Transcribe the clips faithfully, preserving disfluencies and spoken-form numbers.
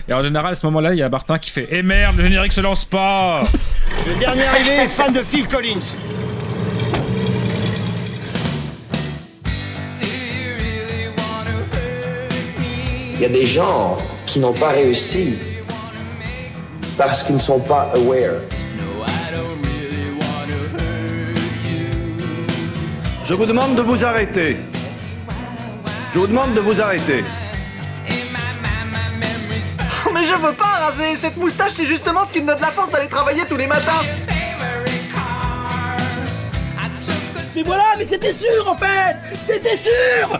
Et en général, à ce moment-là, il y a Martin qui fait « Eh merde, le générique se lance pas !» Le dernier arrivé est fan de Phil Collins. Il y a des gens qui n'ont pas réussi parce qu'ils ne sont pas aware. Je vous demande de vous arrêter. Je vous demande de vous arrêter. Oh, mais je veux pas raser. Cette moustache, c'est justement ce qui me donne la force d'aller travailler tous les matins. Mais voilà, mais c'était sûr en fait. C'était sûr.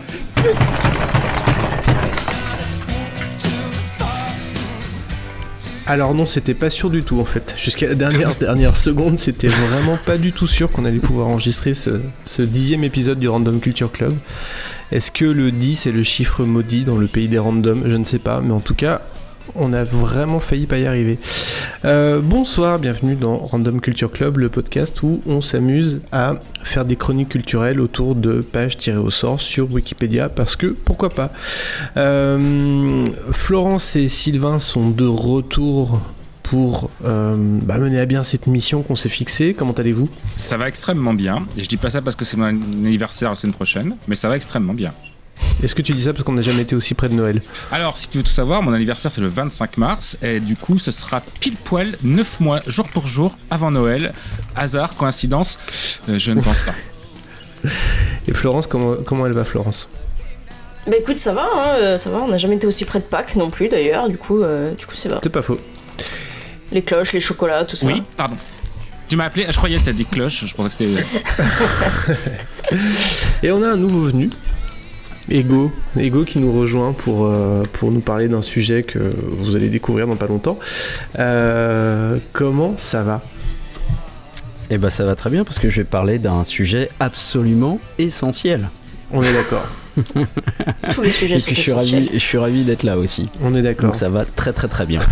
Alors non, c'était pas sûr du tout en fait. Jusqu'à la dernière dernière seconde, c'était vraiment pas du tout sûr qu'on allait pouvoir enregistrer ce, ce dixième épisode du Random Culture Club. Est-ce que le dix est le chiffre maudit dans le pays des randoms ? Je ne sais pas, mais en tout cas, on a vraiment failli pas y arriver. Euh, bonsoir, bienvenue dans Random Culture Club, le podcast où on s'amuse à faire des chroniques culturelles autour de pages tirées au sort sur Wikipédia, parce que pourquoi pas. Euh, Florence et Sylvain sont de retour pour euh, bah, mener à bien cette mission qu'on s'est fixée. Comment allez-vous ? Ça va extrêmement bien. Et je dis pas ça parce que c'est mon anniversaire la semaine prochaine, mais ça va extrêmement bien. Est-ce que tu dis ça parce qu'on n'a jamais été aussi près de Noël ? Alors, si tu veux tout savoir, mon anniversaire c'est le vingt-cinq mars et du coup ce sera pile poil neuf mois, jour pour jour, avant Noël. Hasard, coïncidence, euh, je ne pense pas. Et Florence, comment, comment elle va, Florence ? Bah écoute, ça va, hein, ça va, on n'a jamais été aussi près de Pâques non plus d'ailleurs, du coup, euh, du coup c'est va. C'est pas faux. Les cloches, les chocolats, tout ça. Oui, pardon. Tu m'as appelé, je croyais que t'as dit cloche, je pensais que c'était... Et on a un nouveau venu. Ego, Ego qui nous rejoint pour, euh, pour nous parler d'un sujet que vous allez découvrir dans pas longtemps. Euh, comment ça va ? Eh ben ça va très bien parce que je vais parler d'un sujet absolument essentiel. On est d'accord. Tous les sujets Et sont puis je suis essentiels. ravi, je suis ravi d'être là aussi. On est d'accord. Donc ça va très très très bien.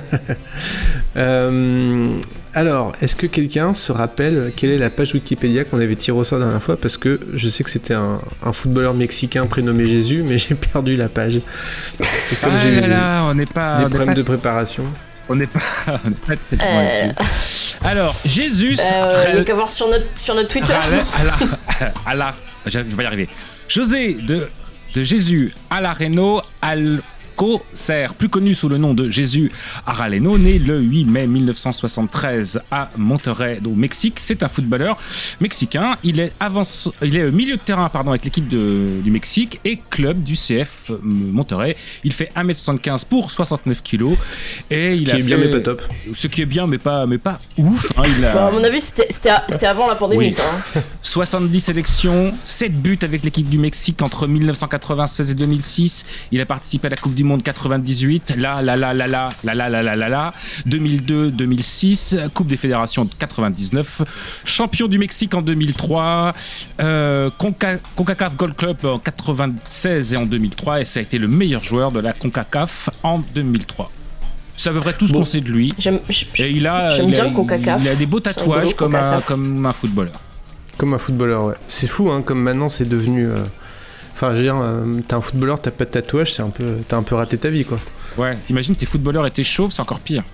euh, alors, est-ce que quelqu'un se rappelle quelle est la page Wikipédia qu'on avait tirée au sort la dernière fois ? Parce que je sais que c'était un, un footballeur mexicain prénommé Jésus, mais j'ai perdu la page. Et comme Ah j'ai là eu là, on n'est pas... des on problèmes n'est pas, de préparation. On n'est pas... On n'est pas très Euh... Alors, Jésus... Euh, il n'y a qu'à voir sur notre, sur notre Twitter. À la, à la, à la, je vais y arriver. José de, de Jésus Alareno Alcocer, plus connu sous le nom de Jésus Araleno, né le huit mai mille neuf cent soixante-treize à Monterrey, au Mexique. C'est un footballeur mexicain. Il est, avance, il est milieu de terrain pardon, avec l'équipe de, du Mexique et club du C F Monterrey. Il fait un mètre soixante-quinze pour soixante-neuf kilos. Et Ce il qui a est fait, bien mais pas top. Ce qui est bien mais pas, mais pas ouf. Hein, il a, Bon, à mon avis, c'était, c'était, c'était avant la pandémie, oui. ça. Hein. soixante-dix sélections, sept buts avec l'équipe du Mexique entre mille neuf cent quatre-vingt-seize et deux mille six. Il a participé à la Coupe du Monde quatre-vingt-dix-huit, là, là, là, là, là, là, là, là, là, là, là, deux mille deux deux mille six, Coupe des Fédérations de quatre-vingt-dix-neuf, champion du Mexique en deux mille trois, euh, Conca- CONCACAF Gold Club en quatre-vingt-seize et en deux mille trois, et ça a été le meilleur joueur de la CONCACAF en deux mille trois. C'est à peu près tout ce bon. qu'on sait de lui. J'aime, j'aime, et il a, j'aime il bien a, le CONCACAF. Il a des beaux tatouages comme un, comme un footballeur. Comme un footballeur, ouais. C'est fou, hein, comme maintenant c'est devenu... Euh... Enfin, je veux dire, euh, t'es un footballeur, t'as pas de tatouage, c'est un peu, t'as un peu raté ta vie, quoi. Ouais, t'imagines, t'es footballeur et t'es chauve, c'est encore pire.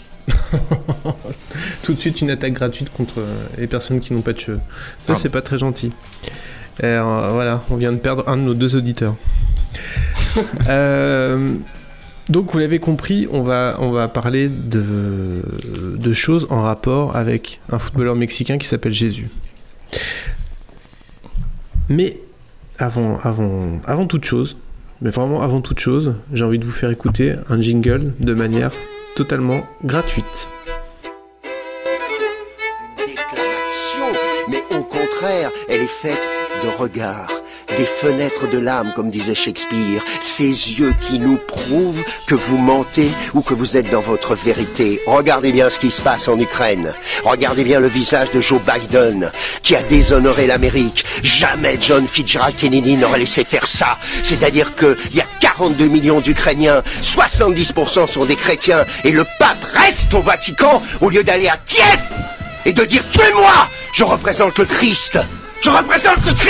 Tout de suite, une attaque gratuite contre euh, les personnes qui n'ont pas de cheveux. Ça, Pardon. c'est pas très gentil. Et, euh, voilà, on vient de perdre un de nos deux auditeurs. euh, donc, vous l'avez compris, on va, on va parler de, de choses en rapport avec un footballeur mexicain qui s'appelle Jésus. Mais... Avant, avant, avant toute chose, mais vraiment avant toute chose, j'ai envie de vous faire écouter un jingle de manière totalement gratuite. Déclaration, mais au contraire, elle est faite de regards, des fenêtres de l'âme, comme disait Shakespeare, ces yeux qui nous prouvent que vous mentez ou que vous êtes dans votre vérité. Regardez bien ce qui se passe en Ukraine. Regardez bien le visage de Joe Biden, qui a déshonoré l'Amérique. Jamais John Fitzgerald Kennedy n'aurait laissé faire ça. C'est-à-dire qu'il y a quarante-deux millions d'Ukrainiens, soixante-dix pour cent sont des chrétiens, et le pape reste au Vatican au lieu d'aller à Kiev et de dire « Tuez-moi, je représente le Christ ! Je représente le Christ !»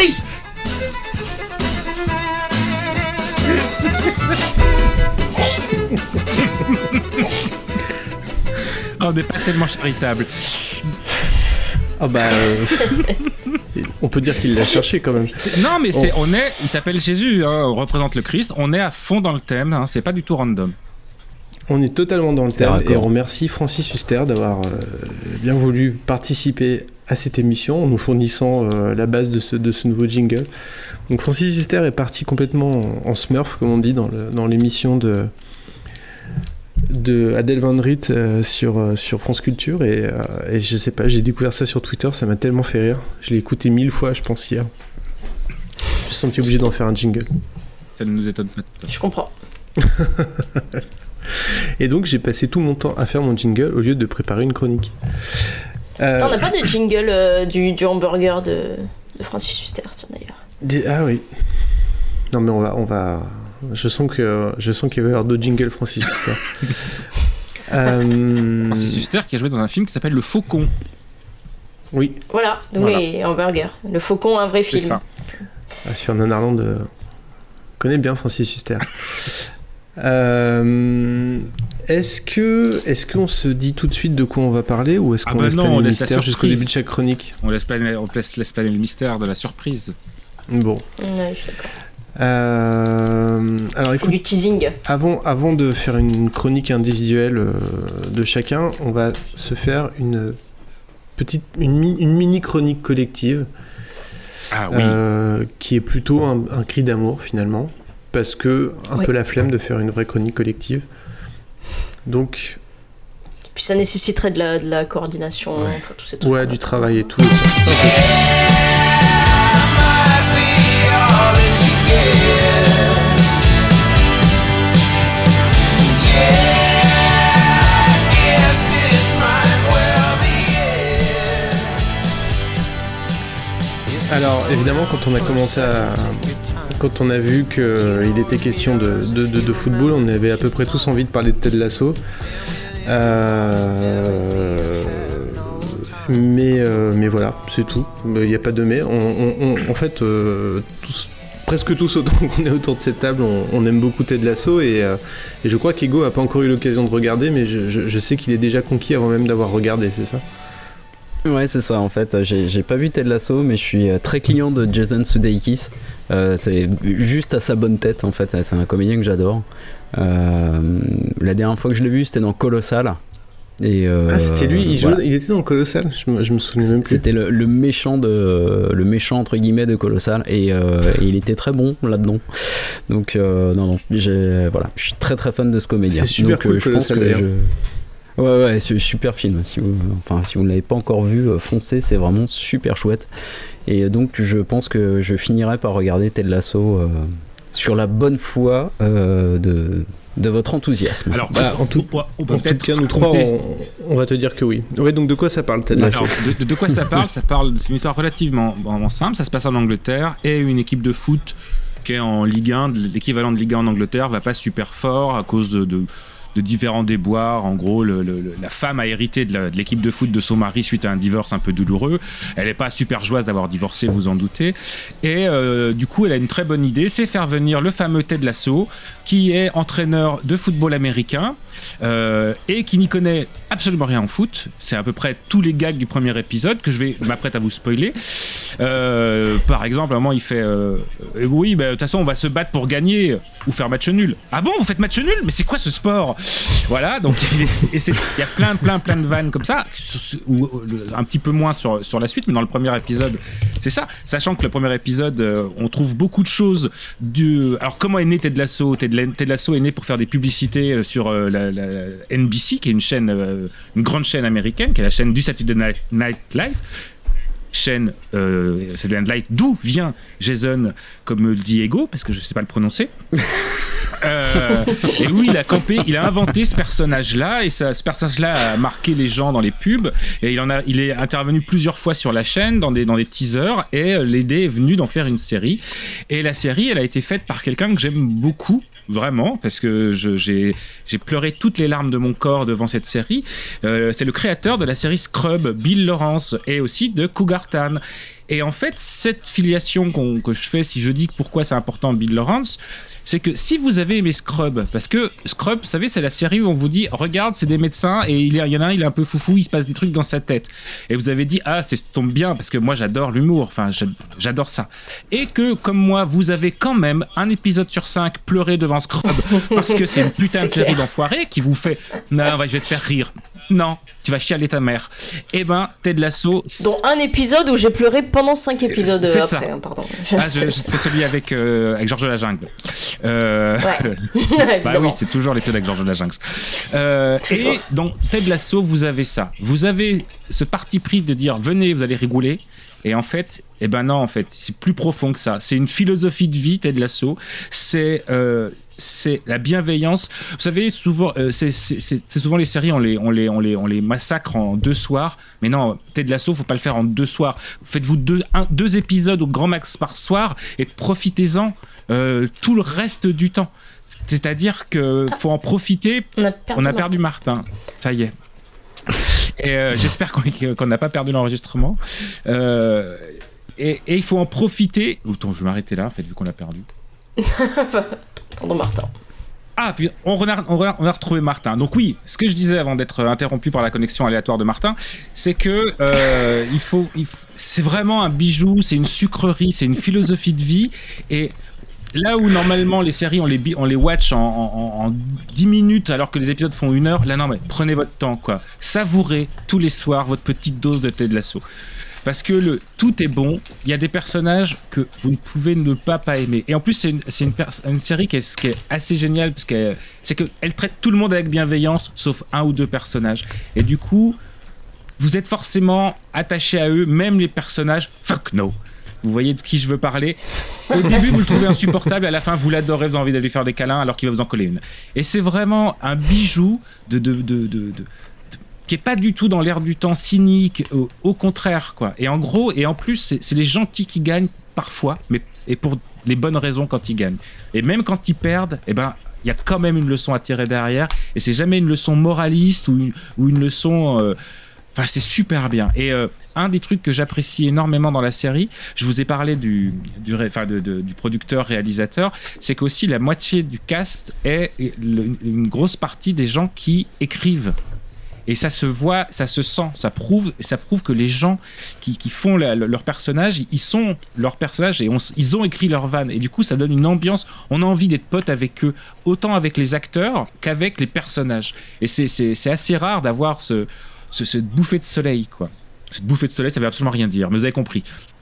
On n'est pas tellement charitable. Ah bah, euh, on peut dire qu'il l'a cherché quand même. C'est, non mais c'est, on est, il s'appelle Jésus, hein, on représente le Christ, on est à fond dans le thème, hein, c'est pas du tout random. On est totalement dans le thème et on remercie Francis Huster d'avoir euh, bien voulu participer à cette émission en nous fournissant euh, la base de ce, de ce nouveau jingle. Donc Francis Huster est parti complètement en, en smurf, comme on dit dans, le, dans l'émission de, de Adèle Van Riet euh, sur, euh, sur France Culture et, euh, et je sais pas, j'ai découvert ça sur Twitter, ça m'a tellement fait rire. Je l'ai écouté mille fois, je pense, hier. Je me suis senti obligé d'en faire un jingle. Ça ne nous étonne pas. Je comprends. Et donc j'ai passé tout mon temps à faire mon jingle au lieu de préparer une chronique. Euh... Tiens, on n'a pas de jingle euh, du, du hamburger de, de Francis Huster, tiens d'ailleurs. Des... Ah oui. Non mais on va, on va. Je sens que je sens qu'il va y avoir d'autres jingles Francis Huster. euh... Francis Huster qui a joué dans un film qui s'appelle Le Faucon. Oui. Voilà, donc voilà. Les hamburgers. Le Faucon, un vrai film. C'est ça. Ah, sur Nanarland, euh... connais bien Francis Huster. Euh, est-ce que est-ce qu'on se dit tout de suite de quoi on va parler ou est-ce ah qu'on bah laisse non, planer on le laisse mystère jusqu'au début de chaque chronique? On laisse planer, on laisse, laisse planer le mystère de la surprise. Bon. Ouais, je suis d'accord. Euh, alors écoute, du teasing. Avant, avant de faire une chronique individuelle euh, de chacun, on va se faire une petite, une, une mini chronique collective. Ah oui. Euh, qui est plutôt un, un cri d'amour finalement. Parce que un oui. peu la flemme de faire une vraie chronique collective. Donc. Puis ça nécessiterait de la, de la coordination, ouais, enfin, tous ces trucs. Ouais, du travail et tout. Alors évidemment quand on a commencé à... Quand on a vu qu'il était question de, de, de, de football, on avait à peu près tous envie de parler de Ted Lasso. Euh... Mais, euh, mais voilà, c'est tout. Il n'y a pas de mais. On, on, on, en fait, euh, tous, presque tous autant qu'on est autour de cette table, on, on aime beaucoup Ted Lasso. Et, euh, et je crois qu'Ego n'a pas encore eu l'occasion de regarder, mais je, je, je sais qu'il est déjà conquis avant même d'avoir regardé, c'est ça ? Ouais, c'est ça en fait. J'ai, j'ai pas vu Ted Lasso, mais je suis très client de Jason Sudeikis. Euh, c'est juste à sa bonne tête en fait. C'est un comédien que j'adore. Euh, la dernière fois que je l'ai vu, c'était dans Colossal. Et euh, ah, c'était lui. Il, voilà. jouait, il était dans Colossal. Je me, je me souviens même plus. C'était le, le méchant de, le méchant entre guillemets de Colossal, et, euh, et il était très bon là-dedans. Donc euh, non non, j'ai, voilà, je suis très très fan de ce comédien. C'est super Donc, cool euh, je Colossal pense que d'ailleurs. Je... Ouais, ouais, c'est un super film. Si vous, enfin, si vous ne l'avez pas encore vu, foncez, c'est vraiment super chouette. Et donc, je pense que je finirai par regarder Ted Lasso euh, sur la bonne foi euh, de, de votre enthousiasme. Alors, bah, en tout, on peut en tout cas, nous trois, on, on va te dire que oui. Ouais, donc de quoi ça parle, Ted Lasso ? Alors, de, de quoi ça parle ? Ça parle d'une histoire relativement simple. Ça se passe en Angleterre et une équipe de foot qui est en Ligue un, l'équivalent de Ligue un en Angleterre, va pas super fort à cause de. de de différents déboires. En gros, le, le, la femme a hérité de, la, de l'équipe de foot de son mari suite à un divorce un peu douloureux. Elle n'est pas super joyeuse d'avoir divorcé, vous en doutez. Et euh, du coup, elle a une très bonne idée, c'est faire venir le fameux Ted Lasso, qui est entraîneur de football américain euh, et qui n'y connaît absolument rien en foot. C'est à peu près tous les gags du premier épisode que je vais m'apprête à vous spoiler. Euh, par exemple, à un moment, il fait euh, « Oui, bah, de toute façon, on va se battre pour gagner ou faire match nul. » « Ah bon, vous faites match nul ? Mais c'est quoi ce sport ?» Voilà, donc il y a plein, plein, plein de vannes comme ça, ou un petit peu moins sur, sur la suite, mais dans le premier épisode, c'est ça. Sachant que le premier épisode, euh, on trouve beaucoup de choses du... Alors, comment est né Ted Lasso ? Ted, Ted Lasso est né pour faire des publicités sur euh, la, la N B C, qui est une chaîne, euh, une grande chaîne américaine, qui est la chaîne du Saturday Night, Night Live. Chaîne euh, Saturday Night Live, d'où vient Jason, comme le dit Ego, parce que je ne sais pas le prononcer. Euh, et oui, il a campé, il a inventé ce personnage-là, et ça, ce personnage-là a marqué les gens dans les pubs, et il, en a, il est intervenu plusieurs fois sur la chaîne, dans des, dans des teasers, et l'idée est venue d'en faire une série. Et la série, elle a été faite par quelqu'un que j'aime beaucoup, vraiment, parce que je, j'ai, j'ai pleuré toutes les larmes de mon corps devant cette série. Euh, c'est le créateur de la série Scrub, Bill Lawrence, et aussi de Cougar Town. Et en fait, cette filiation qu'on, que je fais, si je dis pourquoi c'est important Bill Lawrence, c'est que si vous avez aimé Scrub, parce que Scrub, vous savez, c'est la série où on vous dit, regarde, c'est des médecins et il y en a un, il est un peu foufou, il se passe des trucs dans sa tête. Et vous avez dit, ah, ça tombe bien, parce que moi j'adore l'humour, enfin j'adore ça. Et que, comme moi, vous avez quand même un épisode sur cinq pleuré devant Scrub, parce que c'est une putain c'est de série d'enfoirés qui vous fait, non, je vais te faire rire. Non, tu vas chialer ta mère. Eh ben, Ted Lasso. Dont un épisode où j'ai pleuré pendant cinq épisodes c'est après, ça. Hein, pardon. Ah, je, c'est celui avec, euh, avec Georges de la Jungle. Euh... Ouais. bah oui, c'est toujours l'épisode avec Georges de la Jungle. Euh, et dans Ted Lasso, vous avez ça. Vous avez ce parti pris de dire venez, vous allez rigoler. Et en fait, eh ben non, en fait, c'est plus profond que ça. C'est une philosophie de vie, Ted Lasso. C'est euh, c'est la bienveillance. Vous savez, souvent, euh, c'est, c'est, c'est, c'est souvent les séries, on les, on, les, on, les, on les massacre en deux soirs. Mais non, Ted Lasso, faut pas le faire en deux soirs. Faites-vous deux, un, deux épisodes au grand max par soir et profitez-en euh, tout le reste du temps. C'est-à-dire qu'il faut en profiter. On a perdu, on a perdu Martin. Martin. Ça y est. Et euh, j'espère qu'on n'a pas perdu l'enregistrement. Euh, et, et il faut en profiter. Attends, je vais m'arrêter là, en fait, vu qu'on l'a perdu. Pardon, Martin. Ah, puis on a, on, a, on a retrouvé Martin. Donc oui, ce que je disais avant d'être interrompu par la connexion aléatoire de Martin, c'est que euh, il faut, il faut, c'est vraiment un bijou, c'est une sucrerie, c'est une philosophie de vie. Et là où normalement les séries on les, on les watch en, en, en dix minutes alors que les épisodes font une heure, là non mais prenez votre temps quoi. Savourez tous les soirs votre petite dose de Ted Lasso. Parce que le, tout est bon, il y a des personnages que vous ne pouvez ne pas pas aimer. Et en plus c'est une, c'est une, une série qui est, qui est assez géniale parce qu'elle, c'est qu'elle traite tout le monde avec bienveillance sauf un ou deux personnages. Et du coup, vous êtes forcément attaché à eux, même les personnages fuck no. Vous voyez de qui je veux parler. Au début, vous le trouvez insupportable, à la fin, vous l'adorez, vous avez envie d'aller lui faire des câlins alors qu'il va vous en coller une. Et c'est vraiment un bijou de, de, de, de, de, de qui est pas du tout dans l'air du temps cynique, au, au contraire, quoi. Et en gros, et en plus, c'est, c'est les gentils qui gagnent parfois, mais et pour les bonnes raisons quand ils gagnent. Et même quand ils perdent, eh ben, il y a quand même une leçon à tirer derrière. Et c'est jamais une leçon moraliste ou une, ou une leçon. Euh, Enfin, c'est super bien. Et euh, un des trucs que j'apprécie énormément dans la série, je vous ai parlé du, du, enfin de, de, du producteur-réalisateur, c'est qu'aussi la moitié du cast est le, une grosse partie des gens qui écrivent. Et ça se voit, ça se sent, ça prouve, ça prouve que les gens qui, qui font la, leur personnage, ils sont leurs personnages et on, ils ont écrit leur vanne. Et du coup, ça donne une ambiance. On a envie d'être potes avec eux, autant avec les acteurs qu'avec les personnages. Et c'est, c'est, c'est assez rare d'avoir ce Ce, cette bouffée de soleil, quoi. Cette bouffée de soleil, ça veut absolument rien dire, mais vous avez compris.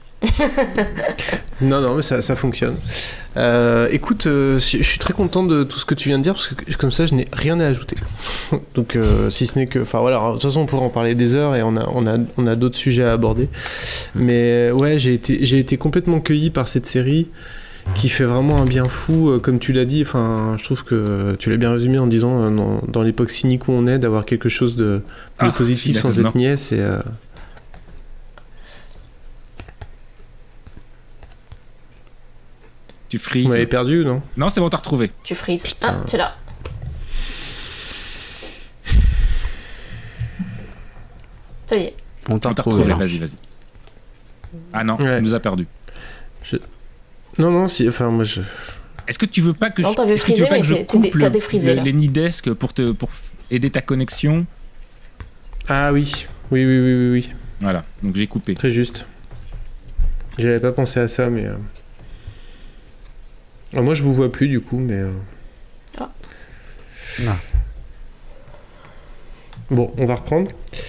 non, non, mais ça, ça fonctionne. Euh, écoute, euh, je suis très content de tout ce que tu viens de dire, parce que comme ça, je n'ai rien à ajouter. Donc, euh, si ce n'est que... Enfin, voilà, de toute façon, on pourrait en parler des heures, et on a, on a, on a d'autres sujets à aborder. Mais ouais, j'ai été, j'ai été complètement cueilli par cette série, qui fait vraiment un bien fou, euh, comme tu l'as dit. Enfin, je trouve que tu l'as bien résumé en disant, euh, dans, dans l'époque cynique où on est, d'avoir quelque chose de plus ah, positif sans être niais, c'est... Euh... Tu frises. Vous m'avez perdu, non ? Non, c'est bon, t'as retrouvé. Tu frises. Putain. Ah, c'est là. Ça y est. On t'a On t'a retrouvé. retrouvé, vas-y, vas-y. Ah non, ouais. il nous a perdu. Je... Non, non, si, enfin, moi je... Est-ce que tu veux pas que non, je, t'avais est-ce que tu frisé, veux pas que je t'es, coupe t'as défrisé, le, les Nidesk pour, te, pour aider ta connexion ? Ah oui, oui, oui, oui, oui, oui. Voilà, donc j'ai coupé. Très juste. J'avais pas pensé à ça, mais... Euh... Alors moi, je vous vois plus, du coup, mais... Euh... Ah. Ah. Bon, on va reprendre.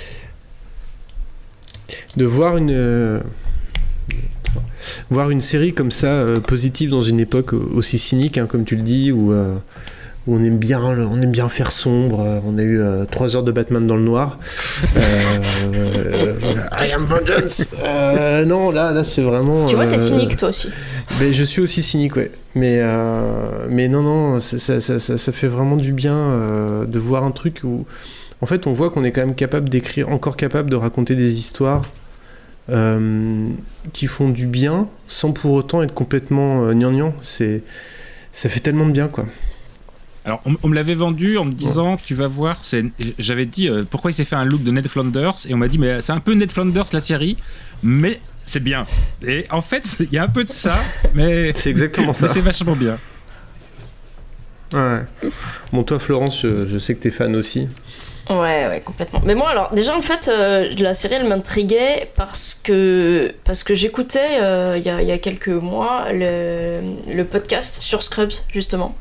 De voir une... Euh... Voir une série comme ça, euh, positive dans une époque aussi cynique, hein, comme tu le dis, où, euh, où on aime bien, on aime bien faire sombre. Euh, on a eu euh, trois heures de Batman dans le noir. Euh, euh, I am vengeance. Euh, non, là, là, c'est vraiment. Tu vois, t'es euh, cynique toi aussi. Mais je suis aussi cynique, ouais. Mais, euh, mais non, non, ça, ça, ça, ça, ça fait vraiment du bien euh, de voir un truc où, en fait, on voit qu'on est quand même capable d'écrire, encore capable de raconter des histoires. Euh, qui font du bien sans pour autant être complètement euh, gnangnan. C'est, ça fait tellement de bien, quoi. Alors, on, on me l'avait vendu en me disant, ouais. Tu vas voir, c'est... j'avais dit euh, pourquoi il s'est fait un look de Ned Flanders, et on m'a dit, mais c'est un peu Ned Flanders la série, mais c'est bien. Et en fait, il y a un peu de ça, mais c'est exactement ça. Mais c'est vachement bien. Ouais. Bon, toi, Florence, je, je sais que t'es fan aussi. Ouais, ouais, complètement. Mais moi, alors, déjà, en fait, euh, la série, elle m'intriguait parce que, parce que j'écoutais, euh, il y, a, il y a quelques mois, le, le podcast sur Scrubs, justement.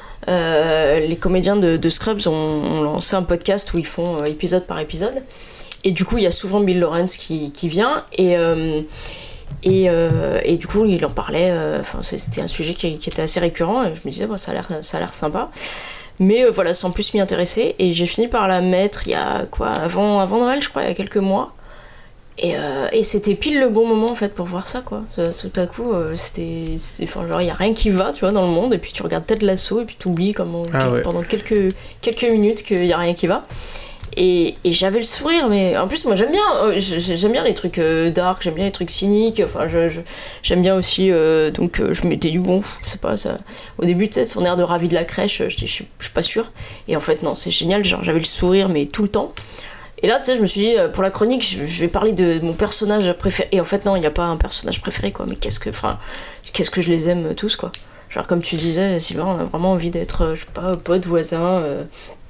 Euh, les comédiens de, de Scrubs ont, ont lancé un podcast où ils font euh, épisode par épisode. Et du coup, il y a souvent Bill Lawrence qui, qui vient. Et, euh, et, euh, et du coup, il en parlait. Enfin, euh, c'était un sujet qui, qui était assez récurrent. Et je me disais, bon, ça a l'air, ça a l'air sympa. Mais euh, voilà, sans plus m'y intéresser. Et j'ai fini par la mettre il y a quoi, avant, avant Noël, je crois, il y a quelques mois. Et, euh, et c'était pile le bon moment en fait pour voir ça, quoi. Tout à coup, euh, c'était. Enfin, genre, il n'y a rien qui va, tu vois, dans le monde. Et puis tu regardes Ted Lasso et puis tu oublies comme, ah, quel, ouais. pendant quelques, quelques minutes qu'il n'y a rien qui va. Et, et j'avais le sourire, mais en plus, moi j'aime bien, euh, j'aime bien les trucs euh, dark, j'aime bien les trucs cyniques. Enfin, je, je, j'aime bien aussi. Euh, donc, euh, je m'étais dit, bon, je sais pas, ça. Au début, tu sais, son air de ravi de la crèche, je, je, je suis pas sûre. Et en fait, non, c'est génial, genre, j'avais le sourire, mais tout le temps. Et là, tu sais, je me suis dit, pour la chronique, je, je vais parler de mon personnage préféré. Et en fait, non, il n'y a pas un personnage préféré, quoi. Mais qu'est-ce que, enfin, qu'est-ce que je les aime tous, quoi. Genre, comme tu disais, Sylvain, on a vraiment envie d'être, je sais pas, pote, voisin. Euh,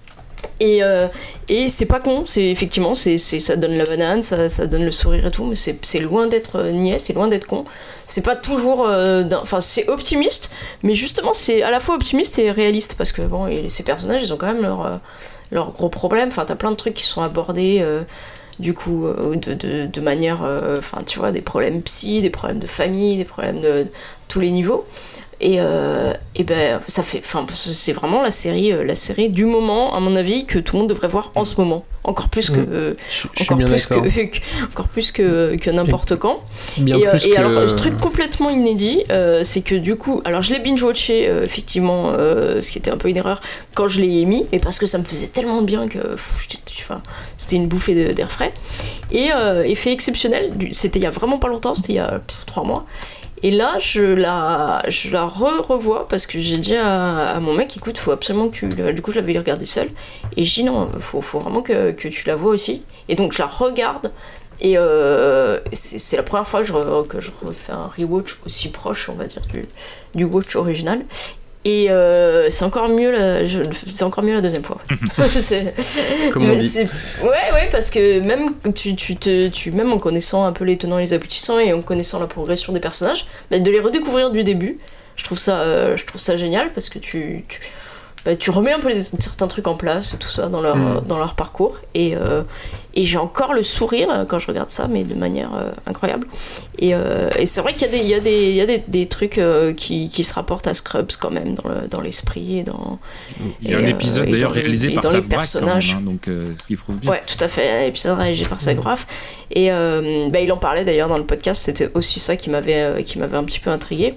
Et, euh, et c'est pas con, c'est effectivement, c'est, c'est, ça donne la banane, ça, ça donne le sourire et tout, mais c'est, c'est loin d'être euh, niais, c'est loin d'être con. C'est pas toujours. Euh, enfin, c'est optimiste, mais justement, c'est à la fois optimiste et réaliste, parce que bon, et ces personnages, ils ont quand même leurs euh, leur gros problèmes. Enfin, t'as plein de trucs qui sont abordés. Euh, du coup, euh, de, de, de manière. Enfin, euh, tu vois, des problèmes psy, des problèmes de famille, des problèmes de, de tous les niveaux. Et, euh, et ben ça fait, enfin c'est vraiment la série, la série du moment à mon avis que tout le monde devrait voir en ce moment, encore plus que, euh, je, encore, je plus que, que encore plus que que n'importe quand. Bien et, plus et que... alors ce truc complètement inédit, euh, c'est que du coup, alors je l'ai binge-watché euh, effectivement, euh, ce qui était un peu une erreur quand je l'ai mis, mais parce que ça me faisait tellement de bien que, pff, enfin, c'était une bouffée de, d'air frais. Et euh, effet exceptionnel, c'était il y a vraiment pas longtemps, c'était il y a pff, trois mois. Et là, je la, je la re-revois parce que j'ai dit à, à mon mec, écoute, faut absolument que tu... Du coup, je l'avais regardée seule. Et je dis non, faut, faut vraiment que, que tu la vois aussi. Et donc, je la regarde. Et euh, c'est, c'est la première fois que je, que je refais un rewatch aussi proche, on va dire, du, du watch original. Et euh, c'est encore mieux la, je, c'est encore mieux la deuxième fois. c'est, Comme on dit. C'est, ouais, ouais, parce que même tu, tu te, tu, même en connaissant un peu les tenants et les aboutissants et en connaissant la progression des personnages, bah, de les redécouvrir du début, je trouve ça, euh, je trouve ça génial parce que tu, tu, bah, tu remets un peu les, certains trucs en place et tout ça dans leur, mmh. dans leur parcours. Et, euh, et j'ai encore le sourire quand je regarde ça, mais de manière euh, incroyable. Et, euh, et c'est vrai qu'il y a des, il y a des, il y a des, des trucs euh, qui, qui se rapportent à Scrubs quand même, dans, le, dans l'esprit et dans. Il y a et, un épisode euh, d'ailleurs réalisé les, par Zach Braff, quand même, hein, donc euh, ce qui prouve bien. Ouais, tout à fait, un épisode réalisé par Zach Braff. Et euh, bah, il en parlait d'ailleurs dans le podcast, c'était aussi ça qui m'avait, euh, qui m'avait un petit peu intrigué.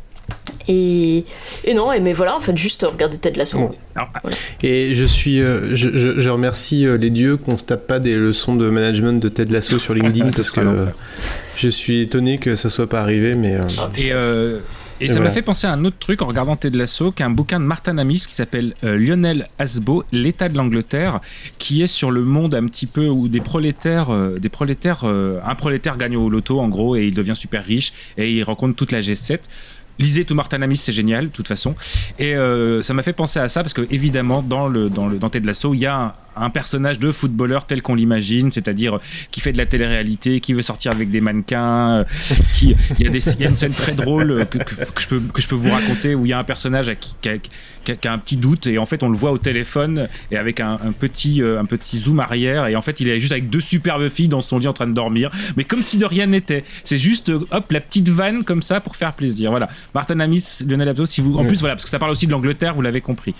Et, et non, et mais voilà, en fait, juste regarder Ted Lasso. Bon. Voilà. Et je suis, euh, je, je, je remercie euh, les dieux qu'on se tape pas des leçons de management de Ted Lasso sur LinkedIn parce que euh, je suis étonné que ça soit pas arrivé, mais. Euh, et euh, et, et ça voilà. m'a fait penser à un autre truc en regardant Ted Lasso, qui est un bouquin de Martin Amis qui s'appelle euh, Lionel Hasbro, l'État de l'Angleterre, qui est sur le monde un petit peu où des prolétaires, euh, des prolétaires, euh, un prolétaire gagne au loto en gros et il devient super riche et il rencontre toute la G sept. Lisez tout Martin Amis, c'est génial, de toute façon. Et euh, ça m'a fait penser à ça parce que évidemment, dans le dans le dans Ted Lasso, il y a un, un personnage de footballeur tel qu'on l'imagine, c'est-à-dire qui fait de la télé-réalité, qui veut sortir avec des mannequins. Euh, qui il y a des il y a une scène très drôle que, que, que je peux que je peux vous raconter où il y a un personnage à qui, qui, a, qui, a, qui a un petit doute et en fait on le voit au téléphone et avec un, un petit euh, un petit zoom arrière et en fait il est juste avec deux superbes filles dans son lit en train de dormir, mais comme si de rien n'était. C'est juste hop la petite vanne comme ça pour faire plaisir. Voilà. Martin Amis, Lionel Hasbro, si vous en oui. plus voilà parce que ça parle aussi de l'Angleterre, vous l'avez compris.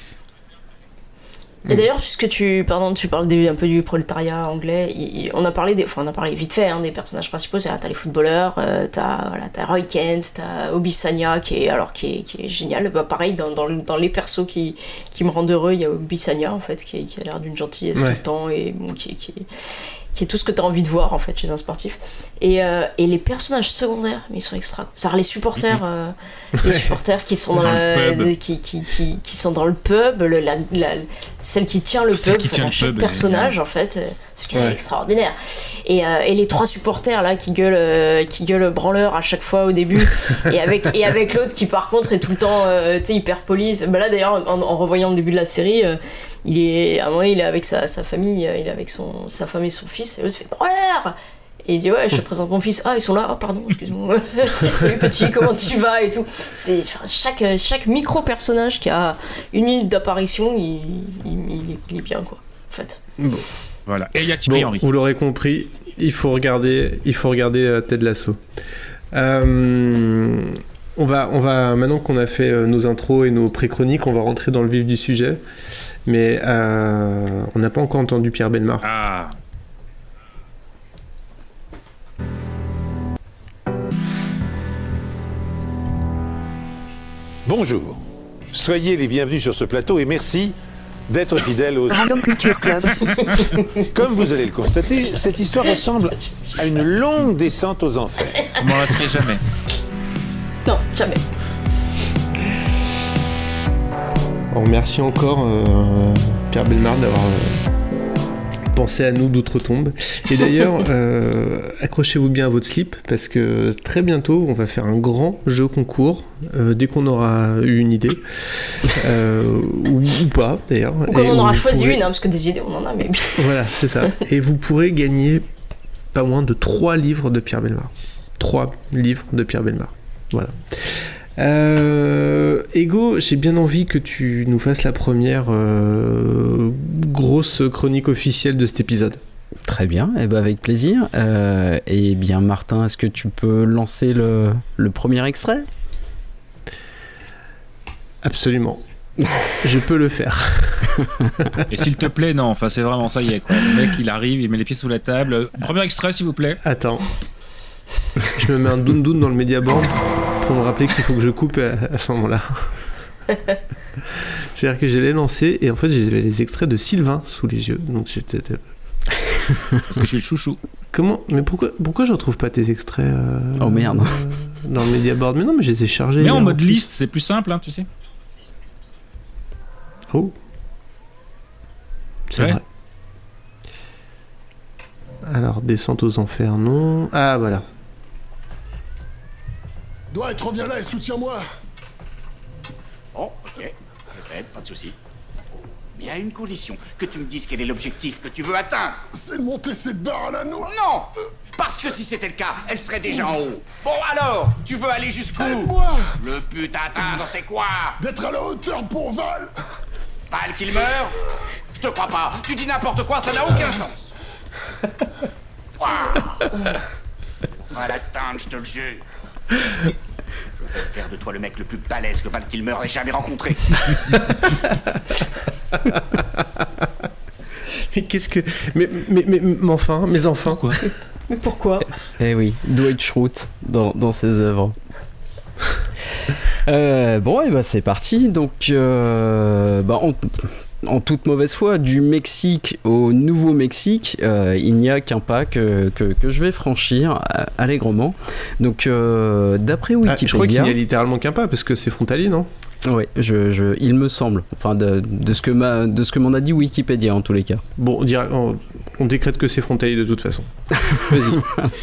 Et d'ailleurs, puisque tu, pardon, tu parles des, un peu du prolétariat anglais, il, on a parlé des, enfin on a parlé vite fait hein, des personnages principaux. C'est, t'as les footballeurs, euh, t'as voilà, t'as Roy Kent, t'as Obisanya qui est alors qui est, qui est génial. Bah, pareil dans, dans dans les persos qui qui me rendent heureux, il y a Obisanya en fait qui, qui a l'air d'une gentillesse ouais. tout le temps et bon, qui qui qui est tout ce que tu as envie de voir en fait chez un sportif. Et, euh, et les personnages secondaires, mais ils sont extra. Ça, les supporters, euh, les supporters qui sont dans, dans la, le qui, qui, qui, qui sont dans le pub, le, la, la, celle qui tient le celle pub, qui tient chaque le pub, personnage en fait, c'est ouais. extraordinaire. Et, euh, et les trois supporters là qui gueulent, euh, qui gueulent branleur à chaque fois au début, et avec et avec l'autre qui par contre est tout le temps, euh, tu sais, hyper poli. Bah là d'ailleurs, en, en revoyant le début de la série. Euh, Il est, à un moment, il est avec sa, sa famille, il est avec son, sa femme et son fils, et l'autre fait branleur. Et il dit ouais, je te présente mon fils. Ah, ils sont là. Oh pardon, excuse-moi. Salut petit, comment tu vas et tout. C'est chaque chaque micro personnage qui a une minute d'apparition, il, il, il, est, il est bien quoi. En fait. Bon. Voilà. Et il y a Thierry bon, Henry. Vous l'aurez compris, il faut regarder, il faut regarder euh, Ted Lasso. Euh, on va, on va maintenant qu'on a fait euh, nos intros et nos pré-chroniques, on va rentrer dans le vif du sujet. Mais euh, on n'a pas encore entendu Pierre Bellemare. Ah. Bonjour, soyez les bienvenus sur ce plateau et merci d'être fidèles au Random Culture Club. Comme vous allez le constater, cette histoire ressemble à une longue descente aux enfers. Je m'en lasserai jamais. Non, jamais. On remercie encore euh, Pierre Bellemare d'avoir euh, pensé à nous d'outre-tombe. Et d'ailleurs, euh, accrochez-vous bien à votre slip parce que très bientôt, on va faire un grand jeu concours euh, dès qu'on aura eu une idée. Euh, ou, ou pas, d'ailleurs. Ou comme on aura choisi pourrez... une, hein, parce que des idées, on en a, mais... Voilà, c'est ça. Et vous pourrez gagner pas moins de trois livres de Pierre Bellemare. Trois livres de Pierre Bellemare. Voilà. Euh, Ego, j'ai bien envie que tu nous fasses la première euh, grosse chronique officielle de cet épisode. Très bien, et eh ben avec plaisir. Euh, et bien Martin, est-ce que tu peux lancer le, le premier extrait ? Absolument. Je peux le faire. Et s'il te plaît, non, enfin c'est vraiment ça y est quoi. Le mec il arrive, il met les pieds sous la table. Premier extrait s'il vous plaît. Attends. Je me mets un doun doun dans le médiaboard pour me rappeler qu'il faut que je coupe à, à ce moment-là. C'est-à-dire que j'allais lancer et en fait j'avais les extraits de Sylvain sous les yeux. Donc j'étais. Parce que je suis le chouchou. Comment ? Mais pourquoi, pourquoi je retrouve pas tes extraits euh, Oh merde. euh, dans le médiaboard ? Mais non, mais je les ai chargés. Mais en mode liste, c'est plus simple, hein, tu sais. Oh. C'est ouais. vrai. Alors, descente aux enfers, non. Ah, voilà. Dwight, reviens là et soutiens-moi. Bon, ok, je t'aide, pas de soucis. Mais à une condition, que tu me dises quel est l'objectif que tu veux atteindre. C'est de monter cette barre à la noix. Non, parce que si c'était le cas, elle serait déjà en haut. Bon alors, tu veux aller jusqu'où? Aide-moi. Le but à atteindre, c'est quoi? D'être à la hauteur pour Val. Val qu'il meurt? Je te crois pas, tu dis n'importe quoi, ça n'a aucun sens. Wow. On va l'atteindre, je te le jure. Je vais faire de toi le mec le plus balèze que Val Kilmer ait jamais rencontré. Mais qu'est-ce que... Mais, mais, mais, mais enfin, mes enfants, quoi. Mais pourquoi? Eh oui, Dwight Schrute dans, dans ses œuvres. euh, bon, et bah c'est parti. Donc, euh, bah, on... En toute mauvaise foi, du Mexique au Nouveau-Mexique, euh, il n'y a qu'un pas que, que, que je vais franchir euh, allègrement. Donc, euh, d'après Wikipédia... Ah, je crois qu'il n'y a littéralement qu'un pas, parce que c'est frontalier, non ? Oui, je, je, il me semble. Enfin, de, de, ce que m'a, de ce que m'en a dit Wikipédia, en tous les cas. Bon, on, dirait, on, on décrète que c'est frontalier de toute façon. Vas-y.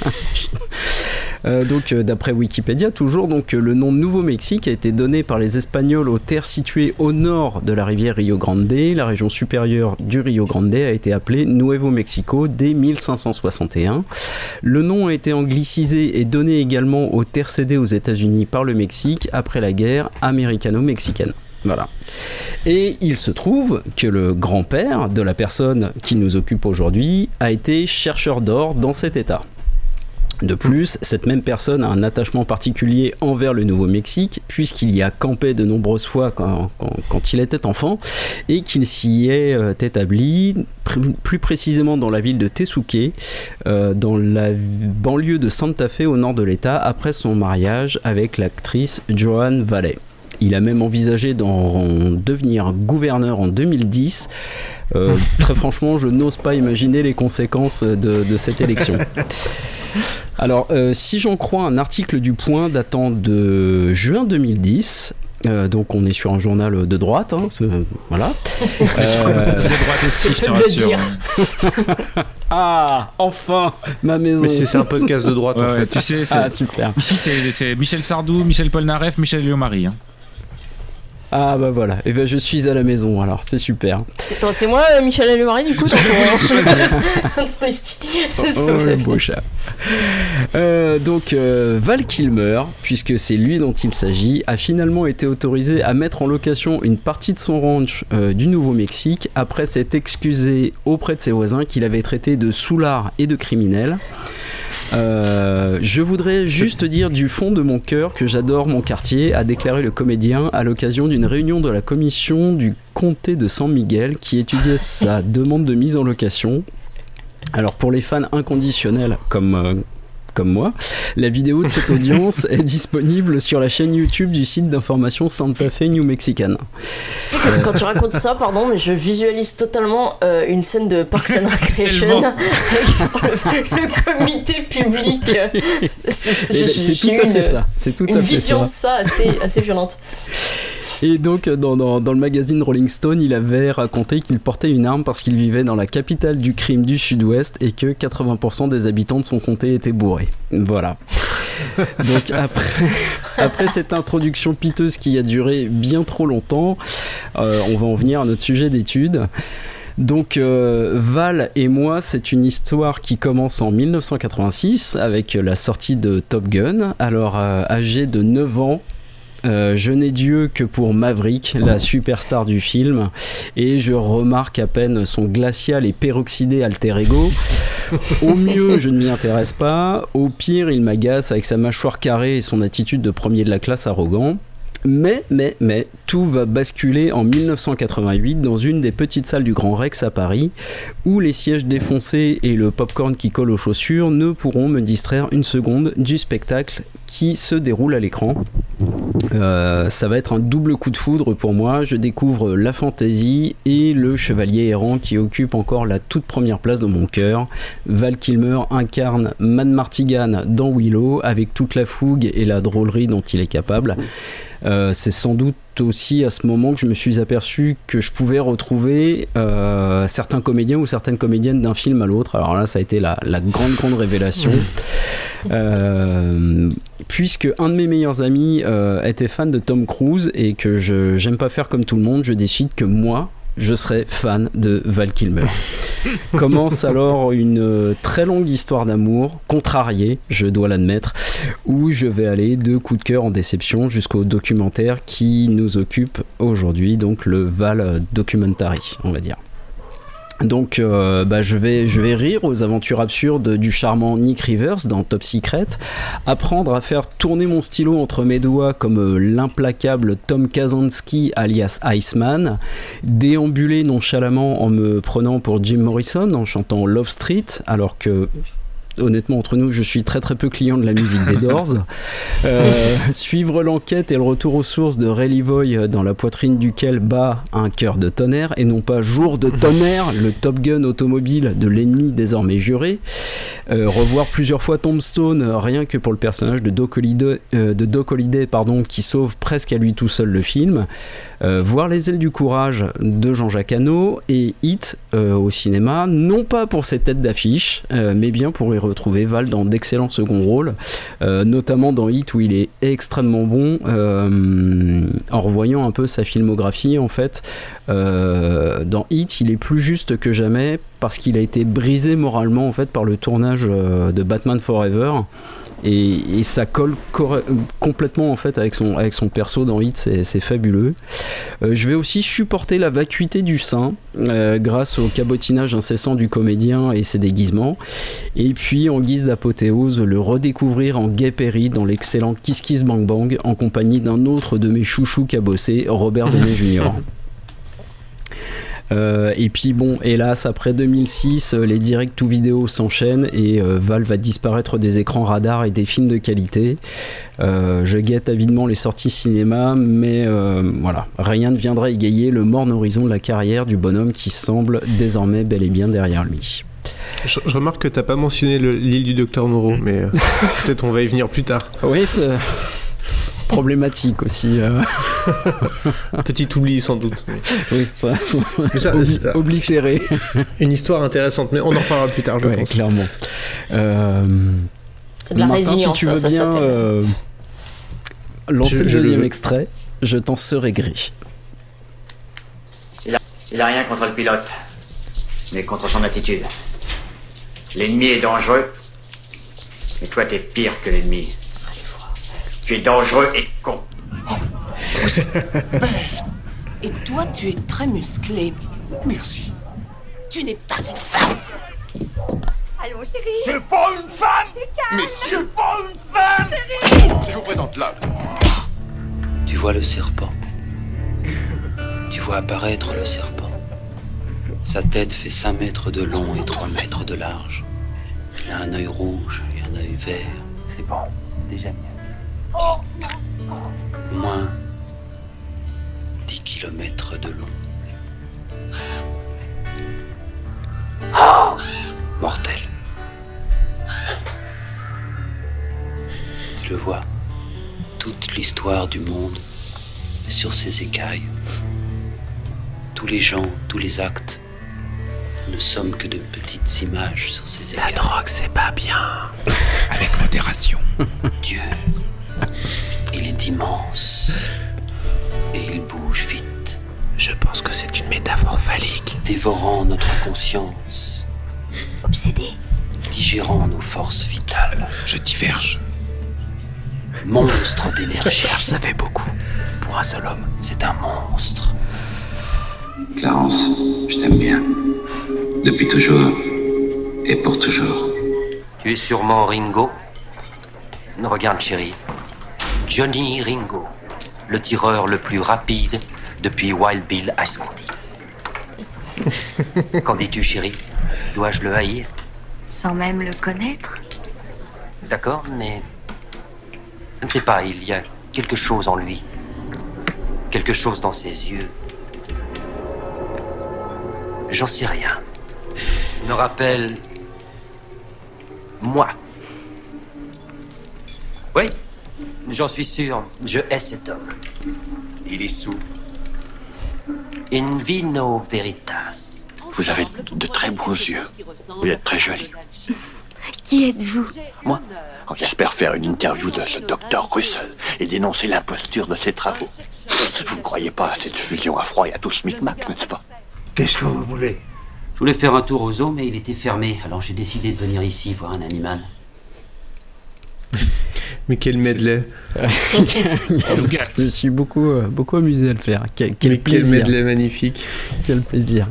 Euh, donc euh, d'après Wikipédia toujours, donc euh, le nom de Nouveau-Mexique a été donné par les Espagnols aux terres situées au nord de la rivière Rio Grande. La région supérieure du Rio Grande a été appelée Nuevo Mexico dès mille cinq cent soixante et un. Le nom a été anglicisé et donné également aux terres cédées aux États-Unis par le Mexique après la guerre américano-mexicaine. Voilà. Et il se trouve que le grand-père de la personne qui nous occupe aujourd'hui a été chercheur d'or dans cet état. De plus, cette même personne a un attachement particulier envers le Nouveau-Mexique, puisqu'il y a campé de nombreuses fois quand, quand, quand il était enfant, et qu'il s'y est euh, établi, pr- plus précisément dans la ville de Tesuque, euh, dans la banlieue de Santa Fe au nord de l'État, après son mariage avec l'actrice Joan Valley. Il a même envisagé d'en devenir gouverneur en deux mille dix. Euh, très franchement, je n'ose pas imaginer les conséquences de, de cette élection. Alors, euh, si j'en crois un article du Point datant de juin deux mille dix, euh, donc on est sur un journal de droite, hein, voilà. Euh, de droite aussi, je te rassure. Ah, enfin, ma maison. Mais c'est, c'est un podcast de droite ouais, en fait. Ouais, tu sais, c'est, ah, super. Ici, c'est, c'est Michel Sardou, Michel Polnareff, Michel Léo-Marie. Hein. Ah bah voilà, et ben je suis à la maison alors, c'est super. C'est, c'est moi Michel Léo-Marie du coup dans ton dans les styles. Oh le beau chat. Euh, donc euh, Val Kilmer, puisque c'est lui dont il s'agit, a finalement été autorisé à mettre en location une partie de son ranch euh, du Nouveau-Mexique après s'être excusé auprès de ses voisins qu'il avait traité de soulards et de criminels. Euh, je voudrais juste dire du fond de mon cœur que j'adore mon quartier, a déclaré le comédien à l'occasion d'une réunion de la commission du comté de San Miguel qui étudiait sa demande de mise en location. Alors pour les fans inconditionnels comme... Euh, comme moi, la vidéo de cette audience est disponible sur la chaîne YouTube du site d'information Santa Fe New Mexican. Tu sais que euh... quand tu racontes ça, pardon, mais je visualise totalement euh, une scène de Parks and Recreation avec le, le comité public. C'est, c'est, c'est tout à fait une, ça. C'est tout une à fait vision ça. de ça assez, assez violente. Et donc, dans, dans, dans le magazine Rolling Stone, il avait raconté qu'il portait une arme parce qu'il vivait dans la capitale du crime du Sud-Ouest et que quatre-vingts pour cent des habitants de son comté étaient bourrés. Voilà. Donc, après, après cette introduction piteuse qui a duré bien trop longtemps, euh, on va en venir à notre sujet d'étude. Donc euh, Val et moi, c'est une histoire qui commence en dix-neuf cent quatre-vingt-six avec la sortie de Top Gun. Alors, euh, âgé de neuf ans, Euh, je n'ai Dieu que pour Maverick, la superstar du film, et je remarque à peine son glacial et peroxydé alter ego. Au mieux, je ne m'y intéresse pas. Au pire, il m'agace avec sa mâchoire carrée et son attitude de premier de la classe arrogant. Mais, mais, mais, tout va basculer en dix-neuf cent quatre-vingt-huit dans une des petites salles du Grand Rex à Paris, où les sièges défoncés et le popcorn qui colle aux chaussures ne pourront me distraire une seconde du spectacle qui se déroule à l'écran. Euh, ça va être un double coup de foudre pour moi. Je découvre la fantaisie et le chevalier errant qui occupe encore la toute première place dans mon cœur. Val Kilmer incarne Mad Martigan dans Willow avec toute la fougue et la drôlerie dont il est capable. Euh, c'est sans doute aussi à ce moment que je me suis aperçu que je pouvais retrouver euh, certains comédiens ou certaines comédiennes d'un film à l'autre. Alors là, ça a été la, la grande grande révélation. Euh, puisque un de mes meilleurs amis euh, était fan de Tom Cruise et que je j'aime pas faire comme tout le monde, je décide que moi je serai fan de Val Kilmer. Commence alors une très longue histoire d'amour, contrariée, je dois l'admettre, où je vais aller de coup de cœur en déception jusqu'au documentaire qui nous occupe aujourd'hui, donc le Val Documentary, on va dire. Donc euh, bah, je, vais, je vais rire aux aventures absurdes du charmant Nick Rivers dans Top Secret, apprendre à faire tourner mon stylo entre mes doigts comme euh, l'implacable Tom Kazansky alias Iceman, déambuler nonchalamment en me prenant pour Jim Morrison en chantant Love Street alors que... honnêtement entre nous je suis très très peu client de la musique des Doors, euh, suivre l'enquête et le retour aux sources de Ray Levoy dans la poitrine duquel bat un cœur de tonnerre et non pas jour de tonnerre, le Top Gun automobile de l'ennemi désormais juré, euh, revoir plusieurs fois Tombstone rien que pour le personnage de Doc Holliday, euh, de Doc Holliday pardon, qui sauve presque à lui tout seul le film, euh, voir Les ailes du courage de Jean-Jacques Hano et Hit euh, au cinéma, non pas pour ses têtes d'affiche euh, mais bien pour y retrouver Val dans d'excellents seconds rôles, euh, notamment dans Hit où il est extrêmement bon. Euh, en revoyant un peu sa filmographie en fait, euh, dans Hit il est plus juste que jamais parce qu'il a été brisé moralement en fait par le tournage euh, de Batman Forever. Et, et ça colle cor- complètement en fait avec son, avec son perso dans Hit, c'est, c'est fabuleux. Euh, je vais aussi supporter la vacuité du sein euh, grâce au cabotinage incessant du comédien et ses déguisements. Et puis en guise d'apothéose, le redécouvrir en Guy Perry dans l'excellent Kiss Kiss Bang Bang en compagnie d'un autre de mes chouchous cabossés, Robert Downey junior Euh, et puis bon, hélas, après deux mille six, euh, les directs to vidéo s'enchaînent et euh, Valve va disparaître des écrans radars et des films de qualité. Euh, je guette avidement les sorties cinéma, mais euh, voilà, rien ne viendra égayer le morne horizon de la carrière du bonhomme qui semble désormais bel et bien derrière lui. Je, je remarque que t'as pas mentionné le, l'île du Docteur Moreau, mais euh, peut-être on va y venir plus tard. Oui, euh, problématique aussi. Euh. Petit oubli sans doute. Mais... Oui, ça, mais ça, Obli- ça oblitéré. Une histoire intéressante, mais on en reparlera plus tard, je ouais, pense. Clairement. Euh, C'est de la Martin, résilience, si tu ça, veux ça bien s'appelle. euh, lancer Je- le je le deuxième veux. extrait, je t'en serai gré. Il a, il a rien contre le pilote, mais contre son attitude. L'ennemi est dangereux, mais toi t'es pire que l'ennemi. Tu es dangereux et con. Vous êtes belle. Et toi, tu es très musclé. Merci. Tu n'es pas une femme. Allons, chérie. C'est pas une femme. Mais C'est pas une femme. Chérie. Je vous présente là. Tu vois le serpent. Tu vois apparaître le serpent. Sa tête fait cinq mètres de long et trois mètres de large. Il a un œil rouge et un œil vert. C'est bon, déjà mieux. Au moins dix kilomètres de long. Oh, mortel. Tu le vois, toute l'histoire du monde est sur ses écailles. Tous les gens, tous les actes ne sommes que de petites images sur ces écailles. La drogue, c'est pas bien. Avec modération. Dieu, il est immense et il bouge vite. Je pense que c'est une métaphore phallique. Dévorant notre conscience. Obsédé. Digérant nos forces vitales. Je diverge. Monstre d'énergie. Ça fait beaucoup pour un seul homme. C'est un monstre. Clarence, je t'aime bien. Depuis toujours. Et pour toujours. Tu es sûrement Ringo. Regarde, chérie. Johnny Ringo. Le tireur le plus rapide depuis Wild Bill Ascondi. Qu'en dis-tu, chérie? Dois-je le haïr? Sans même le connaître. D'accord, mais... Je ne sais pas, il y a quelque chose en lui. Quelque chose dans ses yeux. J'en sais rien. Me rappelle... moi. Oui, j'en suis sûr. Je hais cet homme. Il est sous. In vino veritas. Vous avez de très beaux yeux. Vous êtes très jolie. Qui êtes-vous? Moi, oh, j'espère faire une interview de ce docteur Russell et dénoncer l'imposture de ses travaux. Vous ne croyez pas à cette fusion à froid et à tout ce micmac, n'est-ce pas? Qu'est-ce que vous voulez? Je voulais faire un tour au zoo, mais il était fermé. Alors j'ai décidé de venir ici voir un animal. Mais quel medley. Je me suis beaucoup, euh, beaucoup amusé à le faire. Quel, quel Mais plaisir. quel medley magnifique. Quel plaisir.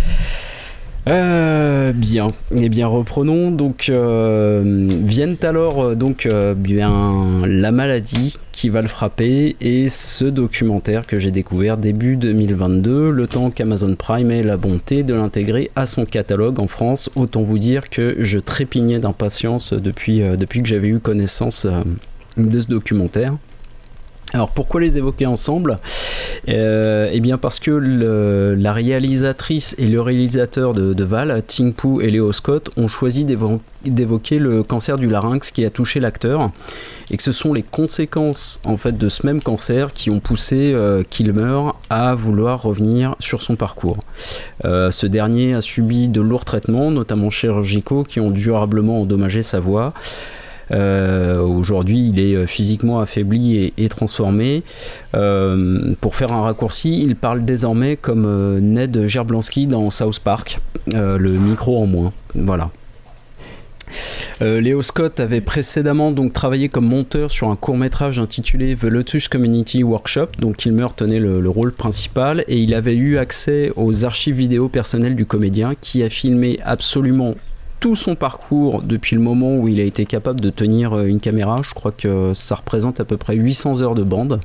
Euh, bien, eh bien reprenons. Donc euh, viennent alors euh, donc euh, bien la maladie qui va le frapper et ce documentaire que j'ai découvert début deux mille vingt-deux, le temps qu'Amazon Prime ait la bonté de l'intégrer à son catalogue en France. Autant vous dire que je trépignais d'impatience depuis euh, depuis que j'avais eu connaissance euh, de ce documentaire. Alors pourquoi les évoquer ensemble ? euh, Eh bien parce que le, la réalisatrice et le réalisateur de, de Val, Ting Pu et Leo Scott, ont choisi d'évo- d'évoquer le cancer du larynx qui a touché l'acteur et que ce sont les conséquences en fait de ce même cancer qui ont poussé euh, Kilmer à vouloir revenir sur son parcours. Euh, ce dernier a subi de lourds traitements, notamment chirurgicaux, qui ont durablement endommagé sa voix. Euh, aujourd'hui il est physiquement affaibli et, et transformé. Euh, pour faire un raccourci, il parle désormais comme euh, Ned Gerblansky dans South Park, euh, le micro en moins. Voilà. Euh, Leo Scott avait précédemment donc travaillé comme monteur sur un court-métrage intitulé The Lotus Community Workshop, dont Kilmer tenait le, le rôle principal, et il avait eu accès aux archives vidéo personnelles du comédien qui a filmé absolument tout son parcours depuis le moment où il a été capable de tenir une caméra. Je crois que ça représente à peu près huit cents heures de bande.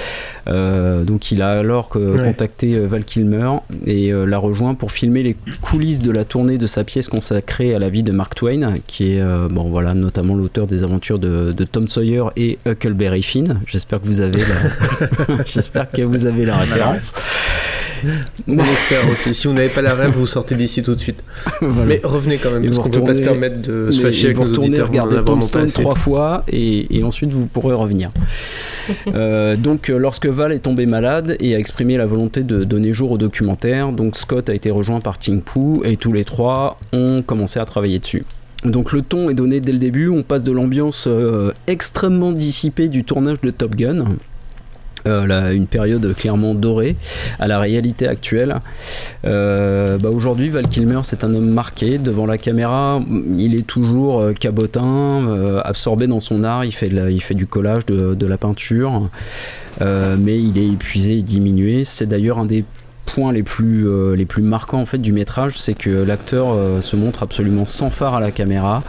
Euh, donc il a alors que Ouais. contacté Val Kilmer et euh, l'a rejoint pour filmer les coulisses de la tournée de sa pièce consacrée à la vie de Mark Twain, qui est euh, bon voilà notamment l'auteur des aventures de, de Tom Sawyer et Huckleberry Finn. J'espère que vous avez la, j'espère que vous avez la référence. On espère aussi. Si vous n'avez pas la rêve, vous sortez d'ici tout de suite. Voilà. Mais revenez quand même, Et parce vous qu'on peut pas se retournez- permettre de se mais- fâcher et avec vous nos retournez auditeurs. on en regarder a vraiment pas Tombstone assez. trois fois et, et ensuite vous pourrez revenir. Euh, donc euh, lorsque Val est tombé malade et a exprimé la volonté de donner jour au documentaire, donc Scott a été rejoint par Ting Poo et tous les trois ont commencé à travailler dessus. Donc le ton est donné dès le début, on passe de l'ambiance euh, extrêmement dissipée du tournage de Top Gun, euh, là, une période clairement dorée, à la réalité actuelle. Euh, bah aujourd'hui, Val Kilmer, c'est un homme marqué. Devant la caméra, il est toujours euh, cabotin, euh, absorbé dans son art. Il fait, de la- il fait du collage, de, de la peinture, euh, mais il est épuisé et diminué. C'est d'ailleurs un des points les plus, euh, les plus marquants en fait, du métrage, c'est que l'acteur euh, se montre absolument sans phare à la caméra.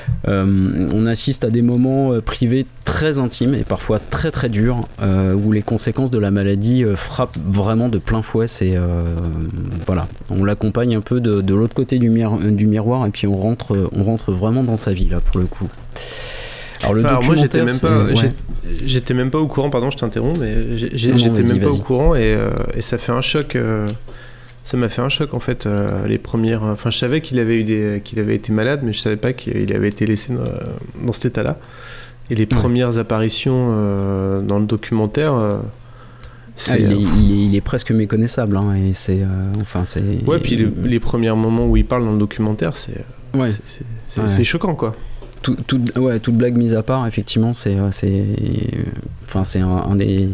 Euh, on assiste à des moments euh, privés très intimes et parfois très très durs, euh, où les conséquences de la maladie euh, frappent vraiment de plein fouet. C'est, euh, voilà. On l'accompagne un peu de, de l'autre côté du, miroir, du miroir et puis on rentre, on rentre vraiment dans sa vie là pour le coup. Alors, le Alors moi j'étais documentaire, même c'est- pas, ouais. j'ai- j'étais même pas au courant. Pardon, je t'interromps, mais j'ai- j'ai- Non, non, j'étais vas-y, même pas vas-y. au courant et, euh, et ça fait un choc. euh, ça m'a fait un choc en fait euh, les premières. Enfin, je savais qu'il avait eu des, qu'il avait été malade, mais je savais pas qu'il avait été laissé dans, dans cet état-là. Et les premières apparitions euh, dans le documentaire. euh, Ah, c'est, il, est, euh, il est- il est presque méconnaissable hein, et c'est euh, enfin c'est Ouais, puis les, les premiers moments où il parle dans le documentaire, c'est Ouais. c'est- c'est- c'est- Ouais. c'est choquant quoi. tout, tout- ouais, toute blague mise à part, effectivement, c'est, euh, c'est, enfin, c'est un, un des.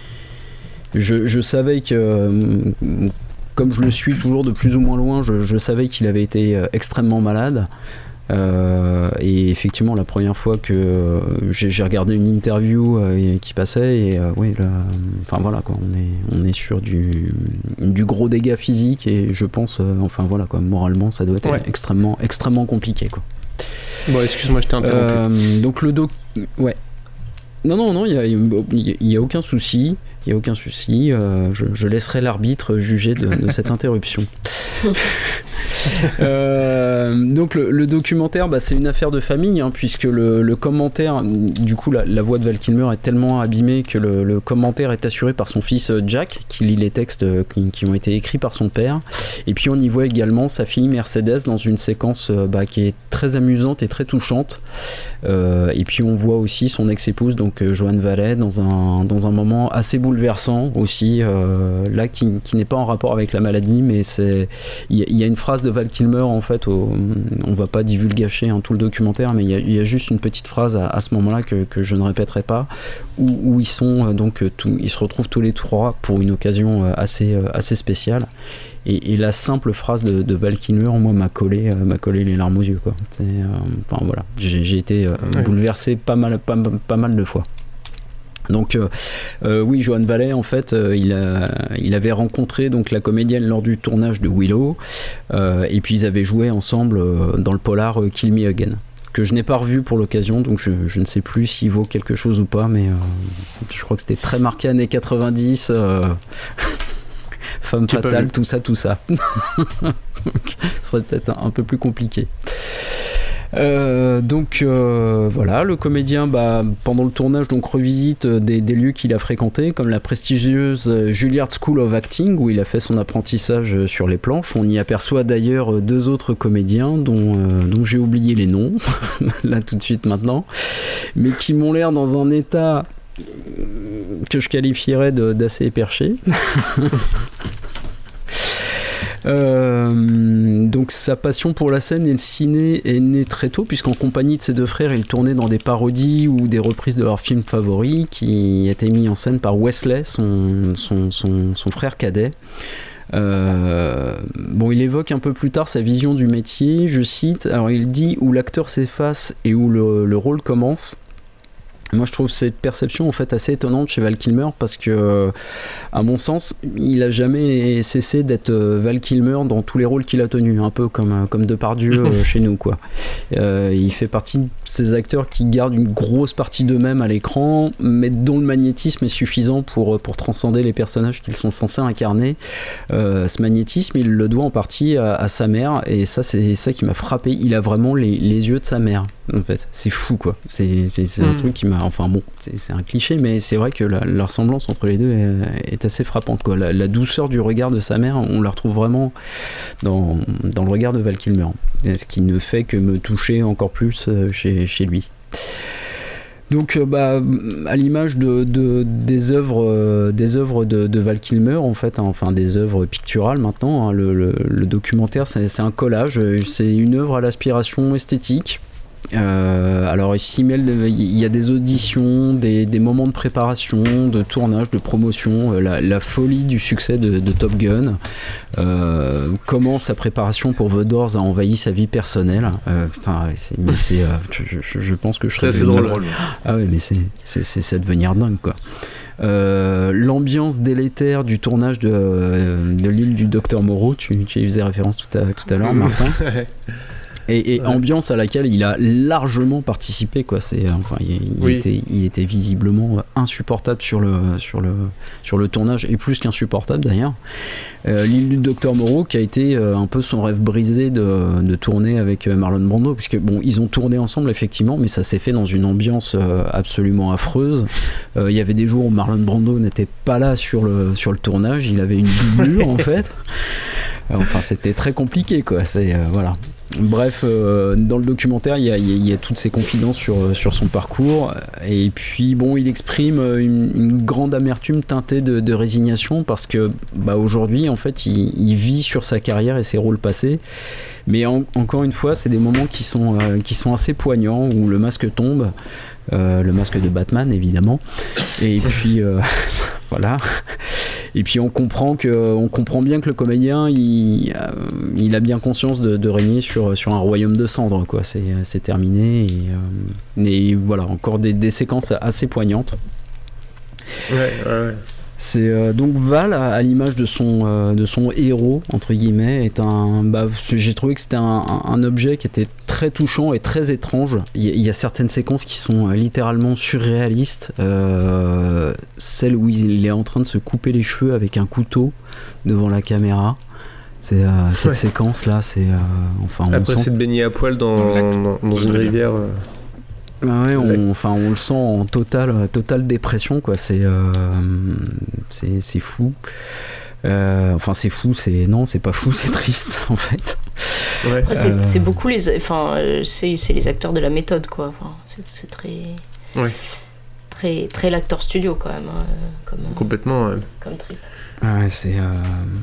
Je, je savais que, euh, comme je le suis toujours de plus ou moins loin, je, je savais qu'il avait été euh, extrêmement malade. Euh, et effectivement, la première fois que euh, j'ai, j'ai regardé une interview euh, qui passait, et euh, oui, là, enfin voilà quoi, on est, on est sur du, du gros dégât physique, et je pense, euh, enfin voilà quoi, moralement, ça doit être Ouais. extrêmement, extrêmement compliqué quoi. Bon, excuse-moi, je t'ai interrompu. Euh, donc le doc, ouais. Non, non, non, il n'y a, y a aucun souci. Il n'y a aucun souci. Euh, je, je laisserai l'arbitre juger de, de cette interruption. Euh, donc le, le documentaire, bah, c'est une affaire de famille, hein, puisque le, le commentaire, du coup, la, la voix de Val Kilmer est tellement abîmée que le, le commentaire est assuré par son fils Jack, qui lit les textes euh, qui, qui ont été écrits par son père. Et puis on y voit également sa fille Mercedes dans une séquence euh, bah, qui est très amusante et très touchante. Euh, et puis on voit aussi son ex-épouse, donc euh, Joan Vallet, dans un, dans un moment assez bouleversant aussi, euh, là qui, qui n'est pas en rapport avec la maladie, mais c'est il y, y a une phrase de Val Kilmer en fait, au, on va pas divulgacher hein, tout le documentaire, mais il y, y a juste une petite phrase à, à ce moment-là que, que je ne répéterai pas, où, où ils sont euh, donc euh, tout, ils se retrouvent tous les trois pour une occasion euh, assez euh, assez spéciale. Et, et la simple phrase de, de Val Kilmer, moi, m'a collé, euh, m'a collé les larmes aux yeux, quoi. C'est, euh, enfin voilà, j'ai, j'ai été euh, Ouais. bouleversé pas mal, pas, pas mal de fois. Donc euh, euh, oui, Joan Vallet, en fait, euh, il, a, il avait rencontré donc la comédienne lors du tournage de Willow, euh, et puis ils avaient joué ensemble euh, dans le polar euh, Kill Me Again, que je n'ai pas revu pour l'occasion, donc je, je ne sais plus s'il vaut quelque chose ou pas, mais euh, je crois que c'était très marqué années quatre-vingt-dix. Euh... Femme J'ai pas fatale, vu. tout ça, tout ça. Donc, ce serait peut-être un, un peu plus compliqué. Euh, donc euh, voilà, le comédien bah, pendant le tournage donc revisite des, des lieux qu'il a fréquentés, comme la prestigieuse Juilliard School of Acting où il a fait son apprentissage sur les planches. On y aperçoit d'ailleurs deux autres comédiens dont, euh, dont j'ai oublié les noms là tout de suite maintenant, mais qui m'ont l'air dans un état que je qualifierais de, d'assez éperché. Euh, donc sa passion pour la scène et le ciné est née très tôt, puisqu'en compagnie de ses deux frères, il tournait dans des parodies ou des reprises de leurs films favoris qui étaient mis en scène par Wesley, son, son, son, son frère cadet. Euh, bon, il évoque un peu plus tard sa vision du métier, je cite, alors il dit où l'acteur s'efface et où le, le rôle commence. Moi, je trouve cette perception en fait assez étonnante chez Val Kilmer parce que, à mon sens, il a jamais cessé d'être Val Kilmer dans tous les rôles qu'il a tenus, un peu comme comme Depardieu euh, chez nous, quoi. Euh, il fait partie de ces acteurs qui gardent une grosse partie d'eux-mêmes à l'écran, mais dont le magnétisme est suffisant pour pour transcender les personnages qu'ils sont censés incarner. Euh, ce magnétisme, il le doit en partie à, à sa mère, et ça, c'est ça qui m'a frappé. Il a vraiment les, les yeux de sa mère. En fait, c'est fou, quoi. C'est c'est, c'est mmh. un truc qui m'a enfin bon, c'est, c'est un cliché, mais c'est vrai que la, la ressemblance entre les deux est, est assez frappante, quoi. La, la douceur du regard de sa mère, on la retrouve vraiment dans, dans le regard de Val Kilmer, ce qui ne fait que me toucher encore plus chez, chez lui. Donc, bah, à l'image de, de, des œuvres, euh, des œuvres de, de Val Kilmer, en fait, hein, enfin des œuvres picturales maintenant, hein, le, le, le documentaire, c'est, c'est un collage, c'est une œuvre à l'aspiration esthétique. Euh, alors il s'y mêle, il y a des auditions, des, des moments de préparation, de tournage, de promotion, euh, la, la folie du succès de, de Top Gun, euh, comment sa préparation pour The Doors a envahi sa vie personnelle. Euh, putain, c'est, mais c'est, euh, je, je, je pense que je serais c'est drôle. Ah ouais, mais c'est, c'est, c'est, c'est devenir dingue, quoi. Euh, l'ambiance délétère du tournage de, de l'île du Docteur Moreau, tu, tu y faisais référence tout à, tout à l'heure, Martin. Et, et ouais. ambiance à laquelle il a largement participé, quoi. C'est enfin il, il, oui. était, il était visiblement insupportable sur le sur le sur le tournage, et plus qu'insupportable d'ailleurs. Euh, l'île du Docteur Moreau qui a été euh, un peu son rêve brisé de, de tourner avec Marlon Brando, puisque bon, ils ont tourné ensemble effectivement, mais ça s'est fait dans une ambiance euh, absolument affreuse. Il euh, y avait des jours où Marlon Brando n'était pas là sur le sur le tournage, il avait une doublure en fait. Enfin, c'était très compliqué, quoi. C'est euh, voilà. Bref, euh, dans le documentaire, il y a, y a toutes ces confidences sur, sur son parcours. Et puis, bon, il exprime une, une grande amertume teintée de, de résignation parce que, bah, aujourd'hui, en fait, il, il vit sur sa carrière et ses rôles passés. Mais en, encore une fois, c'est des moments qui sont, euh, qui sont assez poignants, où le masque tombe. Euh, le masque de Batman, évidemment. Et puis, euh, voilà. Et puis on comprend que, on comprend bien que le comédien, il, euh, il a bien conscience de, de régner sur, sur un royaume de cendres, quoi. C'est, c'est terminé. Et, euh, et voilà, encore des, des séquences assez poignantes. Ouais, ouais, ouais. C'est euh, donc Val, à, à l'image de son euh, de son héros entre guillemets, est un. Bah, j'ai trouvé que c'était un, un, un objet qui était très touchant et très étrange. Il y, y a certaines séquences qui sont littéralement surréalistes. Euh, celle où il est en train de se couper les cheveux avec un couteau devant la caméra. C'est euh, cette ouais. séquence là, c'est euh, enfin. On Après, sent... c'est de baigner à poil dans dans, dans une rivière. Euh... Ah ouais, on, enfin, on le sent en totale, totale dépression, quoi. C'est, euh, c'est, c'est fou. Euh, enfin, c'est fou, c'est non, c'est pas fou, c'est triste, en fait. Ouais. Après, c'est, euh... c'est beaucoup les, enfin, c'est, c'est les acteurs de la méthode, quoi. Enfin, c'est, c'est très, ouais. très, très l'acteur studio, quand même. Comme, complètement. Ouais. Comme trip. Ouais, c'est. Euh...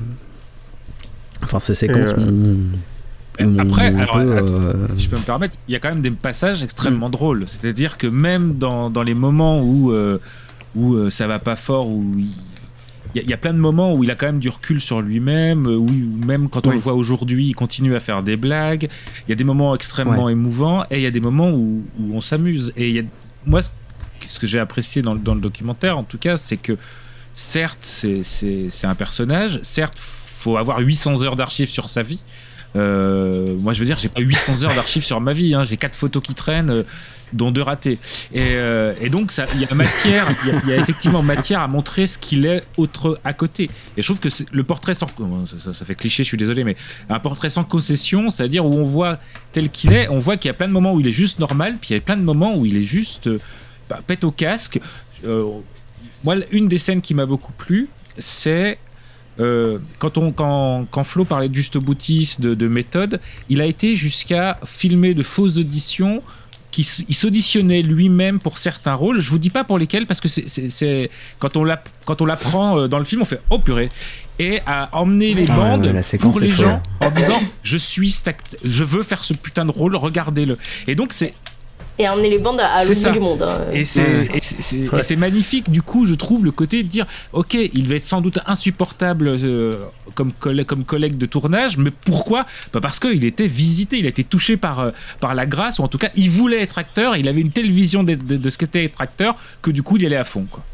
Enfin, ces séquences. Après, alors, peu, attends, euh... je peux me permettre, il y a quand même des passages extrêmement mmh. drôles. C'est-à-dire que même dans, dans les moments où, euh, où euh, ça va pas fort, où il y, a, il y a plein de moments où il a quand même du recul sur lui-même, où, où même quand on oui. le voit aujourd'hui, il continue à faire des blagues. Il y a des moments extrêmement ouais. émouvants et il y a des moments où, où on s'amuse. Et il y a, moi, ce, ce que j'ai apprécié dans, dans le documentaire, en tout cas, c'est que certes, c'est, c'est, c'est un personnage, certes, faut avoir huit cents heures d'archives sur sa vie. Euh, moi je veux dire, j'ai pas huit cents heures d'archives sur ma vie, hein. J'ai quatre photos qui traînent, euh, dont deux ratées. Et, euh, et donc il y a matière, il y, y a effectivement matière à montrer ce qu'il est autre à côté. Et je trouve que c'est le portrait sans, ça, ça, ça fait cliché, je suis désolé, mais un portrait sans concession, c'est-à-dire où on voit tel qu'il est, on voit qu'il y a plein de moments où il est juste normal, puis il y a plein de moments où il est juste euh, bah, pète au casque. Euh, moi, une des scènes qui m'a beaucoup plu, c'est Euh, quand, on, quand, quand Flo parlait de Juste Boutis, de, de méthode, il a été jusqu'à filmer de fausses auditions, qui, il s'auditionnait lui-même pour certains rôles. Je vous dis pas pour lesquels, parce que c'est, c'est, c'est, quand, on l'app, quand on l'apprend dans le film, on fait oh purée, et à emmener les bandes ah, ouais, pour les gens en disant je suis stact- je veux faire ce putain de rôle, regardez-le. Et donc c'est Et à emmener les bandes à, à l'autre bout du monde. Hein. Et, c'est, ouais. et, c'est, c'est, ouais. et c'est magnifique, du coup, je trouve, le côté de dire ok, il va être sans doute insupportable euh, comme, collègue, comme collègue de tournage, mais pourquoi ? Bah parce qu'il était visité, il a été touché par, euh, par la grâce, ou en tout cas, il voulait être acteur, il avait une telle vision de, de, de ce qu'était être acteur que du coup, il y allait à fond, quoi.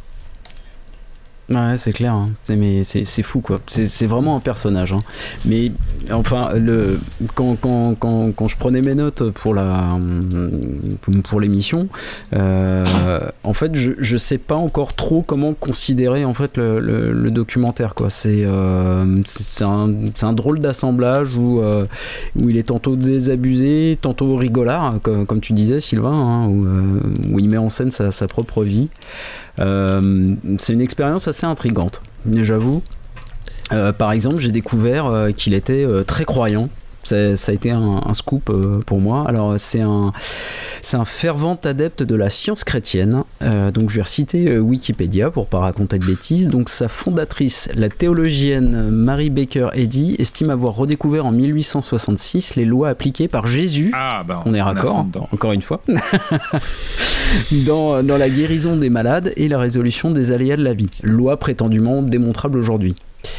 Ouais, c'est clair, hein. c'est, mais c'est, c'est fou quoi. C'est, c'est vraiment un personnage. Hein. Mais enfin, le, quand, quand, quand, quand je prenais mes notes pour, la, pour l'émission, euh, en fait, je, je sais pas encore trop comment considérer en fait le, le, le documentaire. Quoi. C'est, euh, c'est, un, c'est un drôle d'assemblage où, euh, où il est tantôt désabusé, tantôt rigolard, comme, comme tu disais, Sylvain, hein, où, euh, où il met en scène sa, sa propre vie. Euh, c'est une expérience assez intrigante, j'avoue. Euh, par exemple, j'ai découvert euh, qu'il était euh, très croyant. Ça, ça a été un, un scoop euh, pour moi. Alors, c'est un, c'est un fervent adepte de la science chrétienne. Euh, donc, je vais reciter euh, Wikipédia pour pas raconter de bêtises. Donc, sa fondatrice, la théologienne Mary Baker Eddy, estime avoir redécouvert en mille huit cent soixante-six les lois appliquées par Jésus. Ah, bah, on, on est raccord, encore une fois. Dans, dans la guérison des malades et la résolution des aléas de la vie. Loi prétendument démontrable aujourd'hui.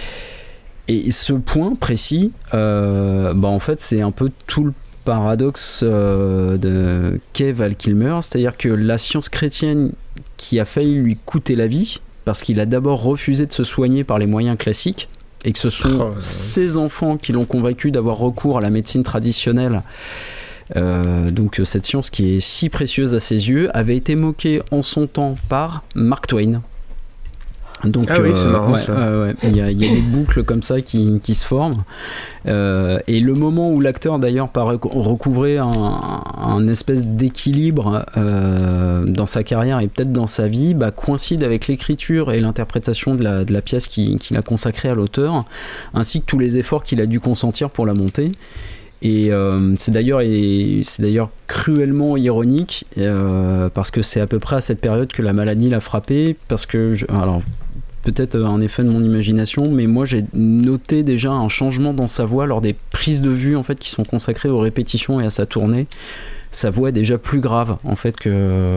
Et ce point précis, euh, bah en fait, c'est un peu tout le paradoxe euh, de Kay Val Kilmer, c'est-à-dire que la science chrétienne qui a failli lui coûter la vie, parce qu'il a d'abord refusé de se soigner par les moyens classiques, et que ce sont oh, ses enfants qui l'ont convaincu d'avoir recours à la médecine traditionnelle. Euh, donc cette science qui est si précieuse à ses yeux avait été moquée en son temps par Mark Twain. Donc, ah oui, euh, c'est marrant ouais, ça. Euh, ouais. Il y a, il y a des boucles comme ça qui, qui se forment. Euh, et le moment où l'acteur d'ailleurs paraît recouvrer un, un espèce d'équilibre euh, dans sa carrière et peut-être dans sa vie, bah, coïncide avec l'écriture et l'interprétation de la, de la pièce qu'il, qu'il a consacrée à l'auteur, ainsi que tous les efforts qu'il a dû consentir pour la monter. Et euh, c'est d'ailleurs et c'est d'ailleurs cruellement ironique euh, parce que c'est à peu près à cette période que la maladie l'a frappé, parce que je, alors peut-être un effet de mon imagination, mais moi j'ai noté déjà un changement dans sa voix lors des prises de vue en fait qui sont consacrées aux répétitions et à sa tournée. Sa voix est déjà plus grave en fait que euh,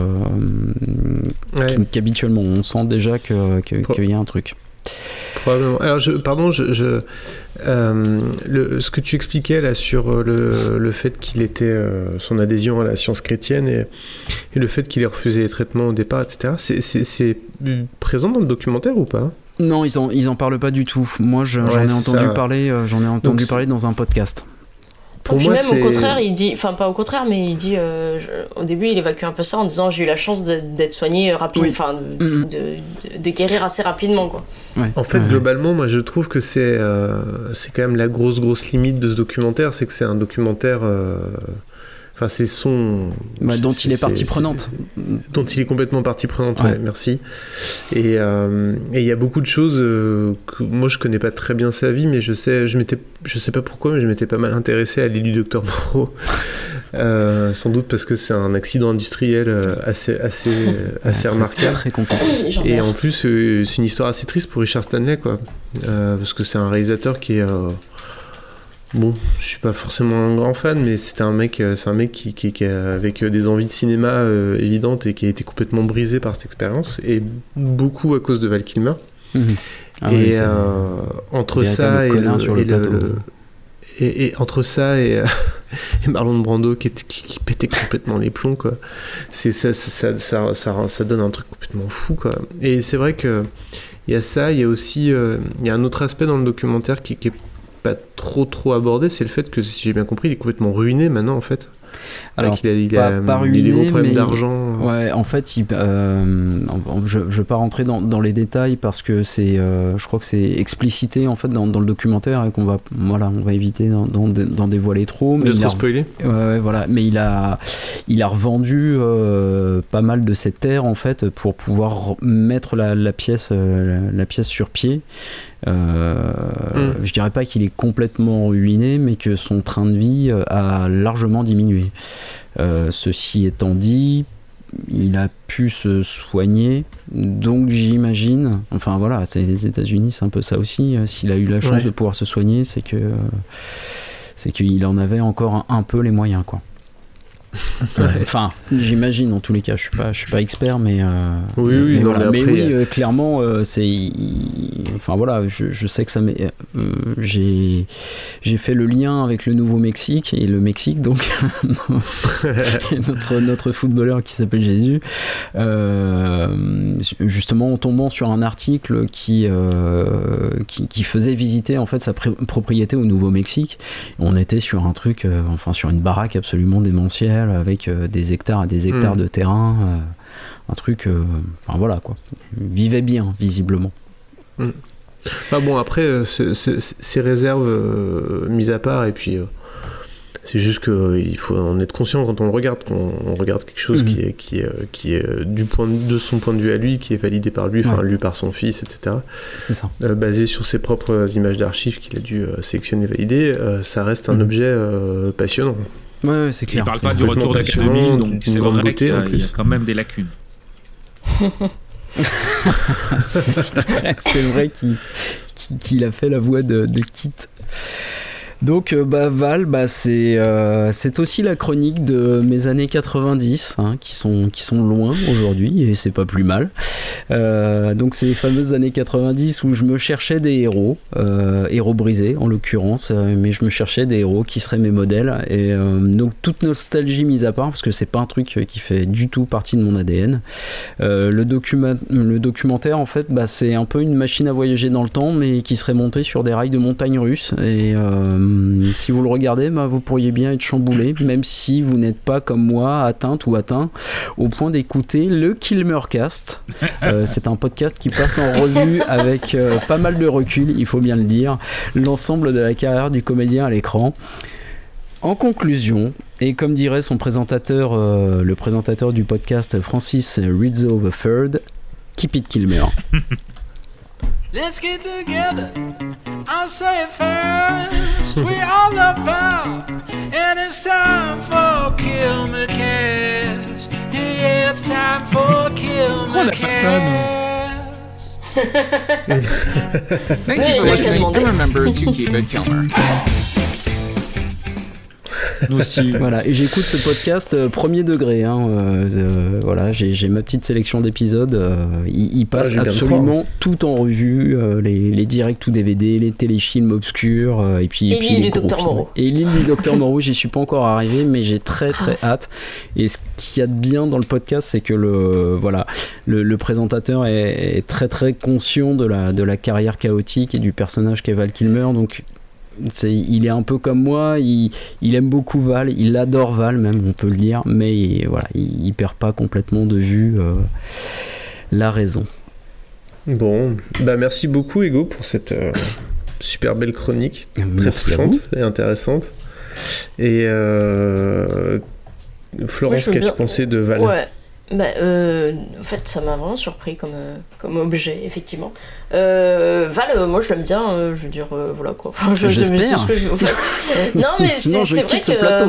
ouais. qu'habituellement. On sent déjà que, que, Pro- qu'il y a un truc. Probablement. Alors, je, pardon, je, je, euh, le, ce que tu expliquais là sur le, le fait qu'il était, euh, son adhésion à la science chrétienne et, et le fait qu'il ait refusé les traitements au départ, et cetera, c'est, c'est, c'est présent dans le documentaire ou pas ? Non, ils en, ils en parlent pas du tout. Moi, je, ouais, j'en ai entendu ça. parler, euh, j'en ai entendu Donc, parler dans un podcast. Pour puis moi, même c'est... au contraire, il dit, enfin pas au contraire, mais il dit, euh, je, au début, il évacue un peu ça en disant j'ai eu la chance de, d'être soigné rapidement, enfin oui. de, mm-hmm. de, de, de guérir assez rapidement, quoi. Ouais. En fait, ouais. globalement, moi, je trouve que c'est, euh, c'est quand même la grosse, grosse limite de ce documentaire, c'est que c'est un documentaire. Euh... Enfin, c'est son. Bah, dont c'est, il est partie c'est, prenante. C'est, dont il est complètement partie prenante, ouais, ouais. ouais merci. Et euh, il y a beaucoup de choses euh, que moi je connais pas très bien sa vie, mais je sais, je m'étais, je sais pas pourquoi, mais je m'étais pas mal intéressé à l'île du Docteur Moreau. euh, sans doute parce que c'est un accident industriel assez, assez, assez ouais, remarquable. Très compliqué. Et en plus, euh, c'est une histoire assez triste pour Richard Stanley, quoi. Euh, parce que c'est un réalisateur qui est. Euh, Bon, je suis pas forcément un grand fan, mais c'était un mec, c'est un mec qui, qui, qui a, avec des envies de cinéma euh, évidentes et qui a été complètement brisé par cette expérience, et beaucoup à cause de Val Kilmer. Mmh. Ah et oui, euh, entre ça et, le, le et, le, le, et, et entre ça et, et Marlon Brando qui, qui, qui pétait complètement les plombs, quoi. C'est ça, ça, ça, ça, ça donne un truc complètement fou, quoi. Et c'est vrai que il y a ça, il y a aussi, euh, il y a un autre aspect dans le documentaire qui, qui est pas trop trop abordé, c'est le fait que, si j'ai bien compris, il est complètement ruiné maintenant en fait. Alors, il a, il pas, a, pas ruiné, il a des gros problèmes mais d'argent. Ouais, en fait, il, euh, je ne vais pas rentrer dans, dans les détails parce que c'est, euh, je crois que c'est explicité en fait dans, dans le documentaire et qu'on va, voilà, on va éviter d'en, d'en, d'en dévoiler trop. Mais de trop spoiler. Ouais, ouais, voilà. Mais il a, il a revendu euh, pas mal de ses terres en fait pour pouvoir mettre la, la pièce, euh, la, la pièce sur pied. Euh, mmh. Je dirais pas qu'il est complètement ruiné, mais que son train de vie a largement diminué. Euh, ceci étant dit, il a pu se soigner, donc j'imagine, enfin voilà, c'est les États-Unis, c'est un peu ça aussi. S'il a eu la chance ouais. de pouvoir se soigner, c'est que c'est qu'il en avait encore un, un peu les moyens, quoi. Enfin, j'imagine en tous les cas. Je suis pas, je suis pas expert, mais euh, oui, oui, mais, non, voilà. mais, après, mais oui, euh... euh, clairement, euh, c'est, il... enfin voilà, je, je sais que ça m'est, euh, j'ai, j'ai fait le lien avec le Nouveau-Mexique et le Mexique, donc notre notre footballeur qui s'appelle Jésus, euh, justement en tombant sur un article qui, euh, qui qui faisait visiter en fait sa pr- propriété au Nouveau-Mexique. On était sur un truc, euh, enfin sur une baraque absolument démentielle avec euh, des hectares et des hectares mmh. de terrain, euh, un truc, euh, enfin voilà quoi. Il vivait bien visiblement. Mmh. Enfin bon après euh, c'est, c'est, ces réserves euh, mises à part et puis euh, c'est juste que euh, il faut en être conscient quand on le regarde, qu'on on regarde quelque chose mmh. qui est qui est qui est euh, du point de, de son point de vue à lui, qui est validé par lui, enfin ouais. lu par son fils, et cetera. C'est ça. Euh, basé sur ses propres images d'archives qu'il a dû euh, sélectionner, valider, euh, ça reste un mmh. objet euh, passionnant. Ouais, ouais, c'est clair. Il parle pas du retour d'Académie, donc c'est vrai qu'il y a, il y a quand même des lacunes. c'est vrai, c'est vrai qu'il, qu'il a fait la voix de, de Kit. Donc bah, Val, bah, c'est, euh, c'est aussi la chronique de mes années quatre-vingt-dix, hein, qui, sont, qui sont loin aujourd'hui, et c'est pas plus mal. Euh, donc ces fameuses années quatre-vingt-dix où je me cherchais des héros, euh, héros brisés en l'occurrence, euh, mais je me cherchais des héros qui seraient mes modèles. Et euh, donc toute nostalgie mise à part, parce que c'est pas un truc qui fait du tout partie de mon A D N. Euh, le, documa- le documentaire, en fait, bah, c'est un peu une machine à voyager dans le temps, mais qui serait montée sur des rails de montagne russes. Et euh, si vous le regardez, bah, vous pourriez bien être chamboulé, même si vous n'êtes pas comme moi atteinte ou atteint au point d'écouter le Kilmercast. Euh, c'est un podcast qui passe en revue avec euh, pas mal de recul, il faut bien le dire, l'ensemble de la carrière du comédien à l'écran. En conclusion, et comme dirait son présentateur, euh, le présentateur du podcast Francis Rizzo the Third, keep it Kilmer. Let's get together, I'll say it first. We all love fire, and it's time for Kilmercast. Yeah, it's time for Kilmercast. Thank you for listening, and remember to keep it Kilmer. Nous aussi. Voilà, et j'écoute ce podcast euh, premier degré. Hein, euh, euh, voilà, j'ai, j'ai ma petite sélection d'épisodes. Euh, il, il passe ah, absolument tout en revue, euh, les, les directs ou D V D, les téléfilms obscurs, euh, et puis, et puis l'île les du Docteur Moreau. Et l'île du Docteur Moreau, j'y suis pas encore arrivé, mais j'ai très très hâte. Et ce qu'il y a de bien dans le podcast, c'est que le voilà, le, le présentateur est, est très très conscient de la de la carrière chaotique et du personnage qu'est Val Kilmer, donc. C'est, il est un peu comme moi, il, il aime beaucoup Val, il adore Val même, on peut le dire, mais il, voilà, il, il perd pas complètement de vue euh, la raison. Bon, bah merci beaucoup Ego pour cette euh, super belle chronique, merci très touchante et intéressante. Et euh, Florence, ouais, qu'as-tu bien... pensé de Val ? Ouais. Bah, euh, en fait, ça m'a vraiment surpris comme, euh, comme objet, effectivement. Euh, Val, euh, moi je l'aime bien, euh, je veux dire, euh, voilà quoi. Enfin, je, J'espère. Je, je, en fait. Non, mais sinon, c'est, je c'est vrai quitte ce que. plateau.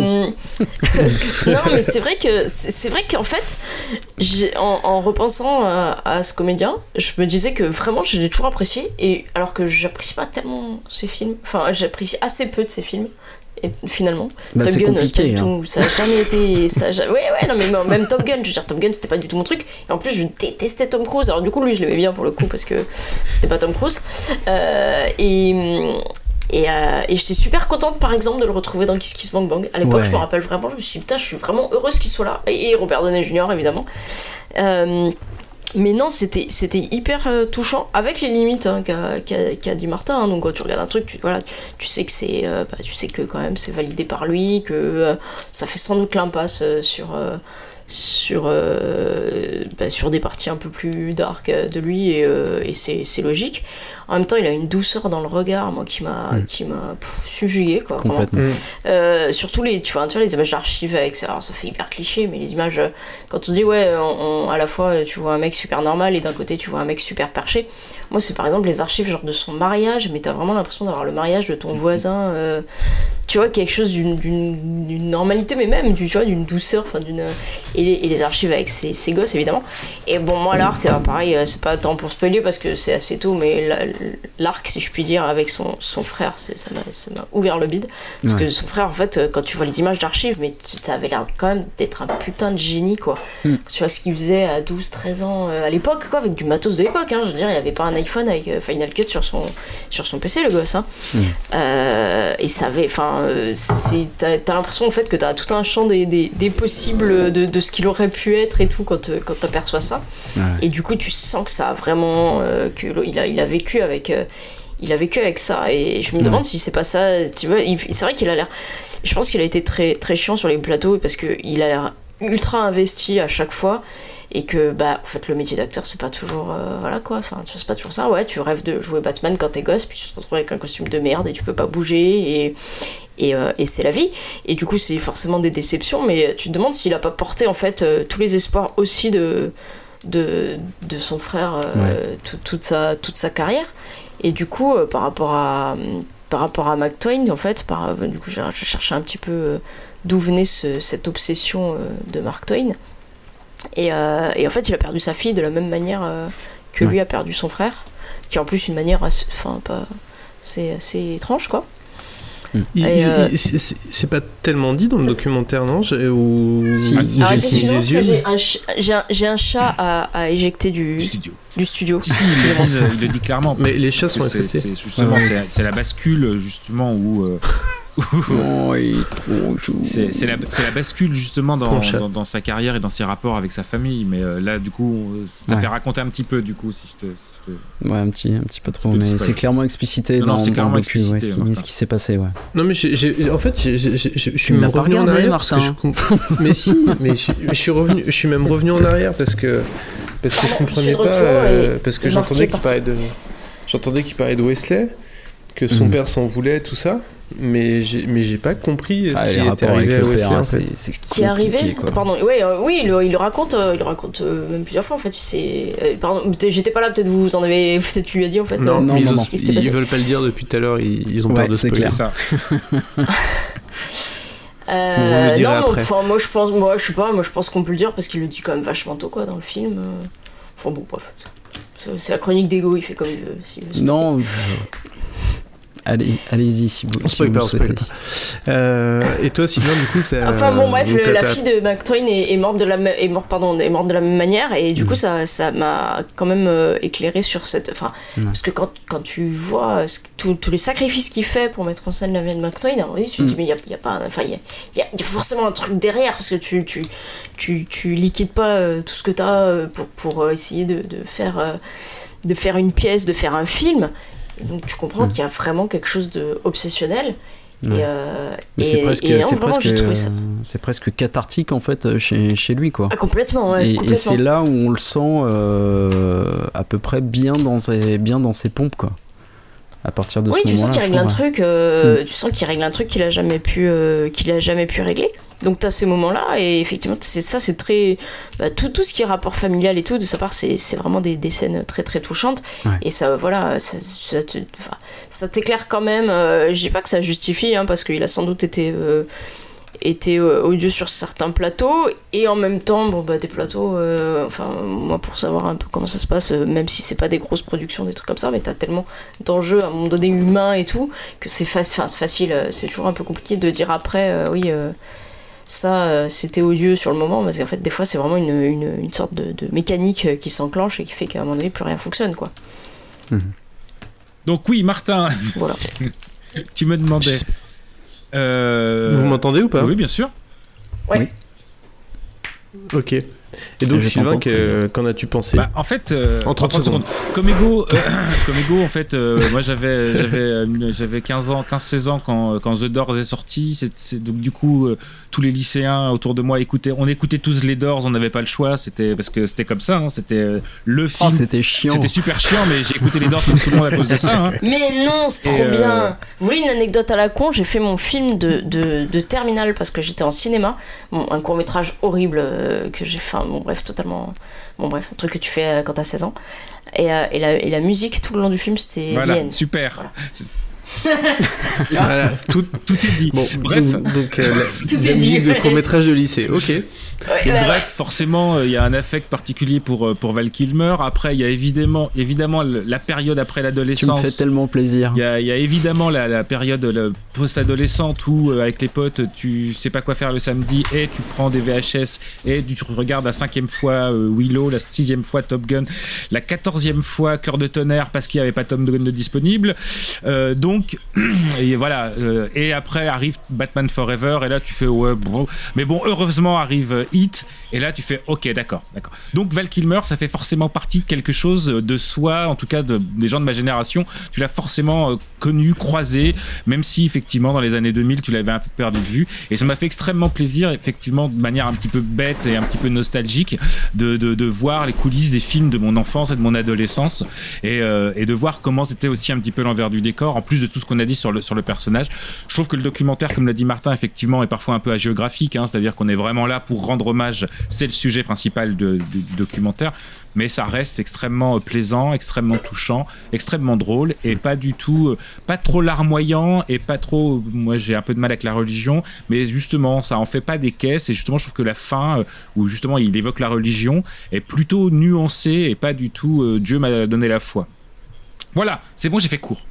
Euh, non, mais c'est vrai que, c'est, c'est vrai qu'en fait, j'ai, en, en repensant à, à ce comédien, je me disais que vraiment je l'ai toujours apprécié, et alors que j'apprécie pas tellement ses films, enfin, j'apprécie assez peu de ses films. Et finalement, bah, Top c'est Gun, compliqué, c'est pas du hein. tout, ça a jamais été, ça a jamais... ouais ouais non mais même Top Gun, je veux dire Top Gun c'était pas du tout mon truc, et en plus je détestais Tom Cruise, alors du coup lui je l'aimais bien pour le coup parce que c'était pas Tom Cruise, euh, et et, euh, et j'étais super contente par exemple de le retrouver dans Kiss Kiss Bang Bang. À l'époque ouais. Je me rappelle vraiment, je me suis dit putain je suis vraiment heureuse qu'il soit là, et Robert Downey junior évidemment. Euh, Mais non, c'était, c'était hyper euh, touchant, avec les limites hein, qu'a, qu'a, qu'a dit Martin. Hein. Donc quand tu regardes un truc, tu, voilà, tu, tu sais que c'est, euh, bah, tu sais que quand même c'est validé par lui, que euh, ça fait sans doute l'impasse euh, sur euh, sur euh, bah, sur des parties un peu plus dark euh, de lui, et, euh, et c'est, c'est logique. En même temps, il a une douceur dans le regard, moi, qui m'a, mmh. qui m'a pff, subjugué, quoi. Complètement. Mmh. Euh, surtout les, tu vois, tu vois, les images d'archives avec ça, alors ça fait hyper cliché, mais les images, quand on dit, ouais, on, on, à la fois, tu vois un mec super normal et d'un côté, tu vois un mec super perché. Moi, c'est par exemple les archives genre de son mariage, mais t'as vraiment l'impression d'avoir le mariage de ton voisin, euh, tu vois, quelque chose d'une, d'une, d'une normalité, mais même du, tu vois, d'une douceur, enfin d'une et les, et les archives avec ses, ses gosses évidemment. Et bon, moi l'arc, pareil, c'est pas tant pour spoiler parce que c'est assez tôt, mais l'arc, si je puis dire, avec son, son frère, c'est, ça, m'a, ça m'a ouvert le bide. Parce ouais. que son frère, en fait, quand tu vois les images d'archives, mais ça avait l'air quand même d'être un putain de génie, quoi. Mm. Tu vois ce qu'il faisait à douze treize ans à l'époque, quoi, avec du matos de l'époque, hein. Je veux dire, il avait pas un iPhone avec Final Cut sur son, sur son P C, le gosse, hein. Mm. Euh, et ça avait, enfin, c'est, t'as, t'as l'impression en fait que t'as tout un champ des, des, des possibles de, de ce qu'il aurait pu être et tout quand, quand t'aperçois ça. Ouais. Et du coup, tu sens que ça a vraiment, euh, que il a, il a vécu avec. Euh, il a vécu avec ça et je me demande ouais. si c'est pas ça, tu vois, il, c'est vrai qu'il a l'air, je pense qu'il a été très, très chiant sur les plateaux parce qu'il a l'air ultra investi à chaque fois et que bah en fait le métier d'acteur c'est pas toujours euh, voilà quoi, enfin c'est pas toujours ça. Ouais, tu rêves de jouer Batman quand t'es gosse puis tu te retrouves avec un costume de merde et tu peux pas bouger et et, euh, et c'est la vie et du coup c'est forcément des déceptions, mais tu te demandes s'il a pas porté en fait euh, tous les espoirs aussi de de, de son frère euh, ouais. tout, toute sa toute sa carrière. Et du coup euh, par rapport à par rapport à McTwain en fait par euh, du coup j'ai, j'ai cherché un petit peu euh, d'où venait ce, cette obsession euh, de Mark Twain. Et, euh, et en fait, il a perdu sa fille de la même manière euh, que ouais. lui a perdu son frère, qui est en plus une manière assez, enfin, pas, c'est assez étrange, quoi. Il, et euh... il, c'est, c'est pas tellement dit dans le documentaire, non? Ou... Si, ah, j'ai, si, les yeux. J'ai, un ch- j'ai, un, j'ai un chat à, à éjecter du studio. Du studio. Si, si, il, le dit, il le dit clairement. Mais les chats sont c'est, c'est, justement, ouais. c'est, c'est la bascule, justement, où... Euh... Oh, il est trop chou. C'est, c'est, la, c'est la bascule justement dans, dans, dans sa carrière et dans ses rapports avec sa famille, mais euh, là du coup ça ouais. fait raconter un petit peu du coup si je te, si je te... ouais un petit un petit peu trop, mais c'est clairement explicité non, dans, non, c'est clairement dans explicité, ouais, ce, qui, ce qui s'est passé ouais. Non mais j'ai, j'ai, en fait j'ai, j'ai, j'ai, je suis même revenu en arrière parce que je comp... mais si mais je, je suis revenu je suis même revenu en arrière parce que parce que je comprenais pas euh, parce que j'entendais qu'il parlait de j'entendais qu'il parlait de Wesley, que son mmh. père s'en voulait, tout ça. Mais j'ai, mais j'ai pas compris ce ah, qui était arrivé à Wesley. En fait. C'est ce qui est arrivé. Quoi. Pardon, ouais, euh, oui, il, il le raconte, euh, il le raconte euh, même plusieurs fois en fait. C'est, euh, pardon, j'étais pas là, peut-être vous en avez, peut-être tu lui as dit en fait. Non, euh, non, ils, non, non. Ils, ils veulent pas le dire depuis tout à l'heure. Ils, ils ont ouais, peur de spoiler ça. euh, le non, enfin moi je pense, moi je sais pas, moi je pense qu'on peut le dire parce qu'il le dit quand même vachement tôt quoi dans le film. Enfin bon, bref, c'est, c'est la chronique d'Ego, il fait comme il veut. Si il veut non. Allez, allez-y si vous, si vous le souhaitez. Euh, et toi, Sylvain, du coup, t'as... Enfin bon, bref, le, la fille de McTwain est, est morte de la est morte, pardon, est morte de la même manière, et du mmh. coup, ça, ça m'a quand même euh, éclairé sur cette, enfin, mmh. parce que quand, quand tu vois tous les sacrifices qu'il fait pour mettre en scène la vie de McTwain, alors, oui, tu te mmh. dis mais il y a, y a pas, enfin, il y a, y, a, y a forcément un truc derrière, parce que tu, tu, tu, tu liquides pas euh, tout ce que t'as euh, pour, pour essayer de, de faire, euh, de faire une pièce, de faire un film. Donc tu comprends mmh. qu'il y a vraiment quelque chose d'obsessionnel. Ouais. Et, euh, Mais et, c'est presque, et non, c'est, vraiment, presque ça... c'est presque cathartique en fait chez, chez lui quoi. Ah, complètement, ouais, et, complètement. Et c'est là où on le sent euh, à peu près bien dans ses, bien dans ses pompes quoi. À partir de oui, ce moment-là. Oui, tu sens qu'il règle un truc. Euh, mmh. Tu sens qu'il règle un truc qu'il a jamais pu, euh, qu'il a jamais pu régler. Donc t'as ces moments-là et effectivement c'est ça, c'est très bah, tout tout ce qui est rapport familial et tout de sa part, c'est c'est vraiment des, des scènes très très touchantes. Ouais. Et ça voilà, ça, ça, te, ça t'éclaire quand même. Euh, je dis pas que ça justifie hein, parce qu'il a sans doute été euh, été euh, odieux sur certains plateaux et en même temps bon bah des plateaux euh, enfin moi pour savoir un peu comment ça se passe euh, même si c'est pas des grosses productions des trucs comme ça mais t'as tellement d'enjeux à un moment donné humains et tout que c'est, fa- c'est facile euh, c'est toujours un peu compliqué de dire après euh, oui euh, ça euh, c'était odieux sur le moment parce qu'en fait des fois c'est vraiment une, une, une sorte de, de mécanique qui s'enclenche et qui fait qu'à un moment donné plus rien fonctionne quoi. Mmh. Donc oui Martin voilà. Tu me demandais euh... vous m'entendez ou pas? Oui bien sûr. Ouais. Oui. Ok. Et donc Sylvain, que, qu'en as-tu pensé? Bah, en fait, euh, en trente secondes. Comme Ego, euh, comme Ego, en fait, euh, moi j'avais j'avais euh, j'avais quinze ans, quinze seize ans quand quand The Doors est sorti. C'est, c'est donc du coup euh, tous les lycéens autour de moi écoutaient, on écoutait tous les Doors, on n'avait pas le choix, c'était parce que c'était comme ça, hein, c'était euh, le film. Oh, c'était chiant. C'était super chiant, mais j'ai écouté les Doors comme tout le monde à cause de ça. Hein. Mais non, c'est trop euh... bien. Vous voulez une anecdote à la con? J'ai fait mon film de de, de terminale parce que j'étais en cinéma, bon, un court métrage horrible euh, que j'ai fait. Bon bref, totalement. Bon bref, un truc que tu fais euh, quand t'as seize ans. Et, euh, et, la, et la musique tout le long du film, c'était voilà, The End. Super. Voilà. Voilà, tout, tout est dit. Bon, bref, donc euh, la, Tout la est dit, musique de ouais. court-métrage de lycée, ok. Ouais, Et ouais, bref, forcément, il euh, y a un affect particulier pour, euh, pour Val Kilmer. Après, il y a évidemment, évidemment le- la période après Tu me l'adolescence. fais tellement plaisir. Il y, a, il y a évidemment la, la période la post-adolescente où, euh, avec les potes, tu sais pas quoi faire le samedi et tu prends des V H S et tu regardes la cinquième fois euh, Willow, la sixième fois Top Gun, la quatorzième fois Cœur de tonnerre parce qu'il n'y avait pas Top Gun de disponible. Euh, donc, et voilà. euh, et après arrive Batman Forever et là tu fais ouais, bon. Mais bon, heureusement arrive euh, Hit et là tu fais ok, d'accord, d'accord. Donc Val Kilmer, ça fait forcément partie de quelque chose de soi, en tout cas de, des gens de ma génération. Tu l'as forcément euh, connu, croisé, même si effectivement dans les années deux mille tu l'avais un peu perdu de vue. Et ça m'a fait extrêmement plaisir, effectivement, de manière un petit peu bête et un petit peu nostalgique, de, de, de voir les coulisses des films de mon enfance et de mon adolescence et, euh, et de voir comment c'était aussi un petit peu l'envers du décor, en plus de tout ce qu'on a dit sur le, sur le personnage. Je trouve que le documentaire, comme l'a dit Martin, effectivement, est parfois un peu hagiographique, hein, c'est-à-dire qu'on est vraiment là pour rendre hommage, c'est le sujet principal de, de, du documentaire, mais ça reste extrêmement plaisant, extrêmement touchant, extrêmement drôle et pas du tout, euh, pas trop larmoyant et pas trop, moi j'ai un peu de mal avec la religion, mais justement ça en fait pas des caisses et justement je trouve que la fin euh, où justement il évoque la religion est plutôt nuancée et pas du tout euh, Dieu m'a donné la foi. Voilà, c'est bon, j'ai fait court.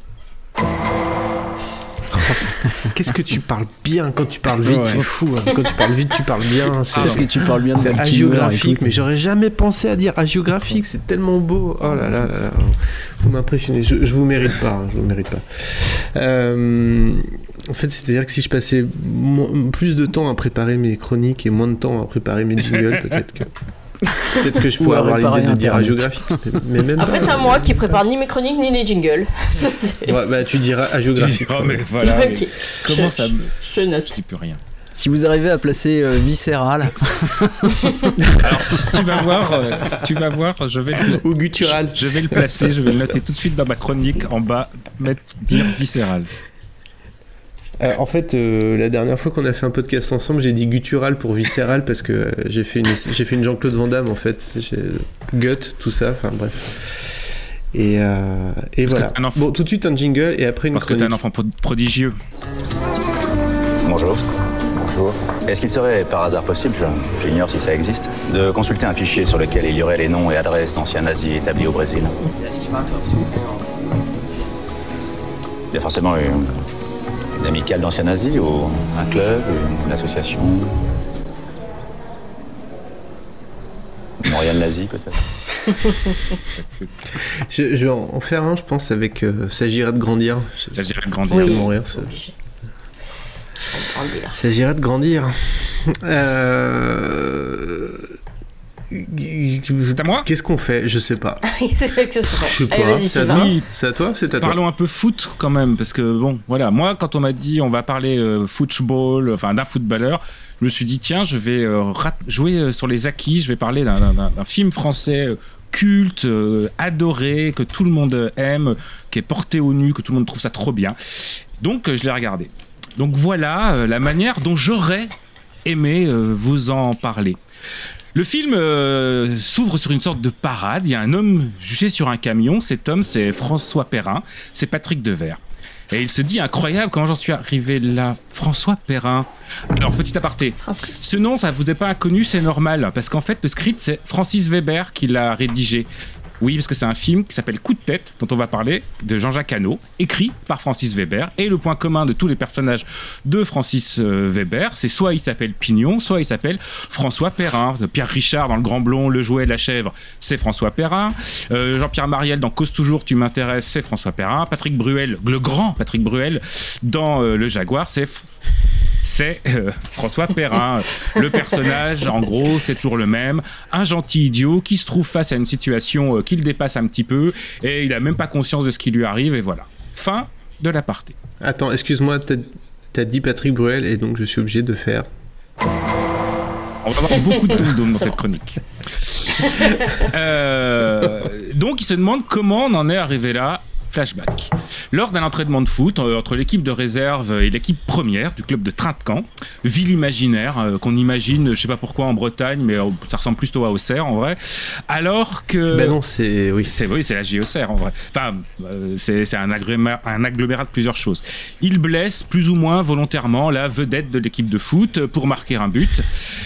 Qu'est-ce que tu parles bien quand tu parles vite, Ouais. c'est fou. Hein. Quand tu parles vite, tu parles bien. C'est, Est-ce que tu parles bien de c'est Val Kilmer, hagiographique, écoute. mais j'aurais jamais pensé à dire hagiographique, c'est tellement beau. Oh là là là là, vous m'impressionnez. Je, je vous mérite pas, hein, je vous mérite pas. Euh, en fait, c'est-à-dire que si je passais mo- plus de temps à préparer mes chroniques et moins de temps à préparer mes jingles, peut-être que. Peut-être que je Ou pourrais à avoir réparer l'idée de dire Internet. hagiographique. Mais même Après, pas. t'as moi qui prépare ni mes chroniques ni les jingles. Ouais, bah, tu diras Tu hagiographique. diras, mais voilà, mais Ok. comment Je- ça me... Je note. Je dis plus rien. Si vous arrivez à placer euh, viscéral, Alors si tu vas voir, euh, tu vas voir, je vais le, Ou guttural. je, je vais le placer, je vais le noter tout de suite dans ma chronique en bas, mettre dire viscéral. Euh, en fait, euh, la dernière fois qu'on a fait un podcast ensemble, j'ai dit guttural pour viscéral parce que euh, j'ai fait une j'ai fait une Jean-Claude Van Damme en fait, j'ai gut, tout ça, enfin bref. Et, euh, et Parce voilà. que t'es un enfant- Bon, tout de suite un jingle et après une Parce que t'es chronique. un enfant pro- prodigieux. Bonjour. Bonjour. Est-ce qu'il serait par hasard possible, je- j'ignore si ça existe, de consulter un fichier sur lequel il y aurait les noms et adresses d'anciens nazis établis au Brésil? Il y a forcément une, une amicale d'anciens nazis ou un club, une association. Montréal nazi peut-être. je, je vais en en faire un, je pense, avec euh, S'agirait de grandir. S'agirait de grandir. Oui. Oui. Tellement rire, ce- Obligé. Grandir. S'agirait de grandir. Euh... C'est à moi. Qu'est-ce qu'on fait? Je sais pas. C'est vrai que ce soit. Je sais Allez, pas. vas-y, C'est à Sylvain. toi? C'est à toi? C'est à toi. Parlons un peu foot quand même, parce que bon, voilà, moi quand on m'a dit on va parler euh, football, enfin d'un footballeur, je me suis dit tiens, je vais euh, rat- jouer euh, sur les acquis, je vais parler d'un, d'un- d'un film français euh, culte, euh, adoré, que tout le monde aime, qui est porté au nu, que tout le monde trouve ça trop bien. Donc euh, je l'ai regardé. Donc voilà euh, la manière dont j'aurais aimé euh, vous en parler. Le film euh, s'ouvre sur une sorte de parade. Il y a un homme jugé sur un camion. Cet homme, c'est François Perrin. C'est Patrick Devers. Et il se dit incroyable, comment j'en suis arrivé là? François Perrin. Alors, petit aparté. Francis. Ce nom, ça vous est pas inconnu, c'est normal. Parce qu'en fait, le script, c'est Francis Weber qui l'a rédigé. Oui, parce que c'est un film qui s'appelle Coup de tête, dont on va parler, de Jean-Jacques Hano, écrit par Francis Weber. Et le point commun de tous les personnages de Francis euh, Weber, c'est soit il s'appelle Pignon, soit il s'appelle François Perrin. Pierre Richard dans Le Grand Blond, Le Jouet, La Chèvre, c'est François Perrin. Euh, Jean-Pierre Mariel dans Cause toujours, tu m'intéresses, c'est François Perrin. Patrick Bruel, le grand Patrick Bruel, dans euh, Le Jaguar, c'est... F- c'est euh, François Perrin. Le personnage, en gros, c'est toujours le même. Un gentil idiot qui se trouve face à une situation euh, qui le dépasse un petit peu et il n'a même pas conscience de ce qui lui arrive et voilà. Fin de l'aparté. Attends, excuse-moi, t'as, t'as dit Patrick Bruel et donc je suis obligé de faire. On va avoir beaucoup de dom-dom dans cette chronique. Euh, donc il se demande comment on en est arrivé là. Flashback. lors d'un entraînement de foot euh, entre l'équipe de réserve et l'équipe première du club de Trinquant, ville imaginaire euh, qu'on imagine, je sais pas pourquoi en Bretagne, mais euh, ça ressemble plutôt à Auxerre en vrai. Alors que ben non, c'est oui, c'est oui, c'est la J Auxerre en vrai. Enfin, euh, c'est, c'est un, agglomérat, un agglomérat de plusieurs choses. Il blesse plus ou moins volontairement la vedette de l'équipe de foot pour marquer un but.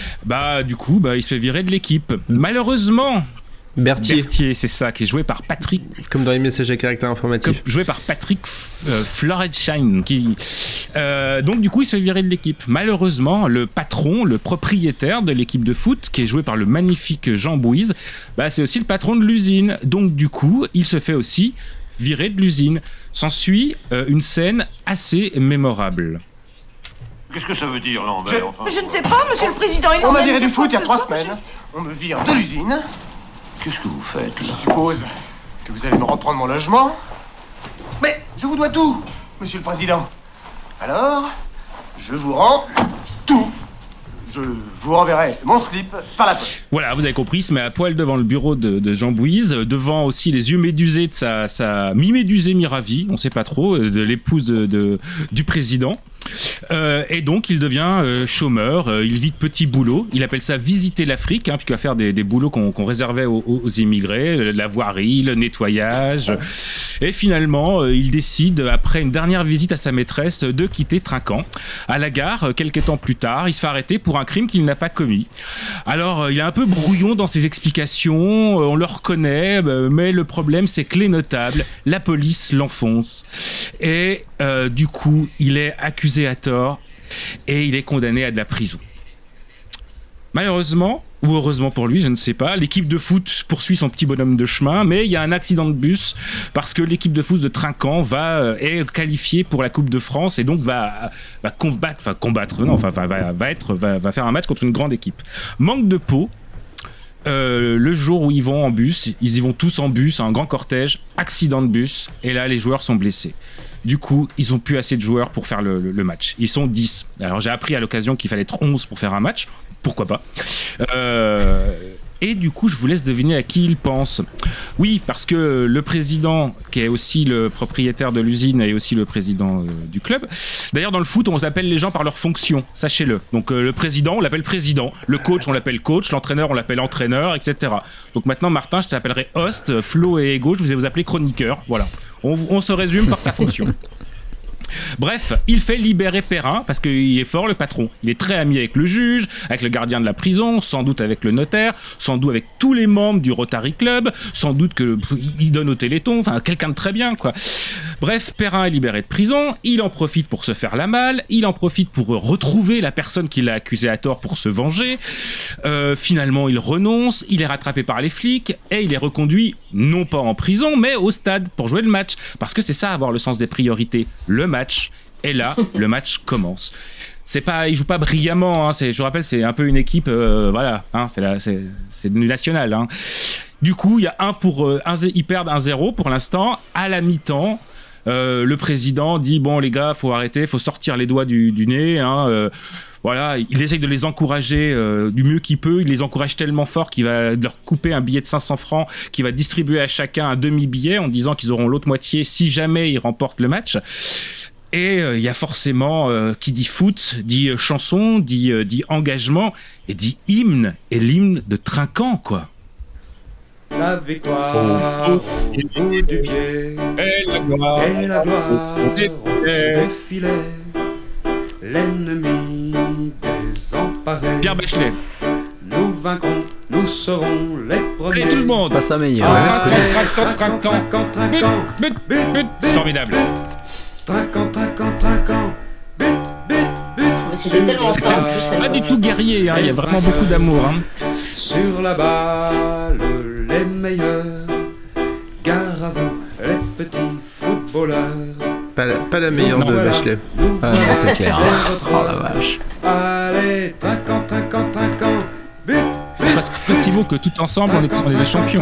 Bah du coup, bah il se fait virer de l'équipe. Malheureusement. Berthier. Berthier, c'est ça, qui est joué par Patrick. Comme dans les messages à caractère informatif. Joué par Patrick euh, Floretschein. Qui, euh, donc, du coup, il se fait virer de l'équipe. Malheureusement, le patron, le propriétaire de l'équipe de foot, qui est joué par le magnifique Jean Bouise, bah, c'est aussi le patron de l'usine. Donc, du coup, il se fait aussi virer de l'usine. S'ensuit euh, une scène assez mémorable. Qu'est-ce que ça veut dire, Lambert Je, enfin, je ne sais pas, monsieur le président. On m'a viré du foot il y a trois semaines. On me vire de l'usine. Qu'est-ce que vous faites, Je suppose que vous allez me reprendre mon logement. Mais je vous dois tout, monsieur le président. Alors, je vous rends tout. Je vous renverrai mon slip par la poste. Voilà, vous avez compris, il se met à poil devant le bureau de, de Jean Bouise, devant aussi les yeux médusés de sa, sa mi-médusée, mi-ravie, on sait pas trop, de l'épouse de, de, du président. Euh, et donc il devient euh, chômeur, euh, il vit de petits boulots, il appelle ça visiter l'Afrique, hein, puisqu'il va faire des, des boulots qu'on, qu'on réservait aux, aux immigrés, la voirie, le nettoyage, et finalement euh, il décide, après une dernière visite à sa maîtresse, de quitter Trinquant. À la gare, quelques temps plus tard, il se fait arrêter pour un crime qu'il n'a pas commis. Alors euh, il est un peu brouillon dans ses explications, euh, on le reconnaît, euh, mais le problème c'est que les notables, la police l'enfonce, et euh, du coup il est accusé à tort et il est condamné à de la prison. Malheureusement, ou heureusement pour lui, je ne sais pas, l'équipe de foot poursuit son petit bonhomme de chemin, mais il y a un accident de bus parce que l'équipe de foot de Trinquant va, est qualifiée pour la Coupe de France et donc va, va combattre, enfin combattre, non, enfin va, va, être, va, va faire un match contre une grande équipe. Manque de peau. Euh, le jour où ils vont en bus, ils y vont tous en bus, un grand cortège, accident de bus, et là les joueurs sont blessés. Du coup, ils n'ont plus assez de joueurs pour faire le, le, le match. Ils sont dix. Alors j'ai appris à l'occasion qu'il fallait être onze pour faire un match. Pourquoi pas euh, Et du coup, je vous laisse deviner à qui ils pensent. Oui, parce que le président, qui est aussi le propriétaire de l'usine, est aussi le président euh, du club. D'ailleurs, dans le foot, on appelle les gens par leur fonction, sachez-le. Donc euh, le président, on l'appelle président. Le coach, on l'appelle coach. L'entraîneur, on l'appelle entraîneur, et cetera. Donc maintenant, Martin, je t'appellerai host. Flo et Ego, je vais vous appeler chroniqueur. Voilà. On, on se résume par sa fonction. Bref, il fait libérer Perrin parce qu'il est fort, le patron. Il est très ami avec le juge, avec le gardien de la prison, sans doute avec le notaire, sans doute avec tous les membres du Rotary Club, sans doute qu'il donne au Téléthon, enfin quelqu'un de très bien, quoi. Bref, Perrin est libéré de prison, il en profite pour se faire la malle, il en profite pour retrouver la personne qui l'a accusé à tort pour se venger. Euh, finalement, il renonce, il est rattrapé par les flics et il est reconduit, non pas en prison, mais au stade pour jouer le match. Parce que c'est ça, avoir le sens des priorités. Le match. Et là, le match commence. C'est pas, ils jouent pas brillamment. Hein, c'est, je vous rappelle, c'est un peu une équipe, euh, voilà. Hein, c'est, la, c'est, c'est du national. Hein. Du coup, il y a un pour, euh, un, ils perdent un zéro pour l'instant. À la mi-temps, euh, le président dit bon les gars, faut arrêter, faut sortir les doigts du, du nez. Hein, euh, Voilà, il essaye de les encourager euh, du mieux qu'il peut. Il les encourage tellement fort qu'il va leur couper un billet de cinq cents francs, qu'il va distribuer à chacun un demi-billet en disant qu'ils auront l'autre moitié si jamais ils remportent le match. Et il euh, y a forcément, euh, qui dit foot, dit euh, chanson, dit, euh, dit engagement, et dit hymne, et l'hymne de Trinquant, quoi. La victoire oh, oh, au bout du pied, et la gloire, et la gloire au des filets, l'ennemi désemparé. Pierre Bachelet. Nous vaincrons, nous serons les premiers. Allez tout le monde. Pas ça meilleur. Trinquant, Trinquant, Trinquant, but, but, but, but. Formidable. Trinquant, Trinquant, Trinquant, but, but, but. Mais c'était tellement ça en plus. C'est pas du tout guerrier, hein. Il y a vraiment beaucoup d'amour. Hein. Sur la balle, les meilleurs. Gare à vous, les petits footballeurs. Pas la, pas la meilleure de Bachelet. Ah, non, c'est clair. Oh la vache. Allez, Trinquant, Trinquant, Trinquant, but, but. Presque aussi beau que tout ensemble, on est, on est des champions.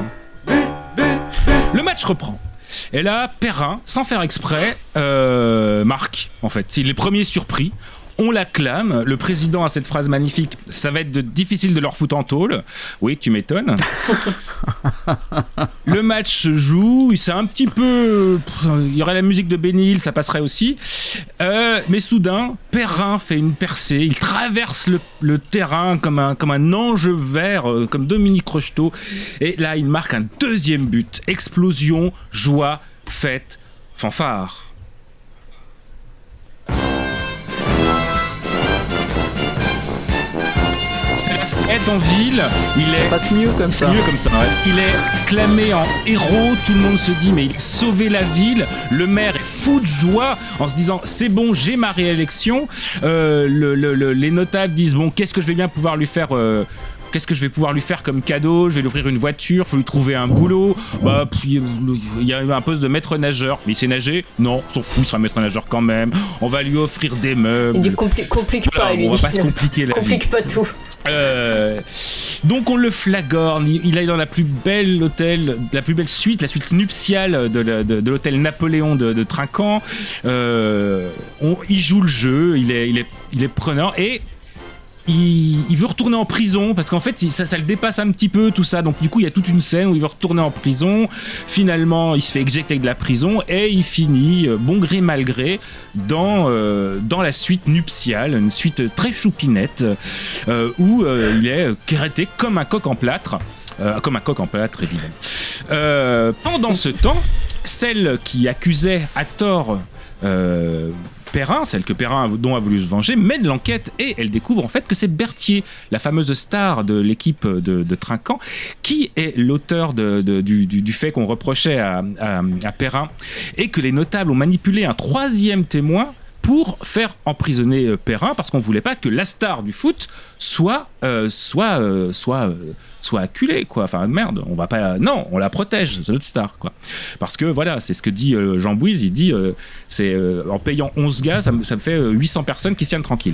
Le match reprend. Et là, Perrin, sans faire exprès, euh, marque, en fait. C'est les premiers surpris. On l'acclame. Le président a cette phrase magnifique. Ça va être de, difficile de leur foutre en tôle. Oui, tu m'étonnes. Le match se joue. C'est un petit peu. Il y aurait la musique de Benny Hill, ça passerait aussi. Euh, mais soudain, Perrin fait une percée. Il traverse le, le terrain comme un, comme un ange vert, euh, comme Dominique Rocheteau. Et là, il marque un deuxième but. Explosion, joie, fête, fanfare. En ville, il ça est passe mieux comme ça. Mieux comme ça. Ouais. Il est clamé en héros. Tout le monde se dit mais il a sauvé la ville. Le maire est fou de joie en se disant c'est bon, j'ai ma réélection. Euh, le, le, le, les notables disent bon, qu'est-ce que je vais bien pouvoir lui faire. Euh, Qu'est-ce que je vais pouvoir lui faire comme cadeau? Je vais lui offrir une voiture, faut lui trouver un boulot. Bah, puis il y a un poste de maître nageur. Mais il sait nager? Non, s'en fout, il sera maître nageur quand même. On va lui offrir des meubles. Il dit compli- complique voilà, pas, lui. On va pas se compliquer la complique vie. pas tout. Euh, donc on le flagorne. Il, il est dans la plus belle hôtel, la plus belle suite, la suite nuptiale de, de, de, de l'hôtel Napoléon de, de Trinquant. Euh, on, il joue le jeu, il est, il est, il est preneur et Il, il veut retourner en prison parce qu'en fait ça, ça le dépasse un petit peu tout ça, donc du coup il y a toute une scène où il veut retourner en prison. Finalement il se fait éjecter de la prison et il finit bon gré mal gré dans, euh, dans la suite nuptiale, une suite très choupinette euh, où euh, il est traité comme un coq en plâtre. Euh, comme un coq en plâtre évidemment. Euh, pendant ce temps, celle qui accusait à tort euh, Perrin, celle que Perrin dont a voulu se venger, mène l'enquête et elle découvre en fait que c'est Berthier, la fameuse star de l'équipe de, de Trinquant, qui est l'auteur de, de, du, du, du fait qu'on reprochait à, à, à Perrin, et que les notables ont manipulé un troisième témoin pour faire emprisonner Perrin parce qu'on voulait pas que la star du foot soit euh, soit euh, soit euh, soit acculée quoi. Enfin merde, on va pas non, on la protège, c'est notre star quoi. Parce que voilà, c'est ce que dit euh, Jean Bouise, il dit euh, c'est euh, en payant onze gars, ça me, ça me fait euh, huit cents personnes qui se tiennent tranquilles.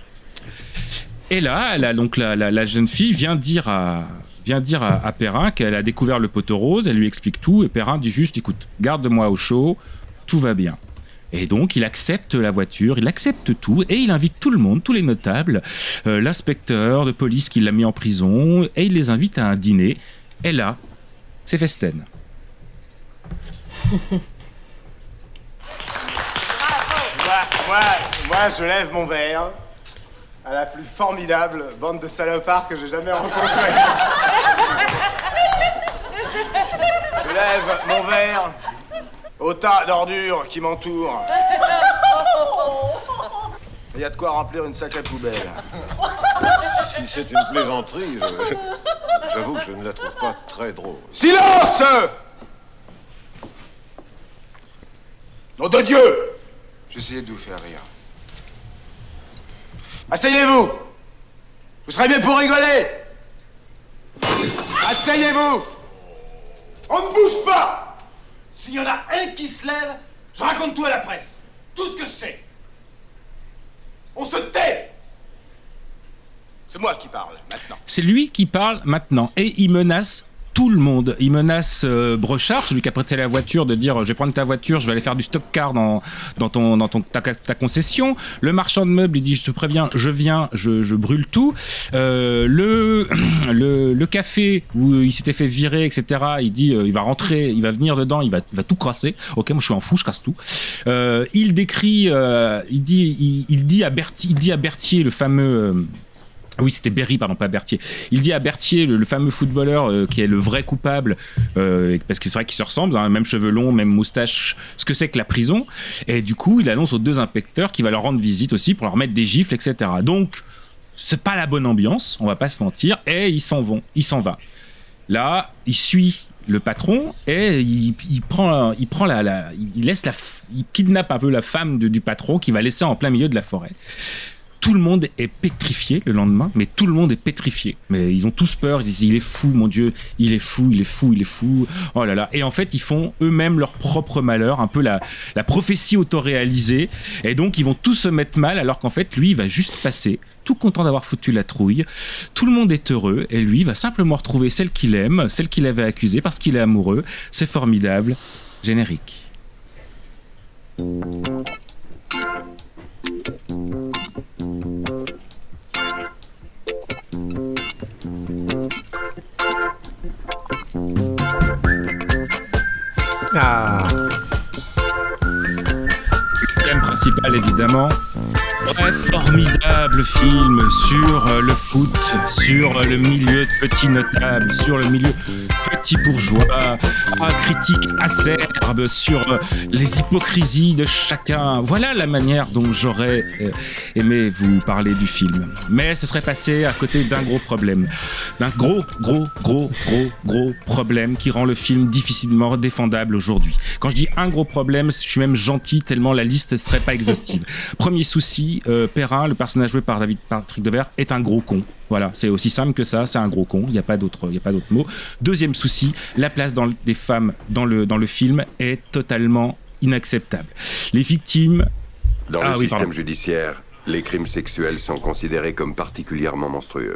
Et là, elle a, donc la, la, la jeune fille vient dire à vient dire à, à Perrin qu'elle a découvert le poteau rose, elle lui explique tout et Perrin dit juste écoute, garde-moi au chaud, tout va bien. Et donc, il accepte la voiture, il accepte tout, et il invite tout le monde, tous les notables, euh, l'inspecteur de police qui l'a mis en prison, et il les invite à un dîner. Et là, c'est Festen. Moi, moi, moi, je lève mon verre à la plus formidable bande de salopards que j'ai jamais rencontrée. Je lève mon verre au tas d'ordures qui m'entourent. Il y a de quoi remplir une sacrée poubelle. Si c'est une plaisanterie, je... j'avoue que je ne la trouve pas très drôle. Silence! Nom de Dieu! J'essayais de vous faire rire. Asseyez-vous! Vous serez bien pour rigoler! Asseyez-vous! On ne bouge pas! S'il y en a un qui se lève, je raconte tout à la presse. Tout ce que je sais. On se tait! C'est moi qui parle, maintenant. C'est lui qui parle maintenant. Et il menace tout le monde. Il menace euh, Brochard, celui qui a prêté la voiture, de dire je vais prendre ta voiture, je vais aller faire du stock car dans, dans, ton, dans ton, ta, ta concession. Le marchand de meubles, il dit je te préviens, je viens, je, je brûle tout. Euh, le, le, le café où il s'était fait virer, et cetera, il dit euh, il va rentrer, il va venir dedans, il va, il va tout crasser. Ok, moi je suis en fou, je casse tout. Euh, il décrit, euh, il, dit, il, il, dit à Berthier, il dit à Berthier, le fameux... Euh, Oui, c'était Berry, pardon, pas Berthier. Il dit à Berthier, le, le fameux footballeur euh, qui est le vrai coupable, euh, parce que c'est vrai qu'ils se ressemblent, hein, même cheveux longs, même moustache, ce que c'est que la prison. Et du coup, il annonce aux deux inspecteurs qu'il va leur rendre visite aussi pour leur mettre des gifles, et cetera. Donc, c'est pas la bonne ambiance, on va pas se mentir. Et ils s'en vont, il s'en va. Là, il suit le patron et il, il prend, il prend la, la, il laisse la, il kidnappe un peu la femme de, du patron qui va laisser en plein milieu de la forêt. Tout le monde est pétrifié le lendemain, mais tout le monde est pétrifié. Mais ils ont tous peur, ils disent il est fou, mon Dieu, il est fou, il est fou, il est fou. Oh là là. Et en fait, ils font eux-mêmes leur propre malheur, un peu la, la prophétie autoréalisée. Et donc, ils vont tous se mettre mal, alors qu'en fait, lui, il va juste passer, tout content d'avoir foutu la trouille. Tout le monde est heureux, et lui, il va simplement retrouver celle qu'il aime, celle qu'il avait accusée, parce qu'il est amoureux. C'est formidable. Générique. Canal évidemment. Bref, formidable film sur euh, le foot, sur euh, le milieu de petits notables, sur le milieu petit bourgeois, un critique acerbe sur euh, les hypocrisies de chacun. Voilà la manière dont j'aurais euh, aimé vous parler du film. Mais ce serait passé à côté d'un gros problème. D'un gros, gros, gros, gros, gros problème qui rend le film difficilement défendable aujourd'hui. Quand je dis un gros problème, je suis même gentil tellement la liste ne serait pas exhaustive. Premier souci, euh, Perrin, le personnage joué par David Patrick Devers, est un gros con. Voilà, c'est aussi simple que ça, c'est un gros con, il n'y a pas d'autre, il y a pas d'autre mot. Deuxième souci, la place dans le, des femmes dans le, dans le film est totalement inacceptable. Les victimes... Dans ah, le oui, système pardon. judiciaire, les crimes sexuels sont considérés comme particulièrement monstrueux.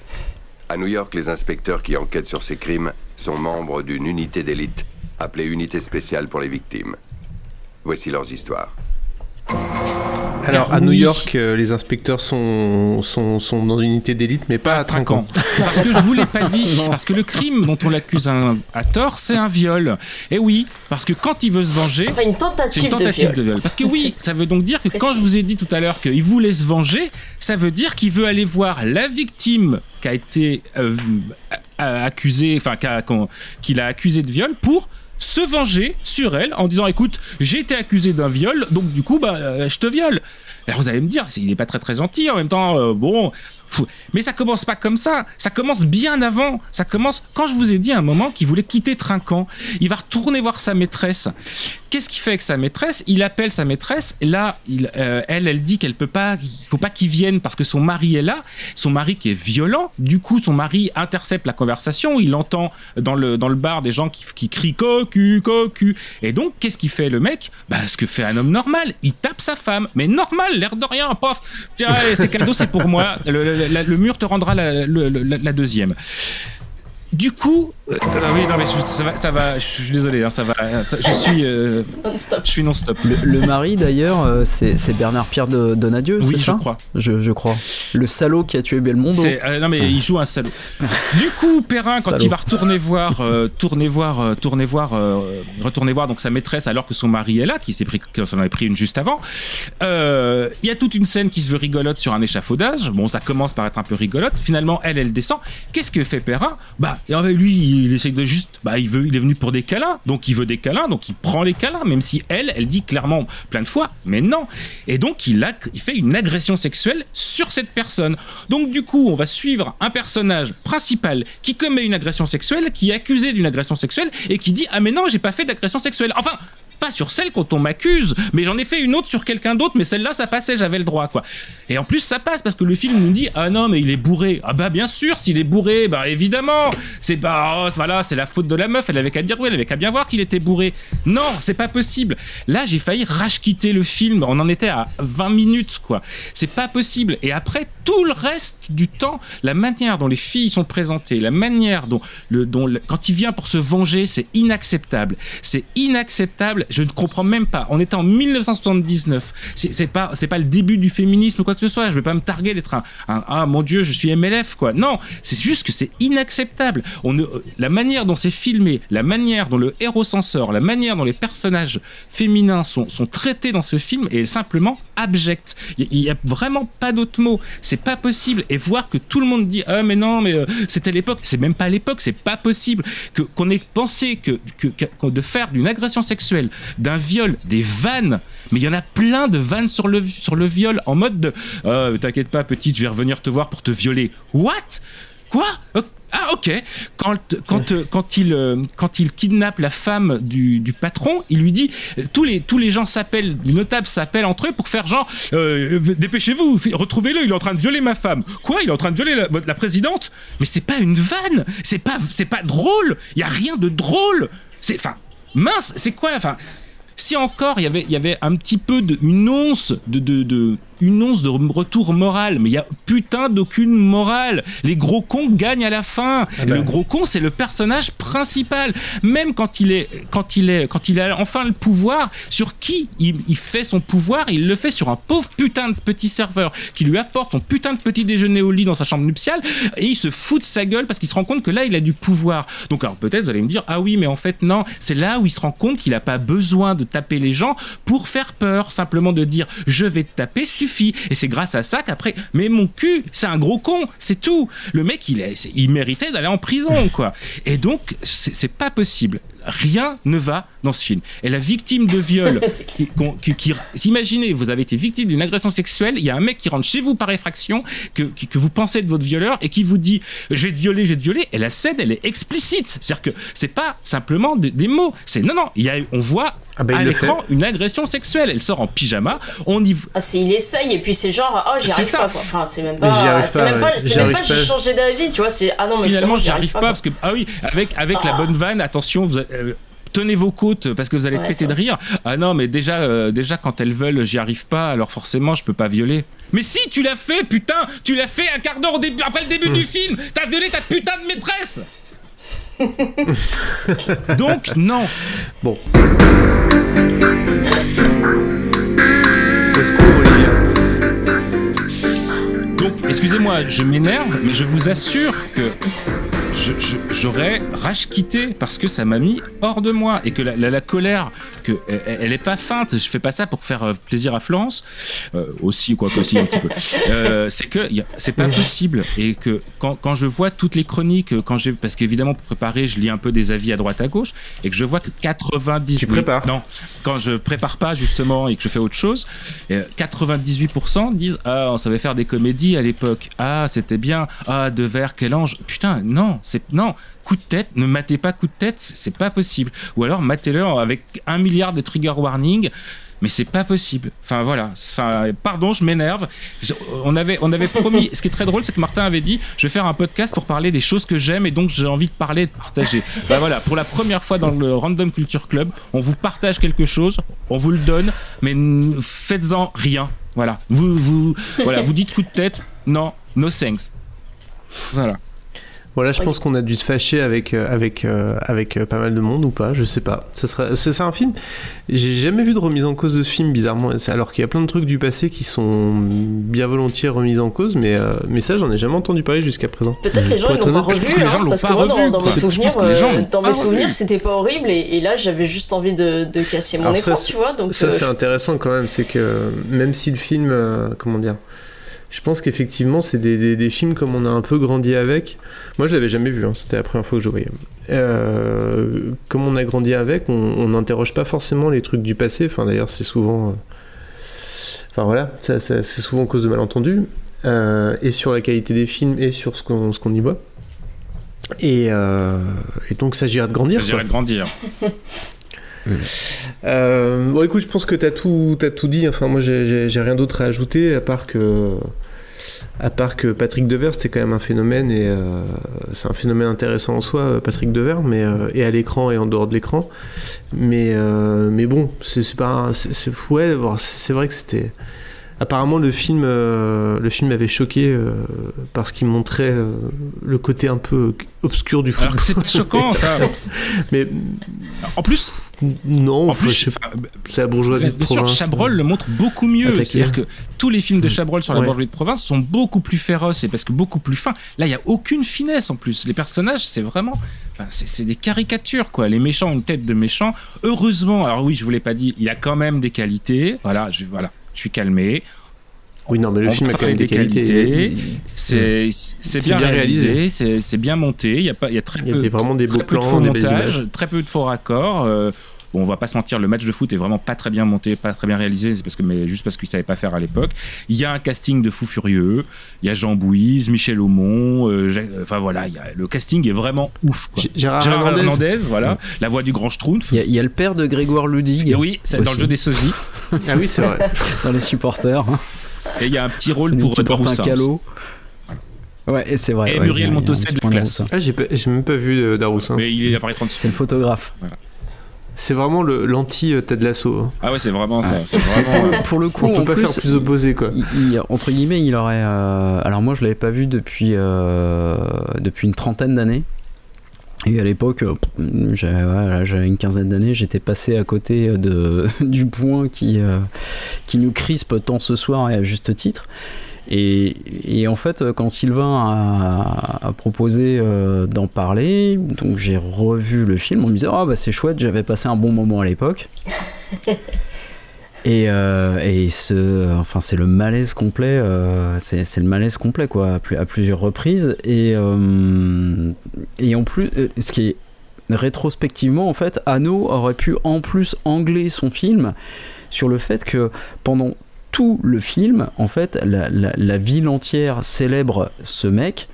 À New York, les inspecteurs qui enquêtent sur ces crimes sont membres d'une unité d'élite appelée Unité spéciale pour les victimes. Voici leurs histoires. Alors à New York, euh, les inspecteurs sont, sont, sont dans une unité d'élite, mais pas à Trinquant. Parce que je vous l'ai pas dit, parce que le crime dont on l'accuse un, à tort, c'est un viol. Et oui, parce que quand il veut se venger, Enfin, une tentative, c'est une tentative de de viol. viol. Parce que oui, ça veut donc dire que quand je vous ai dit tout à l'heure qu'il voulait se venger, ça veut dire qu'il veut aller voir la victime qui a été euh, accusée, enfin qu'a- qu'on- qu'il a accusée de viol pour se venger sur elle en disant écoute, j'ai été accusé d'un viol, donc du coup bah euh, je te viole. Alors vous allez me dire, c'est- il n'est pas très très gentil en même temps, euh, bon, fou. Mais ça commence pas comme ça, ça commence bien avant, ça commence quand je vous ai dit à un moment qu'il voulait quitter Trinquant, il va retourner voir sa maîtresse. Qu'est-ce qu'il fait avec sa maîtresse? Il appelle sa maîtresse, et là, il, euh, elle, elle dit qu'elle peut pas, il faut pas qu'il vienne parce que son mari est là, son mari qui est violent, du coup son mari intercepte la conversation, il entend dans le, dans le bar des gens qui, qui crient cocu, cocu, et donc qu'est-ce qu'il fait le mec? Bah ce que fait un homme normal, il tape sa femme, mais normal, l'air de rien, pof, tiens, allez, c'est cadeau, c'est pour moi, le, le, la- le mur te rendra la, le- le- la, la deuxième. Du coup, euh, euh, oui, non mais je- ça va, ça va, je suis désolé, hein, ça va, ça- je suis, euh, je suis non-stop. Le, le mari d'ailleurs, euh, c'est, c'est Bernard Pierre de Donadieu, Oui, c'est je ça crois. Je, je crois. Le salaud qui a tué Belmondo. C'est- euh, non mais il joue un salaud. Du coup, Perrin, quand Salaud. il va retourner voir, euh, tourner voir, euh, tourner voir, euh, retourner voir donc sa maîtresse alors que son mari est là, qui s'est pris, qui s'en avait pris une juste avant. euh, Il y a toute une scène qui se veut rigolote sur un échafaudage. Bon, ça commence par être un peu rigolote. Finalement, elle, elle descend. Qu'est-ce que fait Perrin? Bah, et en fait, lui, il essaie de juste, bah, il veut, il est venu pour des câlins, donc il veut des câlins, donc il prend les câlins, même si elle, elle dit clairement plein de fois, mais non. Et donc il a, il fait une agression sexuelle sur cette personne. Donc du coup, on va suivre un personnage principal qui commet une agression sexuelle, qui est accusé d'une agression sexuelle et qui dit ah mais non, j'ai pas fait d'agression sexuelle. Enfin. Pas sur celle quand on m'accuse, mais j'en ai fait une autre sur quelqu'un d'autre, mais celle-là ça passait, j'avais le droit quoi. Et en plus ça passe parce que le film nous dit ah non mais il est bourré. Ah bah bien sûr s'il est bourré, bah évidemment c'est pas oh, voilà c'est la faute de la meuf, elle avait qu'à dire oui, elle avait qu'à bien voir qu'il était bourré. Non c'est pas possible. Là j'ai failli rage-quitter le film, on en était à vingt minutes quoi. C'est pas possible. Et après tout le reste du temps, la manière dont les filles sont présentées, la manière dont, le, dont le, quand il vient pour se venger, c'est inacceptable. C'est inacceptable. Je ne comprends même pas. On était en mille neuf cent soixante-dix-neuf. C'est, c'est pas, c'est pas le début du féminisme ou quoi que ce soit. Je vais pas me targuer d'être un, un ah mon Dieu, je suis M L F quoi. Non, c'est juste que c'est inacceptable. On ne, la manière dont c'est filmé, la manière dont le héros s'en sort, la manière dont les personnages féminins sont, sont traités dans ce film est simplement abjecte. Il y, y a vraiment pas d'autre mot. C'est pas possible. Et voir que tout le monde dit ah mais non mais euh, c'était l'époque. C'est même pas l'époque. C'est pas possible que qu'on ait pensé que, que, que de faire d'une agression sexuelle, d'un viol, des vannes. Mais il y en a plein de vannes sur le sur le viol en mode de euh, t'inquiète pas petite, je vais revenir te voir pour te violer. What? Quoi? Ah ok. Quand quand quand il quand il kidnappe la femme du, du patron, il lui dit tous les tous les gens s'appellent, les notables s'appellent entre eux pour faire genre euh, dépêchez-vous, retrouvez-le, il est en train de violer ma femme. Quoi? Il est en train de violer la, la présidente? Mais c'est pas une vanne, c'est pas c'est pas drôle. Il y a rien de drôle. C'est enfin mince, c'est quoi enfin si encore il y avait il y avait un petit peu de une once de de de une once de retour moral, mais il y a putain d'aucune morale. Les gros cons gagnent à la fin. Ah ben. Le gros con, c'est le personnage principal. Même quand il est, quand il est, quand il a enfin le pouvoir, sur qui il, il fait son pouvoir, il le fait sur un pauvre putain de petit serveur qui lui apporte son putain de petit déjeuner au lit dans sa chambre nuptiale, et il se fout de sa gueule parce qu'il se rend compte que là, il a du pouvoir. Donc alors peut-être vous allez me dire, ah oui, mais en fait non, c'est là où il se rend compte qu'il n'a pas besoin de taper les gens pour faire peur, simplement de dire je vais te taper suffit. Et c'est grâce à ça qu'après, mais mon cul, c'est un gros con, c'est tout. Le mec, il, est, il méritait d'aller en prison, quoi. Et donc, c'est, c'est pas possible. Rien ne va dans ce film. Et la victime de viol, qui, qui, qui, imaginez, vous avez été victime d'une agression sexuelle, il y a un mec qui rentre chez vous par effraction, que, que, que vous pensez de votre violeur, et qui vous dit je vais te violer, je vais te violer, et la scène, elle est explicite. C'est-à-dire que c'est pas simplement des, des mots, c'est non, non, il y a, on voit ah ben à l'écran une agression sexuelle. Elle sort en pyjama, on y. Ah, c'est il essaye, et puis c'est genre, oh, j'y arrive pas, quoi. Enfin, c'est même pas. C'est pas, même pas, ouais. c'est même pas, j'ai changé d'avis, tu vois, c'est, ah non, mais finalement, j'y arrive arrive pas, pas parce que, ah oui, avec, avec ah. la bonne vanne, attention, vous euh, tenez vos côtes parce que vous allez ouais, péter de rire. Ah non, mais déjà, euh, déjà quand elles veulent, j'y arrive pas, alors forcément, je peux pas violer. Mais si, tu l'as fait, putain, tu l'as fait un quart d'heure au début, après le début mmh. du film, t'as violé ta putain de maîtresse. Donc, non. Bon. Au secours, Olivia. Donc, excusez-moi, je m'énerve, mais je vous assure que je, je, j'aurais rage quitté parce que ça m'a mis hors de moi et que la, la, la colère, que elle, elle est pas feinte. Je fais pas ça pour faire plaisir à Florence, euh, aussi quoi qu'aussi un petit peu. Euh, c'est que y a, c'est pas possible et que quand, quand je vois toutes les chroniques, quand j'ai parce qu'évidemment pour préparer, je lis un peu des avis à droite à gauche et que je vois que quatre-vingt-dix tu prépares non quand je prépare pas justement et que je fais autre chose, quatre-vingt-dix-huit pour cent disent ah on savait faire des comédies à l'époque, ah c'était bien, ah Devers quel ange, putain non c'est non coup de tête, ne matez pas coup de tête, c'est pas possible, ou alors matez-le avec un milliard de trigger warning, mais c'est pas possible. Enfin voilà, enfin pardon, je m'énerve. Je, on avait on avait promis. Ce qui est très drôle, c'est que Martin avait dit, je vais faire un podcast pour parler des choses que j'aime et donc j'ai envie de parler et de partager. Ben voilà, pour la première fois dans le Random Culture Club, on vous partage quelque chose, on vous le donne, mais faites-en rien. Voilà, vous vous voilà, vous dites coup de tête, non, no thanks. Voilà. Voilà, je pense qu'on a dû se fâcher avec, euh, avec, euh, avec euh, pas mal de monde ou pas, je sais pas. Ça sera, c'est, c'est un film, j'ai jamais vu de remise en cause de ce film, bizarrement, alors qu'il y a plein de trucs du passé qui sont bien volontiers remis en cause, mais, euh, mais ça, j'en ai jamais entendu parler jusqu'à présent. Peut-être les gens ils l'ont pas revu, hein, parce que moi, dans, dans mes souvenirs, euh, dans mes souvenirs c'était pas horrible, et, et là, j'avais juste envie de, de casser mon alors écran, ça, tu vois. Donc, ça, euh, c'est je... intéressant quand même, c'est que même si le film, euh, comment dire... Je pense qu'effectivement, c'est des, des, des films comme on a un peu grandi avec. Moi, je l'avais jamais vu, hein, c'était la première fois que je voyais. Euh, comme on a grandi avec, on n'interroge pas forcément les trucs du passé. Enfin, d'ailleurs, c'est souvent... Euh... Enfin, voilà, ça, ça, c'est souvent cause de malentendus. Euh, et sur la qualité des films, et sur ce qu'on, ce qu'on y voit. Et, euh, et donc, s'agira de grandir. S'agira de grandir. Euh, bon écoute, je pense que t'as tout, t'as tout dit. Enfin moi j'ai, j'ai, j'ai rien d'autre à ajouter à part que, à part que Patrick Devers c'était quand même un phénomène et euh, c'est un phénomène intéressant en soi, Patrick Devers, mais euh, et à l'écran et en dehors de l'écran. Mais euh, mais bon, c'est, c'est pas, c'est, c'est ouais, c'est vrai que c'était. Apparemment, le film, euh, le film avait choqué euh, parce qu'il montrait euh, le côté un peu obscur du foot. Alors que c'est pas choquant, ça. Mais en plus, non. En plus, je, je, c'est la bourgeoisie de province. Bien sûr, Chabrol le montre beaucoup mieux. Attaqué. C'est-à-dire que tous les films de Chabrol sur la ouais. bourgeoisie de province sont beaucoup plus féroces et parce que beaucoup plus fins. Là, il y a aucune finesse en plus. Les personnages, c'est vraiment, enfin, c'est, c'est des caricatures quoi. Les méchants ont une tête de méchants. Heureusement, alors oui, je vous l'ai pas dit, il a quand même des qualités. Voilà, je, voilà. Je suis calmé. Oui, non, mais le on film a quand même des qualités. qualités. C'est, c'est, c'est bien, bien réalisé, réalisé. C'est, c'est bien monté. Il y a pas, il y a très il y a peu, des, vraiment des beaux très plans, peu de faux des montages, très peu de faux raccords. Euh, bon, on va pas se mentir, le match de foot est vraiment pas très bien monté, pas très bien réalisé. C'est parce que, mais juste parce qu'ils savaient pas faire à l'époque. Il y a un casting de fous furieux. Il y a Jean Bouise, Michel Aumont. Euh, Jacques, enfin voilà, il y a, le casting est vraiment ouf. Quoi. Gérard, Gérard Hernandez, Hernandez voilà, ouais. La voix du grand Schtroumpf. Il y, y a le père de Grégoire Ludig. Et oui, c'est aussi. Dans le jeu des sosies. Ah oui, c'est vrai. Dans les supporters. Et il y a un petit rôle pour Daroussin. Ouais, et c'est vrai. Et ouais, Muriel Montosset de classe. Ah, j'ai, pas, j'ai même pas vu Daroussin. Mais il apparaît trente secondes. C'est le photographe. Voilà. C'est vraiment le, l'anti Ted Lasso. Ah ouais, c'est vraiment ça. C'est vraiment, pour le coup, on peut en pas plus, faire plus opposé, quoi. Il, il, entre guillemets, il aurait. Euh, alors moi, je l'avais pas vu depuis euh, depuis une trentaine d'années. Et à l'époque, j'avais, voilà, j'avais une quinzaine d'années, j'étais passé à côté de, du point qui, euh, qui nous crispe tant ce soir, et à juste titre. Et, et en fait, quand Sylvain a, a proposé euh, d'en parler, donc j'ai revu le film, on me disait « Ah oh, bah c'est chouette, j'avais passé un bon moment à l'époque ». Et, euh, et ce, enfin, c'est le malaise complet, euh, c'est, c'est le malaise complet quoi, à, plus, à plusieurs reprises. Et, euh, et en plus, ce qui est rétrospectivement, en fait, Hano aurait pu en plus angler son film sur le fait que pendant tout le film, en fait, la, la, la ville entière célèbre ce mec.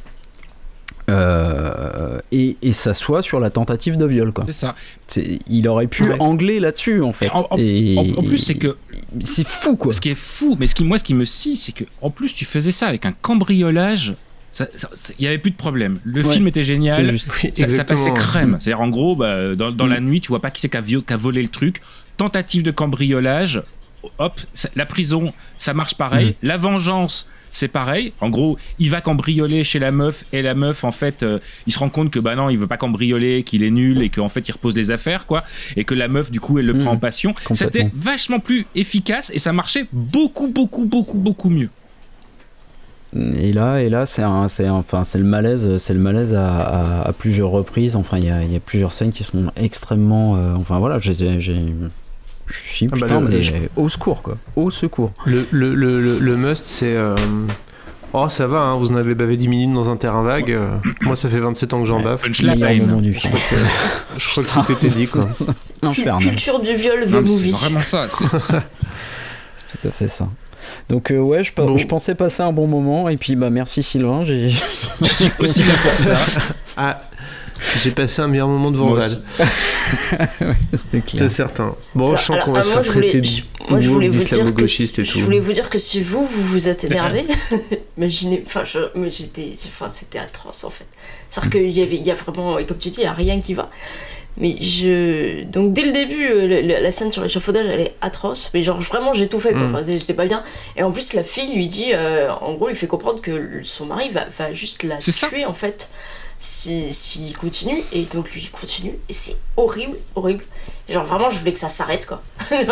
Euh, et, et s'assoit sur la tentative de viol quoi. C'est ça. C'est, il aurait pu ouais. angler là-dessus en fait. En, en, et, en, en plus c'est que c'est fou quoi. Ce qui est fou, mais ce qui moi ce qui me scie, c'est que en plus tu faisais ça avec un cambriolage. Il y avait plus de problème. Le ouais, film était génial. Juste, ça, ça passait crème. C'est-à-dire en gros, bah, dans, dans mmh. la nuit, tu vois pas qui c'est qui a, qui a volé le truc. Tentative de cambriolage. Hop, la prison, ça marche pareil. Mmh. La vengeance, c'est pareil. En gros, il va cambrioler chez la meuf et la meuf, en fait, euh, il se rend compte que bah non, il veut pas cambrioler, qu'il est nul et qu'en fait, il repose les affaires, quoi. Et que la meuf, du coup, elle le mmh. prend en passion. C'était vachement plus efficace et ça marchait beaucoup, beaucoup, beaucoup, beaucoup mieux. Et là, et là, c'est un, c'est un, enfin, c'est le malaise, c'est le malaise à, à, à plusieurs reprises. Enfin, il y a, il y a plusieurs scènes qui sont extrêmement, euh, enfin voilà, j'ai, j'ai je suis putain, ah bah le, mais le, au secours quoi, au secours. Le, le, le, le, le must c'est euh... oh ça va hein, vous en avez bavé dix minutes dans un terrain vague, euh... moi ça fait vingt-sept ans que j'en bave. Le meilleur moment du film. Je crois que tout était dit quoi. Culture du viol, the movie. C'est vraiment ça. C'est, c'est... c'est tout à fait ça. Donc euh, ouais, je, bon. je pensais passer un bon moment et puis bah merci Sylvain, j'ai. Je suis aussi là pour ça. Ah. J'ai passé un meilleur moment devant Val. Ouais, c'est clair. C'est certain. Bon, alors, je sens qu'on va alors, se moi, faire traiter d'islamo-gauchiste et tout. Je voulais vous dire que si vous, vous vous êtes énervé, imaginez, enfin, je, mais j'étais, enfin, c'était atroce en fait. C'est-à-dire qu'il y avait, il y a vraiment, et comme tu dis, il n'y a rien qui va. Mais je, donc dès le début, la, la scène sur l'échafaudage, elle est atroce. Mais genre vraiment, j'ai tout fait, quoi. Mm. Enfin, j'étais pas bien. Et en plus, la fille lui dit, euh, en gros, lui fait comprendre que son mari va, va juste la c'est tuer ça. En fait. S'il si, si continue, et donc lui il continue, et c'est horrible, horrible. Et genre vraiment, je voulais que ça s'arrête quoi.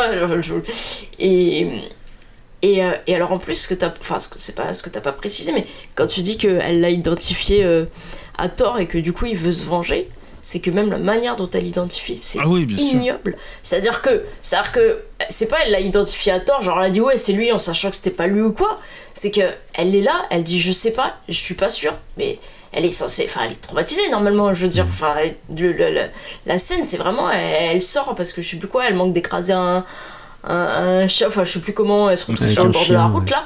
et, et, euh, et alors en plus, ce que t'as, enfin, c'est pas ce que t'as pas précisé, mais quand tu dis qu'elle l'a identifié euh, à tort et que du coup il veut se venger, c'est que même la manière dont elle l'identifie, c'est ah oui, ignoble. C'est-à-dire que, c'est-à-dire que c'est pas elle l'a identifié à tort, genre elle a dit ouais c'est lui en sachant que c'était pas lui ou quoi. C'est que elle est là, elle dit je sais pas, je suis pas sûre, mais elle est censée, enfin elle est traumatisée normalement, je veux dire, enfin le, le, le, la scène c'est vraiment, elle, elle sort parce que je sais plus quoi, elle manque d'écraser un, un, un chat, enfin je sais plus comment, elle se retrouve sur le bord chien, de la route ouais. là,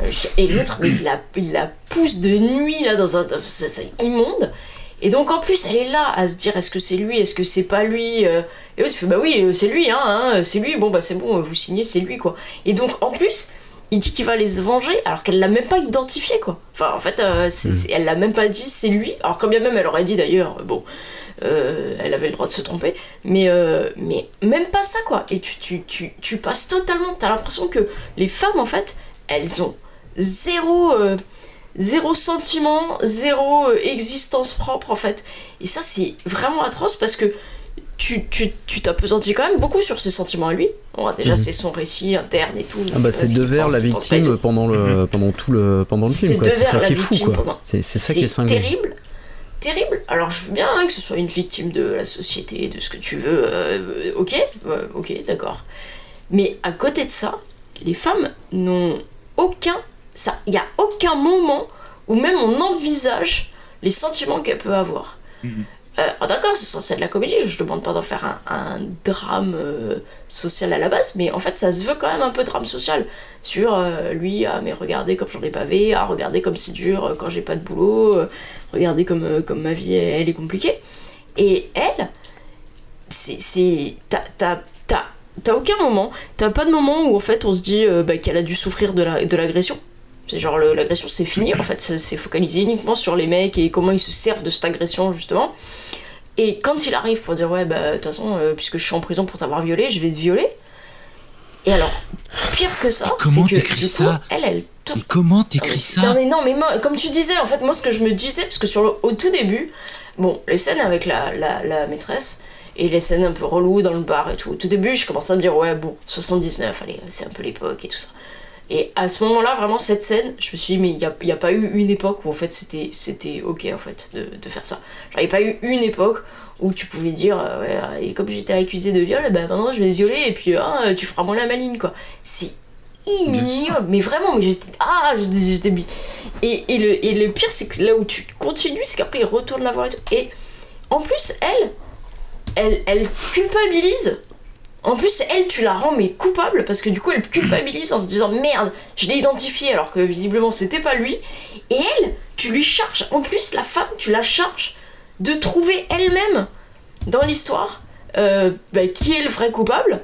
et l'autre il la, il la pousse de nuit là dans un, c'est, c'est immonde, et donc en plus elle est là à se dire est-ce que c'est lui, est-ce que c'est pas lui, et l'autre tu fais bah oui c'est lui hein, hein c'est lui, bon bah c'est bon vous signez c'est lui quoi, et donc en plus il dit qu'il va les venger alors qu'elle l'a même pas identifié quoi. Enfin en fait euh, c'est, c'est, elle l'a même pas dit c'est lui, alors quand bien même elle aurait dit d'ailleurs bon euh, elle avait le droit de se tromper mais, euh, mais même pas ça quoi. Et tu, tu, tu, tu passes totalement, t'as l'impression que les femmes en fait elles ont zéro euh, zéro sentiment, zéro euh, existence propre en fait, et ça c'est vraiment atroce parce que tu, tu, tu t'appesantis quand même beaucoup sur ses sentiments à lui. Bon, déjà, mmh. c'est son récit interne et tout. Ah bah, c'est Devers la victime pendant, le, mmh. pendant tout le, pendant le film. Quoi. C'est ça qui est fou. Quoi. Pendant... C'est, c'est ça c'est qui est cinglé. Terrible. Terrible. Alors, je veux bien hein, que ce soit une victime de la société, de ce que tu veux. Euh, ok, euh, ok, d'accord. Mais à côté de ça, les femmes n'ont aucun... Il n'y a aucun moment où même on envisage les sentiments qu'elle peut avoir. Mmh. Euh, ah d'accord, c'est censé être de la comédie, je demande pas d'en faire un, un drame euh, social à la base, mais en fait ça se veut quand même un peu drame social sur euh, lui, ah mais regardez comme j'en ai pavé, ah regardez comme c'est dur euh, quand j'ai pas de boulot, euh, regardez comme, euh, comme ma vie elle, elle est compliquée. Et elle, c'est, c'est t'as, t'as, t'as, t'as aucun moment, t'as pas de moment où en fait on se dit euh, bah, qu'elle a dû souffrir de, la, de l'agression. C'est genre le, l'agression c'est fini en fait, c'est, c'est focalisé uniquement sur les mecs et comment ils se servent de cette agression justement. Et quand il arrive pour dire ouais bah de toute façon euh, puisque je suis en prison pour t'avoir violé, je vais te violer. Et alors pire que ça, comment c'est que t'écris du coup, ça elle elle te... Mais comment t'écris mais, ça Non mais non mais moi, comme tu disais en fait moi ce que je me disais parce que sur le, au tout début, bon les scènes avec la, la, la maîtresse et les scènes un peu reloues dans le bar et tout. Au tout début je commençais à me dire ouais bon soixante-dix-neuf allez c'est un peu l'époque et tout ça. Et à ce moment-là, vraiment, cette scène, je me suis dit, mais il n'y a, y a pas eu une époque où, en fait, c'était, c'était ok, en fait, de, de faire ça. Genre, il n'y a pas eu une époque où tu pouvais dire, euh, ouais, et comme j'étais accusée de viol, bah maintenant, je vais te violer, et puis, ah, tu feras moins la maligne, quoi. C'est ignoble, mais vraiment, mais j'étais... Ah, j'étais... j'étais... Et, et, le, et le pire, c'est que là où tu continues, c'est qu'après, il retourne la voir et tout. Et, en plus, elle, elle, elle culpabilise... En plus, elle, tu la rends mais coupable parce que du coup, elle culpabilise en se disant merde, je l'ai identifié alors que visiblement c'était pas lui. Et elle, tu lui charges. En plus, la femme, tu la charges de trouver elle-même dans l'histoire euh, bah, qui est le vrai coupable.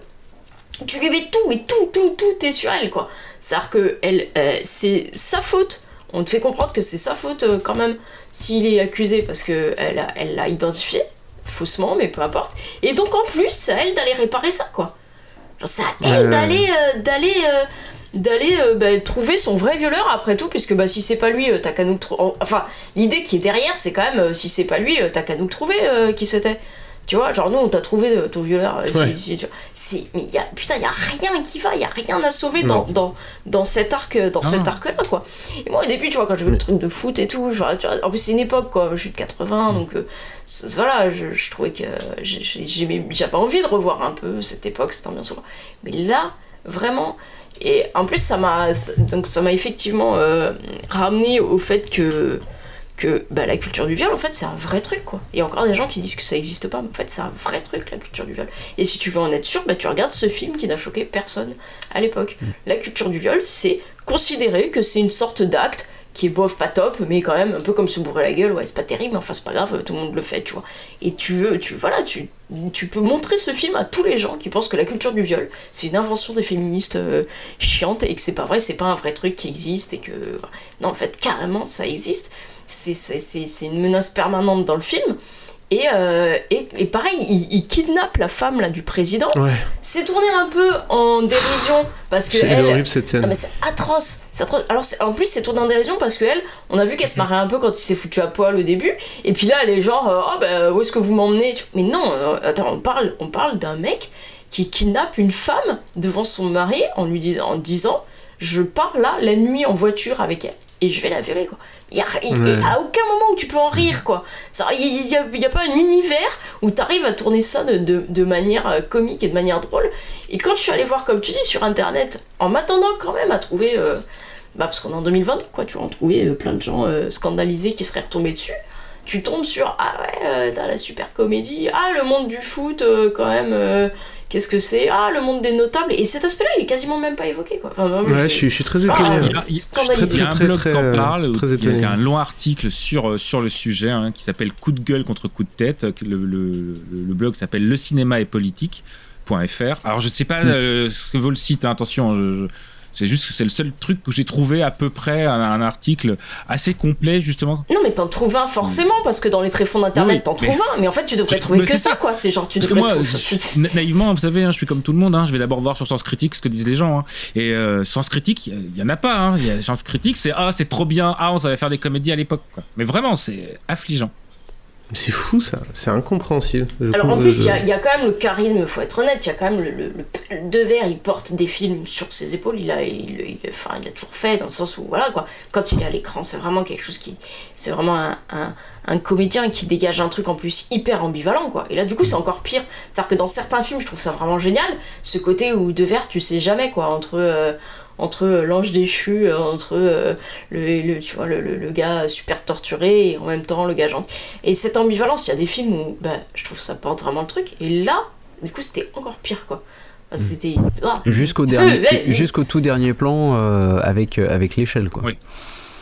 Tu lui mets tout, mais tout, tout, tout est sur elle quoi. C'est-à-dire que elle, euh, c'est sa faute. On te fait comprendre que c'est sa faute euh, quand même s'il est accusé parce que elle, a, elle l'a identifié. Faussement, mais peu importe. Et donc en plus, c'est à elle d'aller réparer ça, quoi. Genre, c'est à elle euh... d'aller, euh, d'aller, euh, d'aller euh, bah, trouver son vrai violeur après tout, puisque bah si c'est pas lui, euh, t'as qu'à nous le trouver. Enfin, l'idée qui est derrière, c'est quand même euh, si c'est pas lui, euh, t'as qu'à nous le trouver euh, qui c'était. Tu vois, genre nous on t'a trouvé euh, ton violeur. Euh, ouais. si, si, tu vois. C'est, mais y a, putain, y a rien qui va, y a rien à sauver dans, dans, dans cet arc, dans ah. cet arc-là, quoi. Et moi au début, tu vois, quand j'ai vu le truc de foot et tout, genre, tu vois, en plus c'est une époque, quoi. Je suis de quatre-vingts, donc euh, voilà, je, je trouvais que j'aimais, j'avais envie de revoir un peu cette époque, cette ambiance. Mais là, vraiment. Et en plus, ça m'a, donc ça m'a effectivement euh, ramené au fait que. que bah, la culture du viol, en fait, c'est un vrai truc, quoi. Il y a encore des gens qui disent que ça existe pas, mais en fait, c'est un vrai truc, la culture du viol. Et si tu veux en être sûr, bah, tu regardes ce film qui n'a choqué personne à l'époque. Mmh. La culture du viol, c'est considérer que c'est une sorte d'acte qui est bof, pas top, mais quand même un peu comme se bourrer la gueule, ouais, c'est pas terrible, mais enfin, c'est pas grave, tout le monde le fait, tu vois. Et tu veux, tu, voilà, tu, tu peux montrer ce film à tous les gens qui pensent que la culture du viol, c'est une invention des féministes euh, chiantes et que c'est pas vrai, c'est pas un vrai truc qui existe et que. Non, en fait, carrément, ça existe. C'est, c'est, c'est, c'est une menace permanente dans le film. Et, euh, et, et pareil, il, il kidnappe la femme là, du président. Ouais. C'est tourné un peu en dérision parce que c'est elle... horrible cette scène. Non, mais c'est atroce. C'est atroce. Alors c'est, en plus, c'est tourné en dérision parce que elle, on a vu qu'elle se marrait un peu quand il s'est foutu à poil au début. Et puis là, elle est genre, euh, oh bah où est-ce que vous m'emmenez ? Mais non, euh, attends, on parle, on parle d'un mec qui kidnappe une femme devant son mari en lui disant, en disant, je pars là la nuit en voiture avec elle et je vais la violer quoi. Il y a, il, ouais. À aucun moment où tu peux en rire quoi. Il n'y a, a, a pas un univers où tu arrives à tourner ça de, de, de manière comique et de manière drôle. Et quand je suis allée voir, comme tu dis, sur internet, en m'attendant quand même à trouver, euh, bah parce qu'on est en deux mille vingt, quoi, tu vas en trouver euh, plein de gens euh, scandalisés qui seraient retombés dessus. Tu tombes sur, ah ouais, euh, t'as la super comédie, ah le monde du foot euh, quand même, euh, qu'est-ce que c'est, ah le monde des notables, et cet aspect-là il est quasiment même pas évoqué quoi. Enfin, ouais, je suis, je suis très étonné. Ah, il y a, il y a, il y a un blog qui en parle, très il y a un long article sur, sur le sujet hein, qui s'appelle Coup de gueule contre coup de tête. Le, le, le blog s'appelle Le cinéma et politique point f r. Alors je sais pas mm. euh, ce que vaut le site, hein, attention, je, je... c'est juste que c'est le seul truc que j'ai trouvé à peu près un, un article assez complet justement. Non mais t'en trouves un forcément parce que dans les tréfonds d'internet oui, t'en mais... trouves un, mais en fait tu devrais trouver que ça, ça quoi. C'est genre tu parce devrais que moi, trouver... naïvement vous savez, hein, je suis comme tout le monde, hein, je vais d'abord voir sur Sens Critique ce que disent les gens. Hein. Et euh, Sens Critique, il y, y en a pas. Hein. Y a, Sens Critique c'est ah c'est trop bien, ah on savait faire des comédies à l'époque. Quoi. Mais vraiment c'est affligeant. C'est fou ça, c'est incompréhensible. Je Alors en plus, il de... y, y a quand même le charisme, il faut être honnête, il y a quand même le, le, le Devers, il porte des films sur ses épaules, il a, il, il, enfin, il a toujours fait dans le sens où, voilà quoi, quand il est à l'écran, c'est vraiment quelque chose qui. C'est vraiment un, un, un comédien qui dégage un truc en plus hyper ambivalent quoi. Et là, du coup, c'est encore pire. C'est-à-dire que dans certains films, je trouve ça vraiment génial, ce côté où Devers, tu sais jamais quoi, entre. Euh, entre l'ange déchu, entre euh, le, le, tu vois, le, le, le gars super torturé et en même temps le gars gentil. Et cette ambivalence, il y a des films où bah, je trouve ça porte vraiment le truc. Et là, du coup, c'était encore pire, quoi. Enfin, c'était... Oh. Jusqu'au, dernier, jusqu'au tout dernier plan euh, avec, avec l'échelle, quoi. Oui.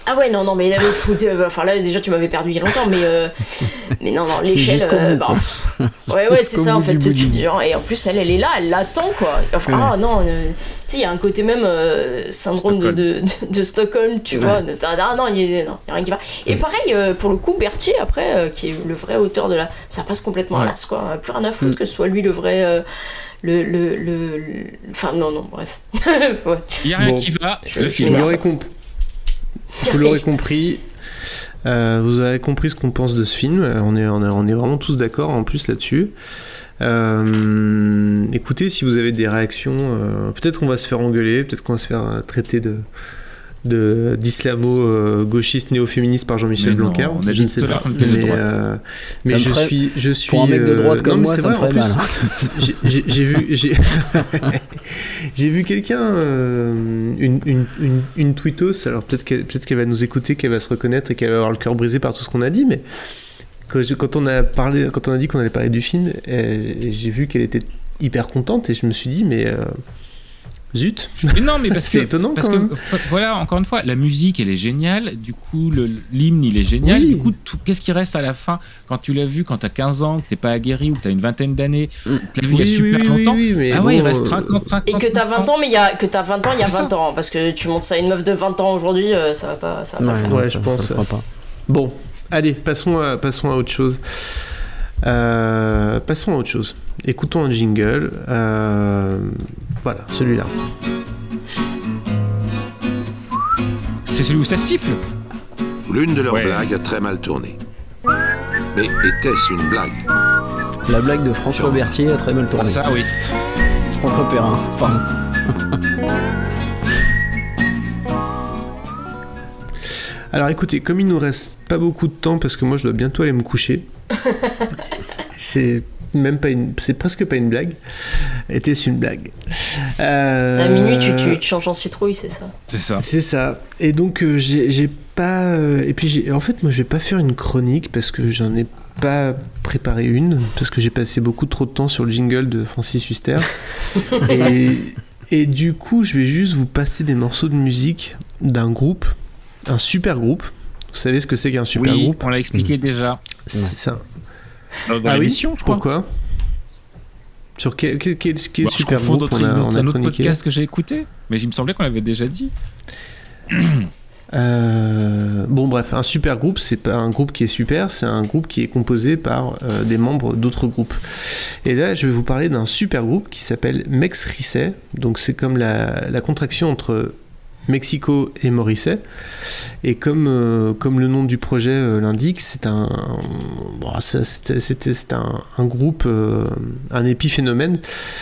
Ah ouais, non, non, mais là, faut, euh, enfin, là déjà, tu m'avais perdu il y a longtemps, mais, euh, mais non, non, l'échelle. Euh, bah, ouais, ouais, c'est ça, en fait. Tu, tu, et en plus, elle, elle est là, elle l'attend, quoi. Enfin, ouais. ah non, euh, tu sais, il y a un côté même euh, syndrome de, de, de, de Stockholm, tu ouais. vois. De, ah non, il n'y a, a rien qui va. Et pareil, euh, pour le coup, Berthier, après, euh, qui est le vrai auteur de la. Ça passe complètement ouais. à l'as, quoi. Plus rien à foutre mm. que ce soit lui le vrai. Euh, Le, le, le, le... Enfin, non, non, bref. ouais. Il n'y a rien bon, qui va, le film. Vous l'aurez, comp... vous l'aurez compris. Euh, vous avez compris ce qu'on pense de ce film. On est, on est, on est vraiment tous d'accord en plus là-dessus. Euh, écoutez, si vous avez des réactions, euh, peut-être qu'on va se faire engueuler, peut-être qu'on va se faire traiter de. De, d'islamo-gauchiste euh, néo-féministe par Jean-Michel Blanquer, je ne sais pas, mais, euh, mais je, ferait, suis, je suis pour un mec de droite comme non, moi, ça me ferait mal. J'ai, j'ai, j'ai vu, j'ai, j'ai vu quelqu'un, euh, une, une, une, une tweetos, alors peut-être qu'elle, peut-être qu'elle va nous écouter, qu'elle va se reconnaître et qu'elle va avoir le cœur brisé par tout ce qu'on a dit, mais quand, quand on a parlé, quand on a dit qu'on allait parler du film, et j'ai vu qu'elle était hyper contente et je me suis dit, mais euh, zut. Mais non, mais parce c'est que, étonnant parce quand que même. Voilà, encore une fois, la musique elle est géniale, du coup le, l'hymne il est génial, oui. du coup tout, qu'est-ce qui reste à la fin quand tu l'as vu quand t'as quinze ans, que t'es pas aguerri ou que t'as une vingtaine d'années, que tu l'as vu oui, il y a super oui, longtemps, oui, oui, ah bon, ouais il reste cinquante, cinquante et que t'as vingt ans mais il y a que t'as vingt ans il y a vingt ans parce que tu montes ça à une meuf de vingt ans aujourd'hui euh, ça va pas ça va ouais, pas ouais, faire. je pense ça, ça pas. Bon, allez, passons à passons à autre chose. Euh, passons à autre chose. Écoutons un jingle. Euh, voilà, celui-là. C'est celui où ça siffle. L'une de leurs ouais. blagues a très mal tourné. Mais était-ce une blague? La blague de François Genre. Berthier a très mal tourné. Ah, ça, oui. François Perrin, pardon. Alors écoutez, comme il nous reste pas beaucoup de temps, parce que moi je dois bientôt aller me coucher, c'est même pas une, c'est presque pas une blague. Était-ce une blague? euh... À minuit, tu, tu, tu changes en citrouille, c'est ça? C'est ça. C'est ça. Et donc euh, j'ai, j'ai pas. Euh, et puis j'ai, en fait, moi je vais pas faire une chronique parce que j'en ai pas préparé une parce que j'ai passé beaucoup trop de temps sur le jingle de Francis Huster. et, et du coup, je vais juste vous passer des morceaux de musique d'un groupe, un super groupe. Vous savez ce que c'est qu'un super oui, groupe? On l'a expliqué mmh. déjà. C'est ça. Dans ah l'émission, oui je crois. Pourquoi? Sur quel, quel, quel, quel bah, super groupe on a, on a un autre chroniqué. podcast que j'ai écouté, mais il me semblait qu'on l'avait déjà dit. Euh, bon bref, un super groupe, c'est pas un groupe qui est super, c'est un groupe qui est composé par euh, des membres d'autres groupes. Et là, je vais vous parler d'un super groupe qui s'appelle Mex Risset. Donc c'est comme la, la contraction entre Mexico et Morrissey. Et comme, euh, comme le nom du projet euh, l'indique, c'est un, bon, ça, c'était, c'était, c'était un, un groupe, euh, un épiphénomène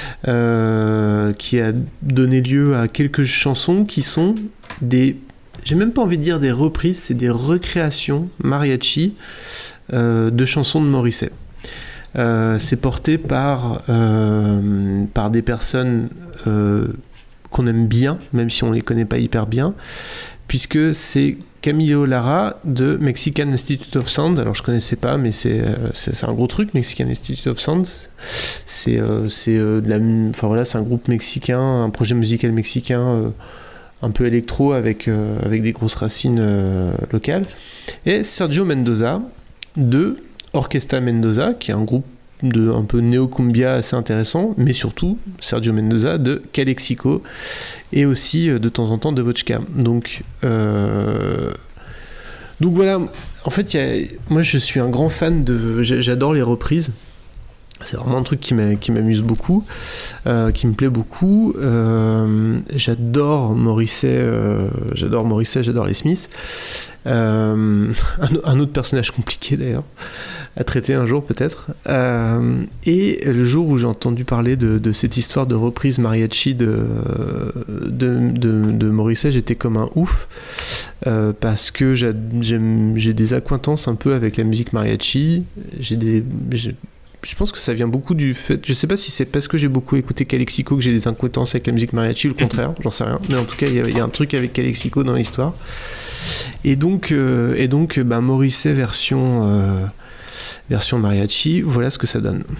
euh, qui a donné lieu à quelques chansons qui sont des, j'ai même pas envie de dire des reprises, c'est des recréations mariachi euh, de chansons de Morrissey. Euh, c'est porté par, euh, par des personnes euh, qu'on aime bien, même si on les connaît pas hyper bien, puisque c'est Camilo Lara de Mexican Institute of Sound. Alors je connaissais pas, mais c'est, euh, c'est, c'est un gros truc, Mexican Institute of Sound. C'est, euh, c'est, euh, de la, enfin, voilà, c'est un groupe mexicain, un projet musical mexicain euh, un peu électro avec, euh, avec des grosses racines euh, locales. Et Sergio Mendoza de Orquesta Mendoza, qui est un groupe de un peu néo-cumbia assez intéressant, mais surtout Sergio Mendoza de Calexico et aussi de temps en temps de Vodka. Donc, euh... donc voilà, en fait, y a... moi je suis un grand fan de. J'adore les reprises. C'est vraiment un truc qui, m'a, qui m'amuse beaucoup, euh, qui me plaît beaucoup. Euh, j'adore Morrissey, euh, j'adore Morrissey, j'adore les Smiths. Euh, un, un autre personnage compliqué d'ailleurs, à traiter un jour peut-être. Euh, et le jour où j'ai entendu parler de, de cette histoire de reprise mariachi de, de, de, de Morrissey, j'étais comme un ouf, euh, parce que j'ai, j'aime, j'ai des accointances un peu avec la musique mariachi. J'ai des... J'ai, Je pense que ça vient beaucoup du fait. Je sais pas si c'est parce que j'ai beaucoup écouté Calexico que j'ai des incohérences avec la musique mariachi ou le contraire, j'en sais rien. Mais en tout cas, il y, y a un truc avec Calexico dans l'histoire. Et donc, euh, et donc bah, Morrissey version, euh, version mariachi, voilà ce que ça donne.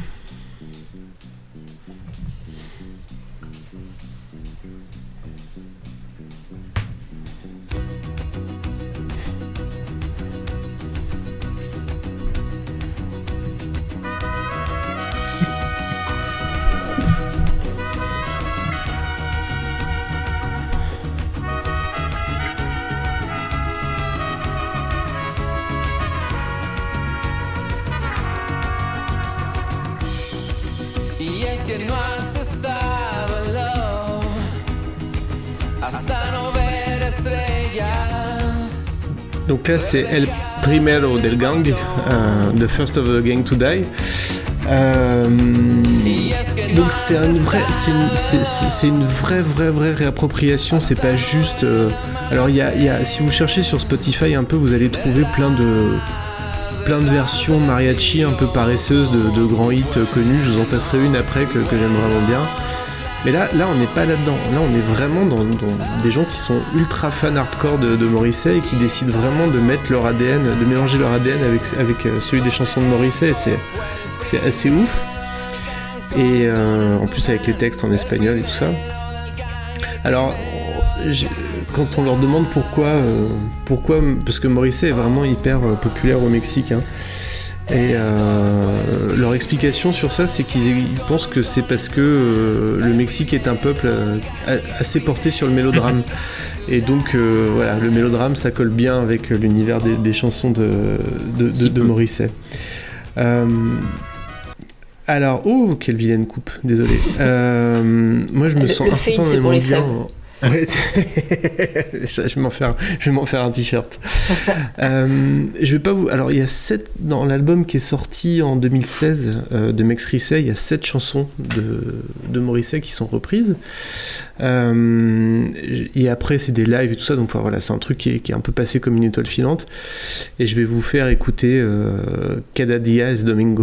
que no has estado en love hasta no ver estrellas. Donc là, c'est El Primero del Gang, euh, The First of the Gang to Die. Euh, donc c'est une vraie, c'est une, c'est, c'est, c'est une vraie, vraie, vraie réappropriation. C'est pas juste. Euh, alors il y a, y a, si vous cherchez sur Spotify un peu, vous allez trouver plein de, plein de versions mariachi un peu paresseuses de, de grands hits connus. Je vous en passerai une après que, que j'aime vraiment bien. Mais là, là, on n'est pas là-dedans. Là, on est vraiment dans, dans des gens qui sont ultra fans hardcore de, de Morrissey et qui décident vraiment de mettre leur A D N, de mélanger leur A D N avec, avec celui des chansons de Morrissey. Et c'est, c'est assez ouf. Et euh, en plus, avec les textes en espagnol et tout ça. Alors, quand on leur demande pourquoi, euh, pourquoi, parce que Morrissey est vraiment hyper populaire au Mexique, hein. Et euh, leur explication sur ça, c'est qu'ils ils pensent que c'est parce que euh, le Mexique est un peuple euh, assez porté sur le mélodrame. Et donc, euh, voilà, le mélodrame, ça colle bien avec l'univers des, des chansons de, de, de, de Morrissey. Euh, alors, oh, quelle vilaine coupe, désolé. Euh, moi, je me le, sens le instantanément bien. Faibles. Ça, je vais m'en faire, je vais m'en faire un t-shirt. euh, je vais pas vous. Alors, il y a sept dans l'album qui est sorti en deux mille seize euh, de Max Risset. Il y a sept chansons de de Morrissey qui sont reprises. Euh, et après, c'est des lives et tout ça. Donc, enfin, voilà, c'est un truc qui est, qui est un peu passé comme une étoile filante. Et je vais vous faire écouter euh, Cada Dia es Domingo.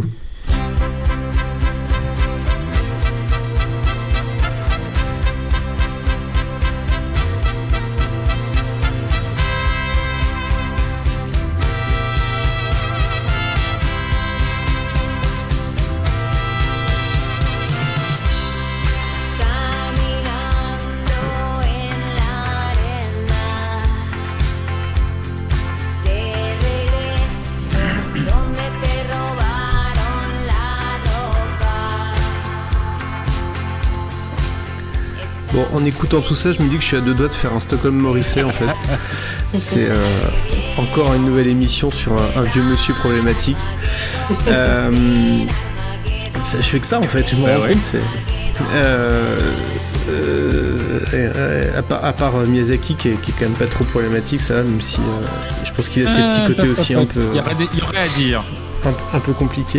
Bon, en écoutant tout ça, je me dis que je suis à deux doigts de faire un Stockholm Morrissey en fait. C'est euh, encore une nouvelle émission sur un, un vieux monsieur problématique. Euh, ça, je fais que ça en fait, je me rends ouais. compte. C'est, euh, euh, euh, à, part, à part Miyazaki qui est, qui est quand même pas trop problématique, ça, même si euh, je pense qu'il a ses petits côtés aussi un peu. Il y aurait à dire. Un, un peu compliqué.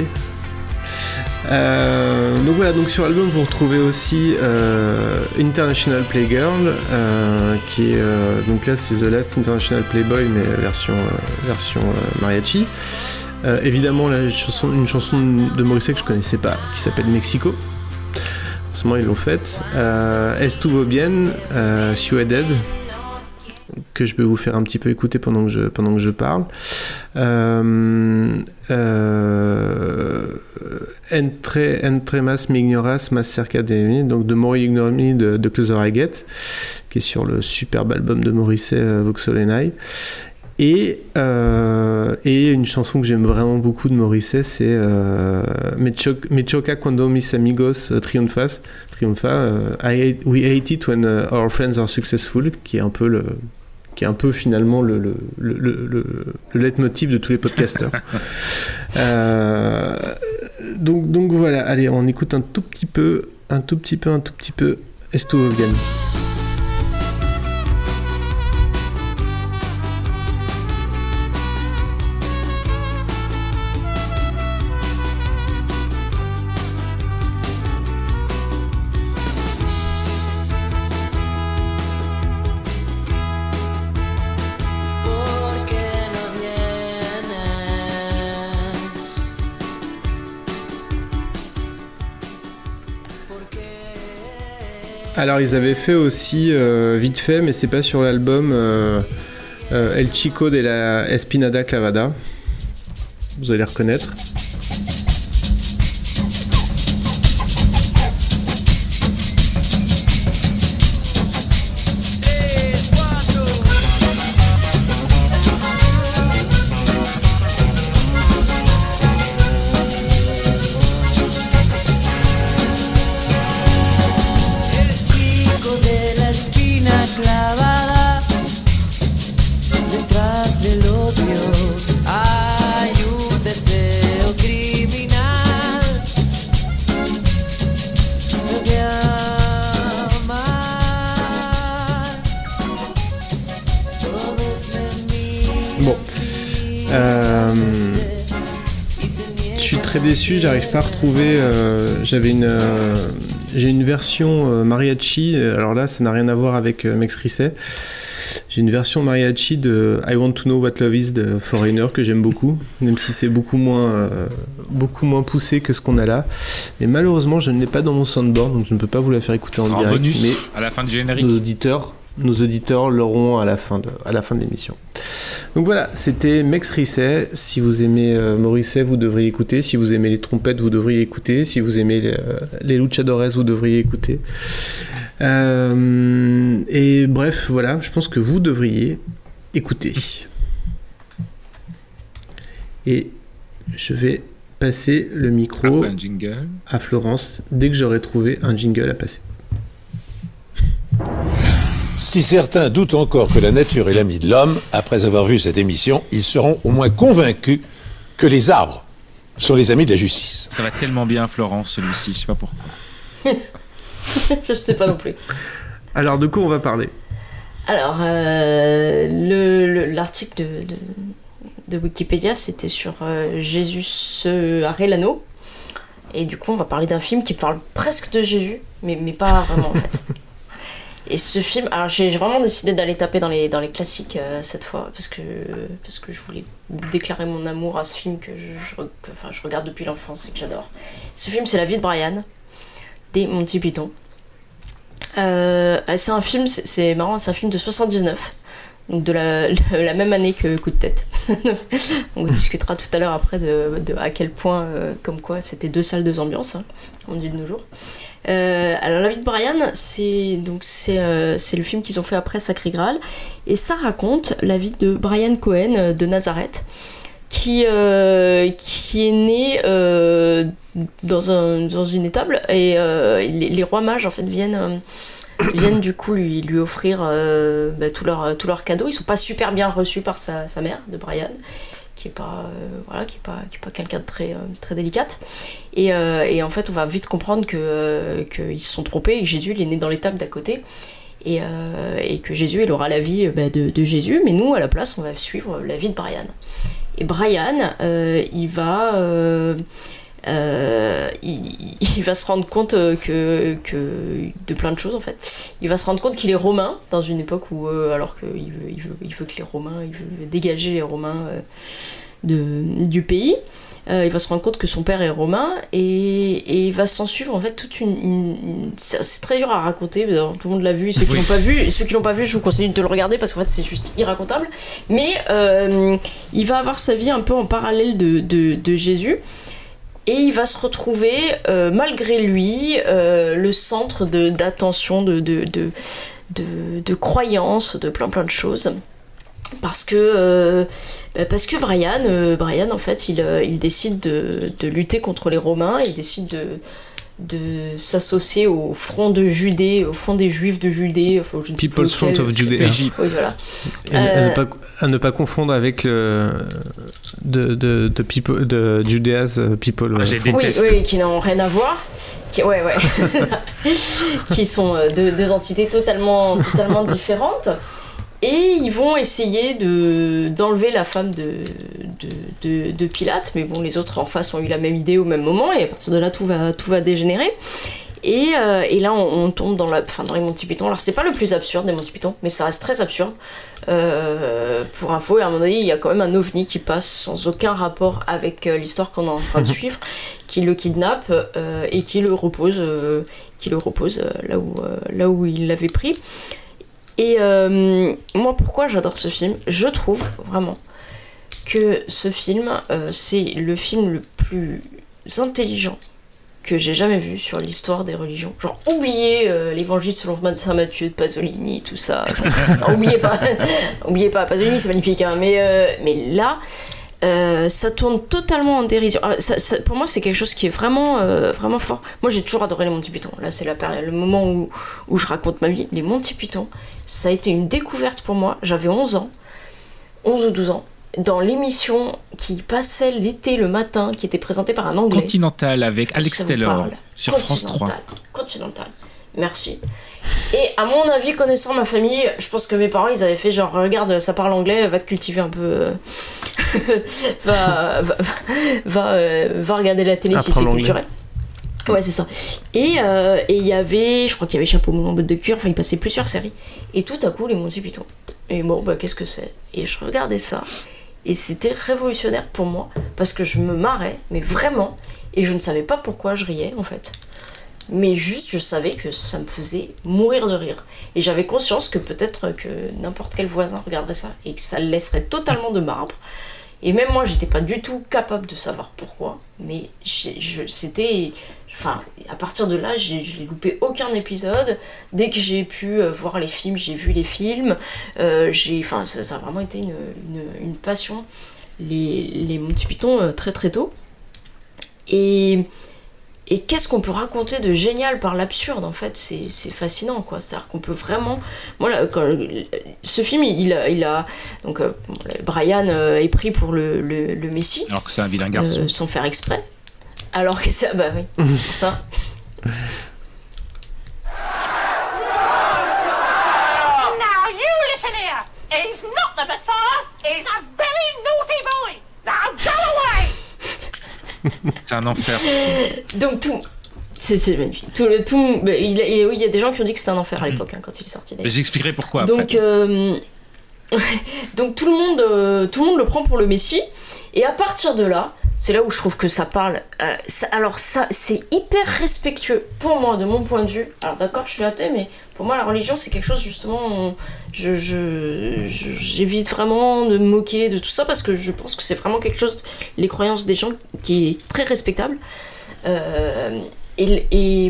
Euh, donc voilà, donc sur l'album vous retrouvez aussi euh, International Playgirl euh, qui est euh, donc là c'est The Last International Playboy mais version euh, version euh, mariachi. Euh, évidemment la chanson, une chanson de Morrissey que je connaissais pas qui s'appelle Mexico. Forcément ils l'ont faite. Euh, Estuvo Bien, euh, Ciudad, que je vais vous faire un petit peu écouter pendant que je, pendant que je parle. Euh, euh, Entre, entre mas me ignoras, mas cerca de mí, donc The More You Ignore Me de, de Closer I Get, qui est sur le superbe album de Morrissey, euh, Voxolenai. Et, euh, et une chanson que j'aime vraiment beaucoup de Morrissey, c'est euh, Me, cho- Me choca cuando mis amigos triunfas, triunfa, euh, I hate, We hate it when uh, our friends are successful, qui est un peu le qui est un peu finalement le, le, le, le, le, le leitmotiv de tous les podcasteurs. euh, donc, donc voilà, allez, on écoute un tout petit peu, un tout petit peu, un tout petit peu Estuvo Bien. Alors ils avaient fait aussi euh, vite fait, mais c'est pas sur l'album, euh, euh, El Chico de la Espinada Clavada. Vous allez reconnaître. Detrás del odio hay un deseo suis très déçu, j'arrive pas à retrouver. Euh, j'avais une, euh, j'ai une version euh, mariachi. Alors là, ça n'a rien à voir avec euh, Max Risset. J'ai une version mariachi de I Want to Know What Love Is de Foreigner que j'aime beaucoup, même si c'est beaucoup moins, euh, beaucoup moins poussé que ce qu'on a là. Mais malheureusement, je ne l'ai pas dans mon soundboard, donc je ne peux pas vous la faire écouter en C'est direct. en bonus mais à la fin du générique. Nos auditeurs, nos auditeurs l'auront à la fin de, à la fin de l'émission. Donc voilà, c'était Max Risset. Si vous aimez euh, Morrissey, vous devriez écouter. Si vous aimez les trompettes, vous devriez écouter. Si vous aimez les, euh, les luchadores, vous devriez écouter. Euh, et bref, voilà, je pense que vous devriez écouter. Et je vais passer le micro un jingle. à Florence dès que j'aurai trouvé un jingle à passer. Si certains doutent encore que la nature est l'amie de l'homme, après avoir vu cette émission, ils seront au moins convaincus que les arbres sont les amis de la justice. Ça va tellement bien, Florence, celui-ci, je sais pas pourquoi. Je sais pas non plus. Alors, de quoi on va parler ? Alors, euh, le, le, l'article de, de, de Wikipédia, c'était sur euh, Jésus Arellano. Et du coup, on va parler d'un film qui parle presque de Jésus, mais, mais pas vraiment en fait. Et ce film, alors j'ai vraiment décidé d'aller taper dans les, dans les classiques euh, cette fois, parce que, parce que je voulais déclarer mon amour à ce film que je, je, que, enfin, je regarde depuis l'enfance et que j'adore. Ce film, c'est La vie de Brian, des Monty Python. Euh, c'est un film, c'est, c'est marrant, c'est un film de soixante-dix-neuf, donc de la, la même année que Coup de tête. On discutera tout à l'heure après de, de à quel point, euh, comme quoi, c'était deux salles, deux ambiances, hein, on dit de nos jours. Euh, alors La vie de Brian, c'est donc c'est euh, c'est le film qu'ils ont fait après Sacré Graal, et ça raconte la vie de Brian Cohen euh, de Nazareth, qui euh, qui est né euh, dans un dans une étable, et euh, les, les rois mages en fait viennent euh, viennent du coup lui lui offrir euh, bah, tous leurs tous leurs cadeaux. Ils sont pas super bien reçus par sa sa mère de Brian, qui est pas euh, voilà qui est pas qui est pas quelqu'un de très euh, très délicate, et euh, et en fait on va vite comprendre que euh, qu'ils se sont trompés et que Jésus il est né dans l'étable d'à côté, et euh, et que Jésus il aura la vie bah, de de Jésus, mais nous à la place on va suivre la vie de Brian. Et Brian euh, il va euh, Euh, il, il va se rendre compte que, que de plein de choses en fait. Il va se rendre compte qu'il est romain dans une époque où, euh, alors qu'il veut, il veut, il veut que les Romains, il veut dégager les Romains euh, de, du pays. Euh, il va se rendre compte que son père est romain, et, et il va s'en suivre en fait toute une, une, une... C'est, c'est très dur à raconter, tout le monde l'a vu, ceux qui oui. l'ont pas vu, ceux qui l'ont pas vu, je vous conseille de le regarder parce qu'en fait c'est juste irracontable. Mais euh, il va avoir sa vie un peu en parallèle de, de, de Jésus. Et il va se retrouver, euh, malgré lui, euh, le centre de, d'attention, de, de, de, de, de croyances, de plein plein de choses. Parce que, euh, parce que Brian, euh, Brian, en fait, il, il décide de, de lutter contre les Romains, il décide de, de s'associer au front de Judée, au front des Juifs de Judée. Enfin, je ne sais People's Front of Judea. Oui, voilà. Et euh, à, ne pas, à ne pas confondre avec le de, de, de, people, de Judea's People. Ah, j'ai oui, oui, qui n'ont rien à voir. Qui, ouais, ouais. qui sont deux, deux entités totalement, totalement différentes. Et ils vont essayer de, d'enlever la femme de, de, de, de Pilate, mais bon, les autres en face ont eu la même idée au même moment, et à partir de là, tout va, tout va dégénérer. Et, euh, et là, on, on tombe dans, la, enfin, dans les Monty Python. Alors, c'est pas le plus absurde des Monty Python, mais ça reste très absurde. Euh, pour info, et à un moment donné, il y a quand même un ovni qui passe sans aucun rapport avec euh, l'histoire qu'on est en train de suivre, qui le kidnappe euh, et qui le repose, euh, qui le repose euh, là, où, euh, là où il l'avait pris. Et euh, moi, pourquoi j'adore ce film ? Je trouve vraiment que ce film, euh, c'est le film le plus intelligent que j'ai jamais vu sur l'histoire des religions. Genre, oubliez euh, l'évangile selon Saint Matthieu de Pasolini, tout ça. Enfin, non, oubliez pas, oubliez pas, Pasolini c'est magnifique, hein, mais, euh, mais là, euh, ça tourne totalement en dérision. Alors, ça, ça, pour moi, c'est quelque chose qui est vraiment, euh, vraiment fort. Moi, j'ai toujours adoré les Monty Python. Là, c'est la période, le moment où, où je raconte ma vie. Les Monty Python, ça a été une découverte pour moi. J'avais onze ans, onze ou douze ans, dans l'émission qui passait l'été le matin, qui était présentée par un Anglais. Continental avec Alex Taylor sur France trois. Continental. merci. Et à mon avis, connaissant ma famille, je pense que mes parents ils avaient fait genre regarde, ça parle anglais, va te cultiver un peu, va, va, va, euh, va regarder la télé si c'est culturel. Ouais, c'est ça. Et il euh, y avait, je crois qu'il y avait Chapeau Melon en botte de cuir, enfin il passait plusieurs séries. Et tout à coup, les Monty Python. Et bon, bah qu'est-ce que c'est ? Et je regardais ça. Et c'était révolutionnaire pour moi, parce que je me marrais, mais vraiment. Et je ne savais pas pourquoi je riais, en fait. Mais juste, je savais que ça me faisait mourir de rire. Et j'avais conscience que peut-être que n'importe quel voisin regarderait ça, et que ça le laisserait totalement de marbre. Et même moi, j'étais pas du tout capable de savoir pourquoi. Mais j'ai, je, c'était... Enfin, à partir de là, j'ai, j'ai loupé aucun épisode. Dès que j'ai pu euh, voir les films, j'ai vu les films. Euh, j'ai, enfin, ça, ça a vraiment été une, une, une passion, les, les Monty Python, euh, très très tôt. Et, et qu'est-ce qu'on peut raconter de génial par l'absurde, en fait, c'est, c'est fascinant, quoi. C'est-à-dire qu'on peut vraiment... Moi, là, quand, ce film, il a... Il a donc, euh, Brian euh, est pris pour le, le, le Messie. Alors que c'est un vilain garçon. Euh, sans faire exprès. Alors que ça, bah oui, ça. Now you listen here. He's not the Messiah. He's a very naughty boy. Now go away. C'est un enfer. Donc tout, c'est, c'est magnifique. Tout le tout, bah, il, il, oui, il y a des gens qui ont dit que c'était un enfer à l'époque hein, quand il est sorti. Mais j'expliquerai pourquoi. Après. Donc, euh, donc tout le monde, euh, tout le monde le prend pour le Messie. Et à partir de là, c'est là où je trouve que ça parle. Euh, ça, alors ça, c'est hyper respectueux pour moi, de mon point de vue. Alors d'accord, je suis athée, mais pour moi la religion c'est quelque chose justement. Je, je, je, j'évite vraiment de me moquer de tout ça parce que je pense que c'est vraiment quelque chose, les croyances des gens, qui est très respectable. Euh, et, et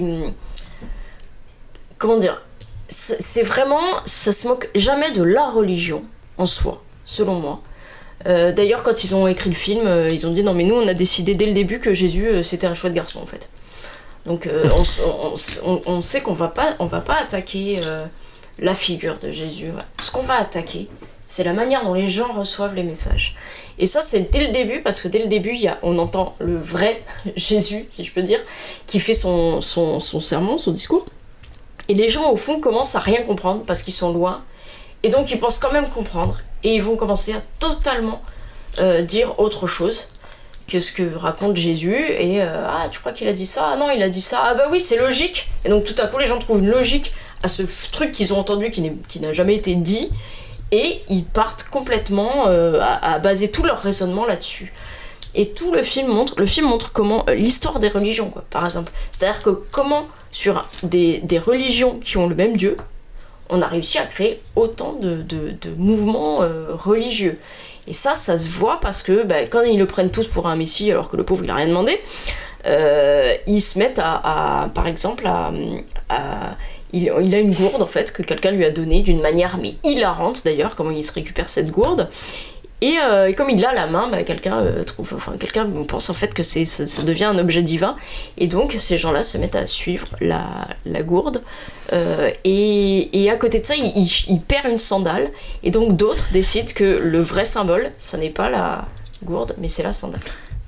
comment dire, c'est, c'est vraiment, ça se moque jamais de la religion en soi, selon moi. Euh, d'ailleurs, quand ils ont écrit le film, euh, ils ont dit non mais nous on a décidé dès le début que Jésus euh, c'était un chouette garçon en fait. Donc euh, on, on, on, on sait qu'on va pas, on va pas attaquer euh, la figure de Jésus. Ouais. Ce qu'on va attaquer, c'est la manière dont les gens reçoivent les messages. Et ça c'est dès le début parce que dès le début il y a, on entend le vrai Jésus, si je peux dire, qui fait son, son, son sermon, son discours. Et les gens au fond commencent à rien comprendre parce qu'ils sont loin. Et donc ils pensent quand même comprendre et ils vont commencer à totalement euh, dire autre chose que ce que raconte Jésus et euh, ah tu crois qu'il a dit ça, ah non il a dit ça, ah bah oui c'est logique. Et donc tout à coup les gens trouvent une logique à ce f- truc qu'ils ont entendu qui, n'est, qui n'a jamais été dit et ils partent complètement euh, à, à baser tout leur raisonnement là-dessus. Et tout le film montre, le film montre comment euh, l'histoire des religions quoi, par exemple. C'est-à-dire que comment sur des, des religions qui ont le même Dieu, on a réussi à créer autant de, de, de mouvements euh, religieux. Et ça, ça se voit parce que bah, quand ils le prennent tous pour un messie, alors que le pauvre, il a rien demandé, euh, ils se mettent à, à par exemple, à, à il, il a une gourde, en fait, que quelqu'un lui a donnée d'une manière, mais hilarante, d'ailleurs, comment il se récupère cette gourde. Et, euh, et comme il a la main, bah, quelqu'un euh, trouve, enfin quelqu'un pense en fait que c'est, ça, ça devient un objet divin, et donc ces gens-là se mettent à suivre la, la gourde, euh, et, et à côté de ça, il, il, il perd une sandale, et donc d'autres décident que le vrai symbole, ce n'est pas la gourde, mais c'est la sandale.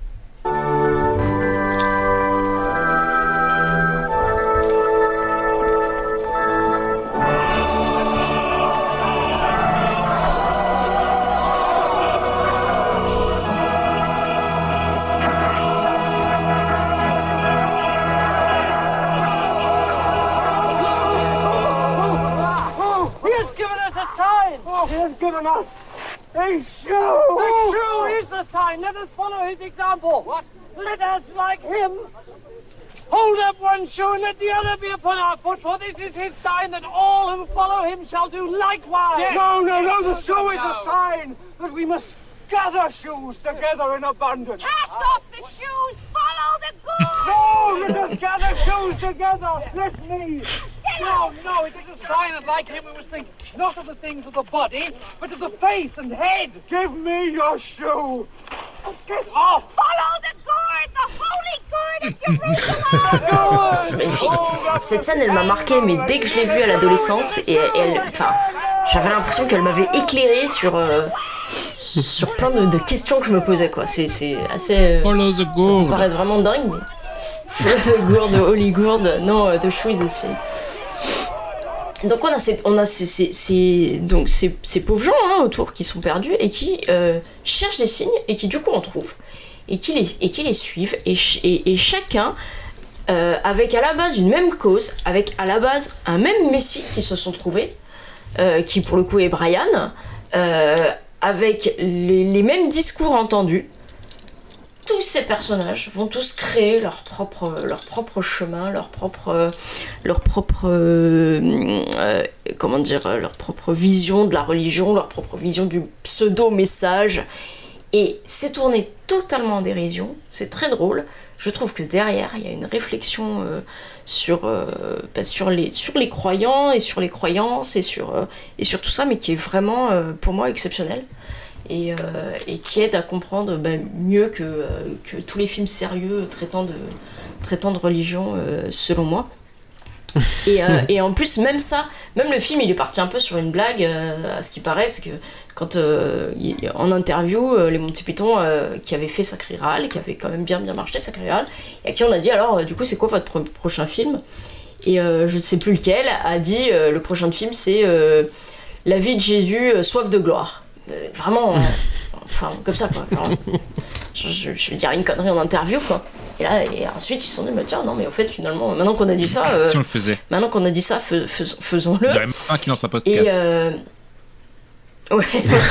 He has given us a shoe! The shoe is the sign. Let us follow his example. What? Let us, like him, hold up one shoe and let the other be upon our foot, for this is his sign that all who follow him shall do likewise. Yes. No, no, no, the shoe is a sign that we must gather shoes together in abundance. Cast off the shoes, follow the good! No, let us gather shoes together. Let me. No, no, it is a sign that like him we must think not of the things of the body, but of the face and head. Give me your shoe. Get off. Follow the gourd, the holy gourd of Jerusalem. C'est magnifique. Cette scène, elle m'a marquée, mais dès que je l'ai vue à l'adolescence, et elle, enfin, j'avais l'impression qu'elle m'avait éclairée sur, euh, sur plein de, de questions que je me posais, quoi. C'est, c'est assez. Euh, Follow the gourd. Ça me paraît vraiment dingue, mais. Follow the gourd, the holy gourd, non, the shoe is the Donc on a ces, on a ces, ces, ces, donc ces, ces pauvres gens hein, autour qui sont perdus et qui euh, cherchent des signes et qui du coup on trouve et qui les, et qui les suivent et, et, et chacun euh, avec à la base une même cause, avec à la base un même messie qui se sont trouvés, euh, qui pour le coup est Brian, euh, avec les, les mêmes discours entendus. Tous ces personnages vont tous créer leur propre, leur propre chemin, leur propre, leur propre, euh, euh, comment dire, leur propre vision de la religion, leur propre vision du pseudo-message. Et c'est tourné totalement en dérision, c'est très drôle. Je trouve que derrière, il y a une réflexion euh, sur, euh, bah, sur, les, sur les croyants et sur les croyances et sur, euh, et sur tout ça, mais qui est vraiment, euh, pour moi, exceptionnel. Et, euh, et qui aide à comprendre bah, mieux que, euh, que tous les films sérieux traitant de, traitant de religion, euh, selon moi. Et, euh, et en plus, même ça, même le film, il est parti un peu sur une blague, euh, à ce qui paraît, c'est que quand, euh, il, en interview, euh, les Monty Python, euh, qui avaient fait Sacré Graal, qui avait quand même bien bien marché, Sacré Graal, et à qui on a dit, alors, euh, du coup, c'est quoi votre pro- prochain film ? Et euh, je ne sais plus lequel, a dit, euh, le prochain film, c'est euh, La vie de Jésus, euh, soif de gloire. Euh, vraiment, euh, enfin, comme ça, quoi. Alors, je, je, je vais dire une connerie en interview, quoi. Et là, et ensuite, ils se sont dit, bah, tiens, non, mais au fait, finalement, maintenant qu'on a dit ça... Euh, si on le faisait. Maintenant qu'on a dit ça, fais, fais, faisons-le. Il y aurait un qui lance un podcast. Et... Euh... Ouais,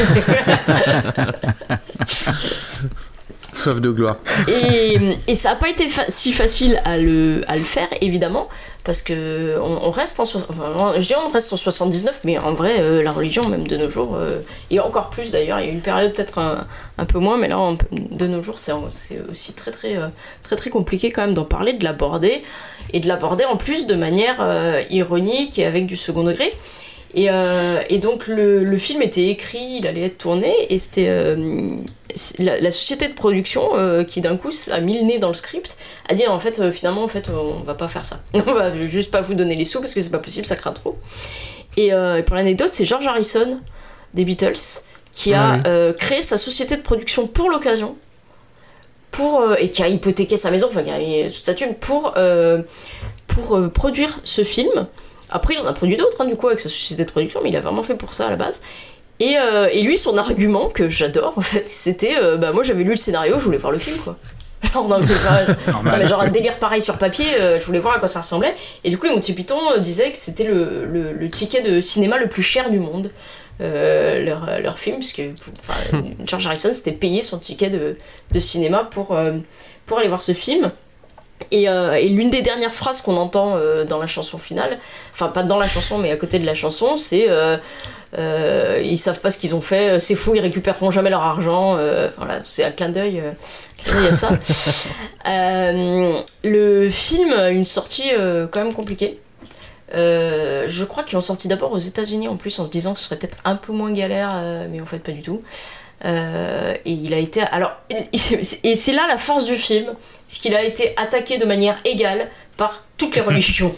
Soif de gloire. Et, et ça n'a pas été fa- si facile à le, à le faire, évidemment, parce que on, on reste en... So- enfin, je dis on reste en soixante-dix-neuf, mais en vrai, euh, la religion, même de nos jours, euh, et encore plus d'ailleurs, il y a eu une période peut-être un, un peu moins, mais là, on, de nos jours, c'est, c'est aussi très très, très, très, très compliqué quand même d'en parler, de l'aborder, et de l'aborder en plus de manière euh, ironique et avec du second degré. Et, euh, et donc le, le film était écrit, il allait être tourné, et c'était euh, la, la société de production euh, qui d'un coup a mis le nez dans le script, a dit en fait euh, finalement en fait on va pas faire ça, on va juste pas vous donner les sous parce que c'est pas possible, ça craint trop. Et, euh, et pour l'anecdote, c'est George Harrison des Beatles qui a ah oui. euh, créé sa société de production pour l'occasion, pour euh, et qui a hypothéqué sa maison, enfin qui a mis toute sa thune pour euh, pour euh, produire ce film. Après, il en a produit d'autres, hein, du coup, avec sa société de production, mais il a vraiment fait pour ça, à la base. Et, euh, et lui, son argument, que j'adore, en fait, c'était... Euh, bah, moi, j'avais lu le scénario, je voulais voir le film, quoi. Genre, non, mais, genre, non, mais genre un délire pareil sur papier, euh, je voulais voir à quoi ça ressemblait. Et du coup, les Monty Python euh, disaient que c'était le, le, le ticket de cinéma le plus cher du monde, euh, leur, leur film, parce que George Harrison s'était payé son ticket de, de cinéma pour, euh, pour aller voir ce film. Et, euh, et l'une des dernières phrases qu'on entend euh, dans la chanson finale, enfin pas dans la chanson mais à côté de la chanson, c'est euh, euh, ils savent pas ce qu'ils ont fait, c'est fou, ils récupéreront jamais leur argent, euh, voilà, c'est un clin d'œil, euh, clin d'œil à ça. euh, le film a une sortie euh, quand même compliquée. Euh, je crois qu'ils l'ont sorti d'abord aux États-Unis en plus en se disant que ce serait peut-être un peu moins galère, euh, mais en fait pas du tout. Euh, et il a été alors et c'est là la force du film, c'est qu'il a été attaqué de manière égale par toutes les religions.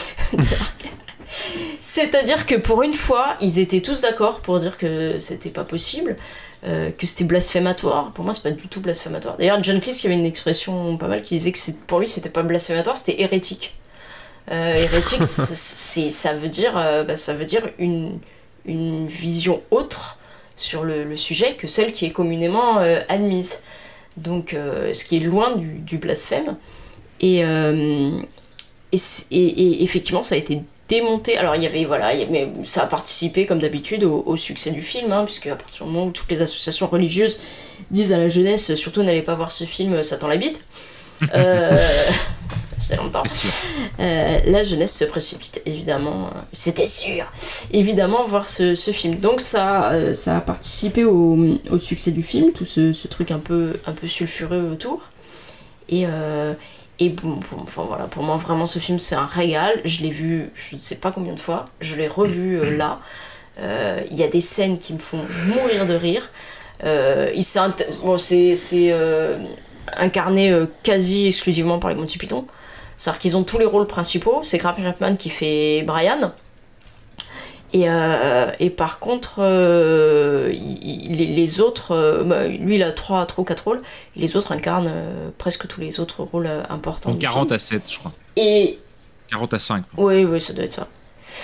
C'est-à-dire que pour une fois ils étaient tous d'accord pour dire que c'était pas possible, euh, que c'était blasphématoire. Pour moi c'est pas du tout blasphématoire. D'ailleurs John Cleese qui avait une expression pas mal qui disait que c'est, pour lui c'était pas blasphématoire, c'était hérétique. euh, hérétique c'est, c'est, ça veut dire euh, bah, ça veut dire une, une vision autre sur le, le sujet que celle qui est communément euh, admise. Donc, euh, ce qui est loin du, du blasphème. Et, euh, et, et, et effectivement, ça a été démonté. Alors, il y avait, voilà, il y avait, ça a participé, comme d'habitude, au, au succès du film, hein, puisque à partir du moment où toutes les associations religieuses disent à la jeunesse, surtout n'allez pas voir ce film, ça tend la bite. Euh... longtemps. Euh, la jeunesse se précipite, évidemment, euh, c'était sûr, évidemment, voir ce, ce film. Donc ça, euh, ça a participé au, au succès du film, tout ce, ce truc un peu, un peu sulfureux autour. Et, euh, et bon, bon, enfin voilà, pour moi, vraiment, ce film, c'est un régal. Je l'ai vu, je ne sais pas combien de fois, je l'ai revu euh, là. Il euh, y a des scènes qui me font mourir de rire. Euh, il s'est int- bon, c'est, c'est euh, incarné euh, quasi exclusivement par les Monty Python. C'est-à-dire qu'ils ont tous les rôles principaux. C'est Graham Chapman qui fait Brian. Et, euh, et par contre, euh, il, les, les autres... Euh, bah, lui, il a trois, trois ou quatre rôles. Et les autres incarnent euh, presque tous les autres rôles euh, importants. Donc quarante à sept, je crois. Et... quarante à cinq. Oui, oui, ça doit être ça.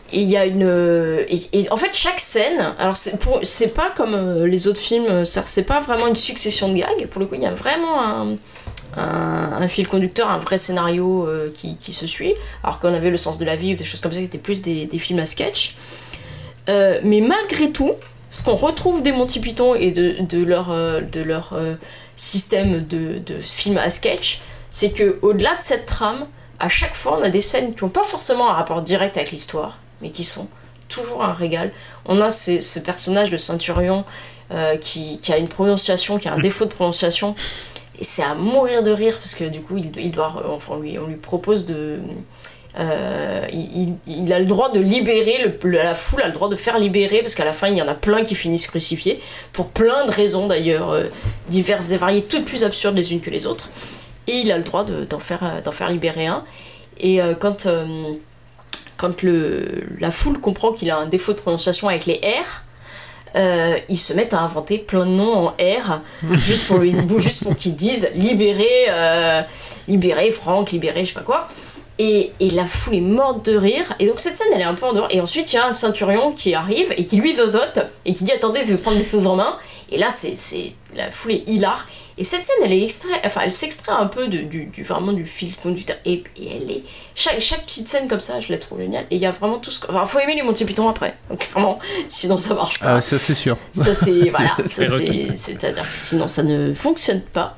Et il y a une. Et, et en fait, chaque scène. Alors, c'est, pour, c'est pas comme euh, les autres films, c'est, c'est pas vraiment une succession de gags. Pour le coup, il y a vraiment un, un, un fil conducteur, un vrai scénario euh, qui, qui se suit. Alors qu'on avait Le Sens de la vie ou des choses comme ça qui étaient plus des, des films à sketch. Euh, mais malgré tout, ce qu'on retrouve des Monty Python et de, de leur, euh, de leur euh, système de, de films à sketch, c'est qu'au-delà de cette trame, à chaque fois, on a des scènes qui n'ont pas forcément un rapport direct avec l'histoire, mais qui sont toujours un régal. On a ces, ce personnage de Centurion euh, qui, qui a une prononciation, qui a un défaut de prononciation, et c'est à mourir de rire, parce que du coup, il, il doit, enfin, on, lui, on lui propose de... Euh, il, il, il a le droit de libérer, le, la foule a le droit de faire libérer, parce qu'à la fin, il y en a plein qui finissent crucifiés, pour plein de raisons d'ailleurs, euh, diverses et variées, toutes plus absurdes les unes que les autres. Et il a le droit de, d'en, faire, d'en faire libérer un. Et euh, quand... Euh, Quand le, la foule comprend qu'il a un défaut de prononciation avec les R, euh, ils se mettent à inventer plein de noms en R, juste pour, lui, juste pour qu'ils disent libérer, euh, libérer Franck, libérer je sais pas quoi. Et, et la foule est morte de rire. Et donc cette scène, elle est un peu en dehors. Et ensuite, il y a un Centurion qui arrive et qui lui zozote et qui dit attendez, je vais prendre les choses en main. Et là, c'est, c'est, la foule est hilar. Et cette scène, elle est extrait, enfin, elle s'extrait un peu de, du, du, vraiment du fil conducteur. Et, et elle est. Chaque, chaque petite scène comme ça, je la trouve géniale. Et il y a vraiment tout ce. Enfin, faut aimer les Monty Python après. Donc, clairement, sinon ça marche pas. Ah, ça, c'est sûr. Ça, c'est. Voilà. ça, c'est c'est, c'est-à-dire que sinon, ça ne fonctionne pas.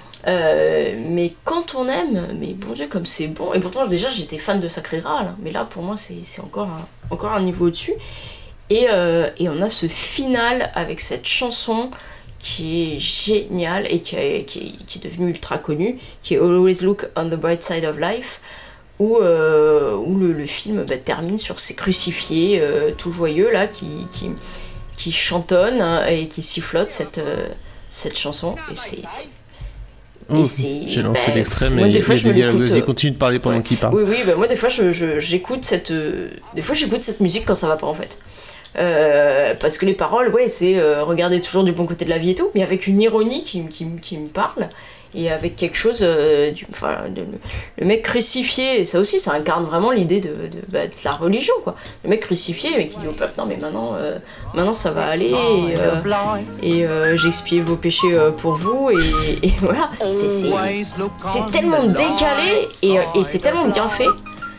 Euh, mais quand on aime, mais bon Dieu, comme c'est bon. Et pourtant, déjà, j'étais fan de Sacré Graal. Mais là, pour moi, c'est, c'est encore, un, encore un niveau au-dessus. Et, euh, et on a ce final avec cette chanson qui est génial et qui, a, qui, est, qui est devenu ultra connu, qui est Always Look on the Bright Side of Life, où, euh, où le, le film bah, termine sur ces crucifiés euh, tout joyeux là, qui, qui, qui chantonnent hein, et qui sifflotent cette, euh, cette chanson. Et c'est... c'est... Oh, j'ai lancé bah, l'extrait, mais moi, des fois, il je me l'écoute. Vas-y, continue de parler pendant ouais. qu'il parle. Oui, oui, bah, moi des fois je, je, j'écoute cette, euh, des fois j'écoute cette musique quand ça va pas en fait. Euh, parce que les paroles, ouais, c'est euh, regarder toujours du bon côté de la vie et tout, mais avec une ironie qui, qui, qui me parle, et avec quelque chose, euh, du, enfin, de, le mec crucifié, et ça aussi, ça incarne vraiment l'idée de, de, bah, de la religion, quoi. Le mec crucifié, mais qui dit au peuple, non mais maintenant, euh, maintenant ça va aller, et, euh, et euh, j'ai expié vos péchés euh, pour vous, et, et voilà, c'est, c'est, c'est tellement décalé, et, et c'est tellement bien fait.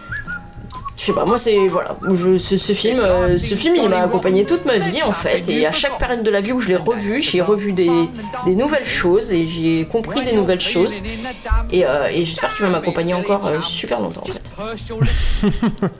Je sais pas, moi c'est, voilà, je, ce, ce film, euh, ce film il m'a accompagné toute ma vie en fait, et à chaque période de la vie où je l'ai revu, j'ai revu des, des nouvelles choses, et j'ai compris des nouvelles choses, et, euh, et j'espère qu'il va m'accompagner encore euh, super longtemps en fait.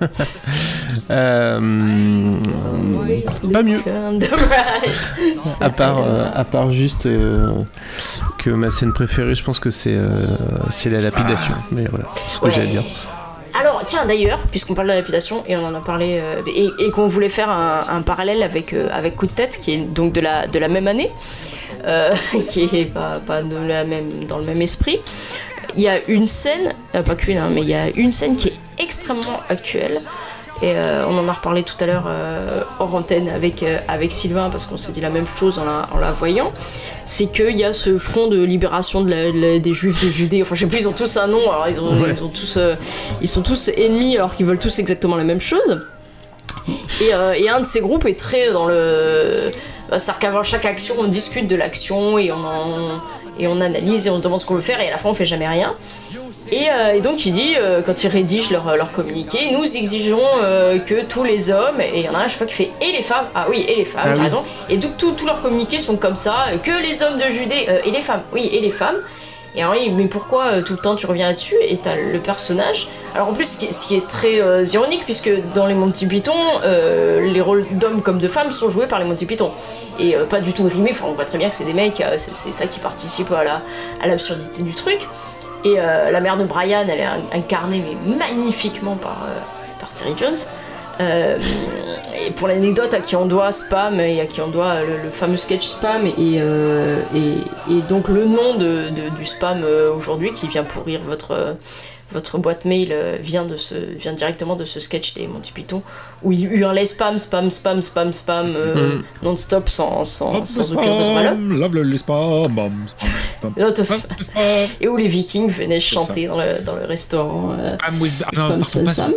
euh, pas mieux. à, part, euh, à part juste euh, que ma scène préférée, je pense que c'est, euh, c'est la lapidation, mais voilà, c'est ce que ouais. j'allais dire. Alors tiens d'ailleurs, puisqu'on parle de la lapidation et on en a parlé euh, et, et qu'on voulait faire un, un parallèle avec, euh, avec Coup de tête qui est donc de la, de la même année, euh, qui est pas, pas de la même, dans le même esprit, il y a une scène, euh, pas qu'une hein, mais il y a une scène qui est extrêmement actuelle et euh, on en a reparlé tout à l'heure euh, hors antenne avec, euh, avec Sylvain parce qu'on s'est dit la même chose en la, en la voyant. C'est qu'il y a ce front de libération de la, la, des Juifs de Judée. Enfin, je sais plus, ils ont tous un nom. Alors, ils, ont, ouais. ils, ont tous, euh, ils sont tous ennemis alors qu'ils veulent tous exactement la même chose. Et, euh, et un de ces groupes est très dans le... C'est-à-dire qu'avant chaque action, on discute de l'action et on, en, et on analyse et on se demande ce qu'on veut faire et à la fin, on fait jamais rien. Et, euh, et donc il dit, euh, quand ils rédigent leur, leur communiqué, nous exigeons euh, que tous les hommes, et il y en a un à chaque fois qui fait et les femmes, ah oui, et les femmes, ah, tu as oui. raison, et donc tous leurs communiqués sont comme ça, que les hommes de Judée, euh, et les femmes, oui, et les femmes. Et alors oui, mais pourquoi euh, tout le temps tu reviens là-dessus? Et t'as le personnage. Alors en plus, ce qui, ce qui est très euh, ironique, puisque dans les Monty Python, euh, les rôles d'hommes comme de femmes sont joués par les Monty Python. Et euh, pas du tout rimés, enfin on voit très bien que c'est des mecs, euh, c'est, c'est ça qui participe à, la, à l'absurdité du truc. Et euh, la mère de Brian, elle est incarnée mais magnifiquement par, euh, par Terry Jones. Euh, et pour l'anecdote, à qui on doit Spam et à qui on doit le, le fameux sketch Spam et, euh, et, et donc le nom de, de, du Spam euh, aujourd'hui qui vient pourrir votre, euh, votre boîte mail euh, vient, de ce, vient directement de ce sketch des Monty Python où il hurlait spam, spam, spam, spam, spam euh, mm. non-stop sans, sans, sans aucun besoin. Love le spam, spam, spam. Et où les Vikings venaient chanter dans le, dans le restaurant. Euh, spam with... Ah, non, spam, spam, spam, spam. Pardon.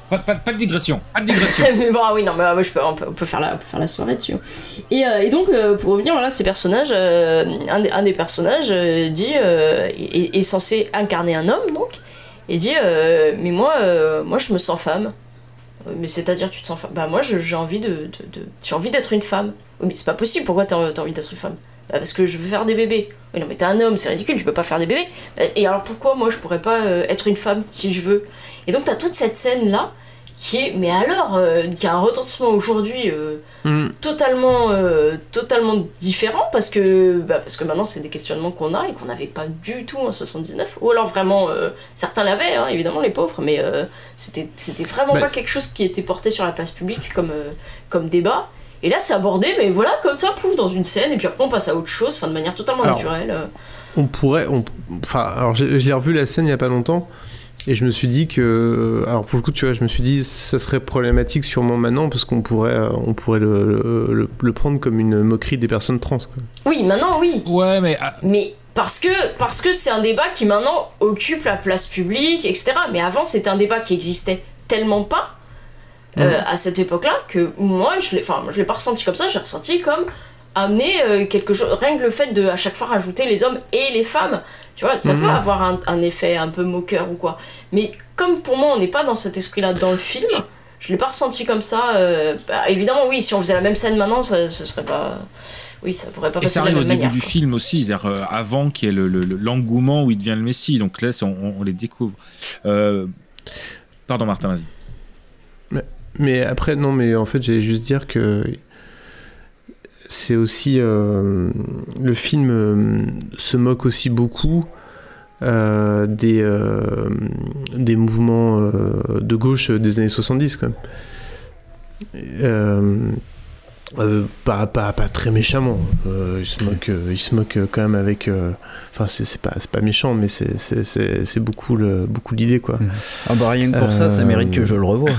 pas, pas, pas de digression, pas de digression. Mais bon, ah oui, non, mais ouais, je peux, on, peut, on, peut faire la, on peut faire la soirée dessus. Et, euh, et donc, euh, pour revenir, voilà, ces personnages, euh, un, des, un des personnages euh, dit, euh, est, est censé incarner un homme, donc, et dit, euh, mais moi, euh, moi, je me sens femme. Mais c'est-à-dire, tu te sens femme? Bah, moi, je, j'ai envie de, de, de j'ai envie d'être une femme. Oui, mais c'est pas possible, pourquoi t'as, t'as envie d'être une femme? Bah, parce que je veux faire des bébés. Oui, non, mais t'es un homme, c'est ridicule, tu peux pas faire des bébés. Et alors pourquoi moi je pourrais pas euh, être une femme si je veux? Et donc t'as toute cette scène-là qui est, mais alors, euh, qui a un retentissement aujourd'hui euh, mm. totalement, euh, totalement différent parce que, bah, parce que maintenant c'est des questionnements qu'on a et qu'on n'avait pas du tout en soixante-dix-neuf. Ou alors vraiment, euh, certains l'avaient, hein, évidemment les pauvres, mais euh, c'était, c'était vraiment bah, pas quelque chose qui était porté sur la place publique comme, euh, comme débat. Et là, c'est abordé, mais voilà, comme ça, pouf, dans une scène, et puis après, on passe à autre chose, enfin, de manière totalement alors, naturelle. On pourrait... On, enfin, alors, je, je l'ai revu la scène il y a pas longtemps, et je me suis dit que... Alors, pour le coup, tu vois, je me suis dit, ça serait problématique sûrement maintenant, parce qu'on pourrait, on pourrait le, le, le, le prendre comme une moquerie des personnes trans, quoi. Oui, maintenant, oui. Ouais, mais... Ah... Mais... Parce que, parce que c'est un débat qui, maintenant, occupe la place publique, et cetera. Mais avant, c'était un débat qui existait tellement pas, Euh, mmh. à cette époque-là, que moi, je l'ai, enfin, je l'ai pas ressenti comme ça, j'ai ressenti comme amener euh, quelque chose, rien que le fait de à chaque fois rajouter les hommes et les femmes, tu vois, ça mmh. peut avoir un, un effet un peu moqueur ou quoi. Mais comme pour moi, on n'est pas dans cet esprit-là dans le film, je, je l'ai pas ressenti comme ça. Euh, bah, évidemment, oui, si on faisait la même scène maintenant, ça, ce serait pas. Oui, ça pourrait pas passer de la même manière. Et ça arrive au début du film aussi, c'est-à-dire euh, avant qu'il y ait le, le, l'engouement où il devient le Messie. Donc là, on, on, on les découvre. Euh... Pardon, Martin, vas-y. Mais... Mais après, non, mais en fait, j'allais juste dire que c'est aussi... Euh, le film euh, se moque aussi beaucoup euh, des, euh, des mouvements euh, de gauche des années soixante-dix, quand même. Euh, euh, pas, pas, pas très méchamment. Euh, il se moque, euh, il se moque quand même avec... Enfin, euh, c'est, c'est, pas, c'est pas méchant, mais c'est, c'est, c'est, c'est beaucoup, le, beaucoup l'idée, quoi. Ah bah rien que pour euh, ça, ça mérite que je le revoie.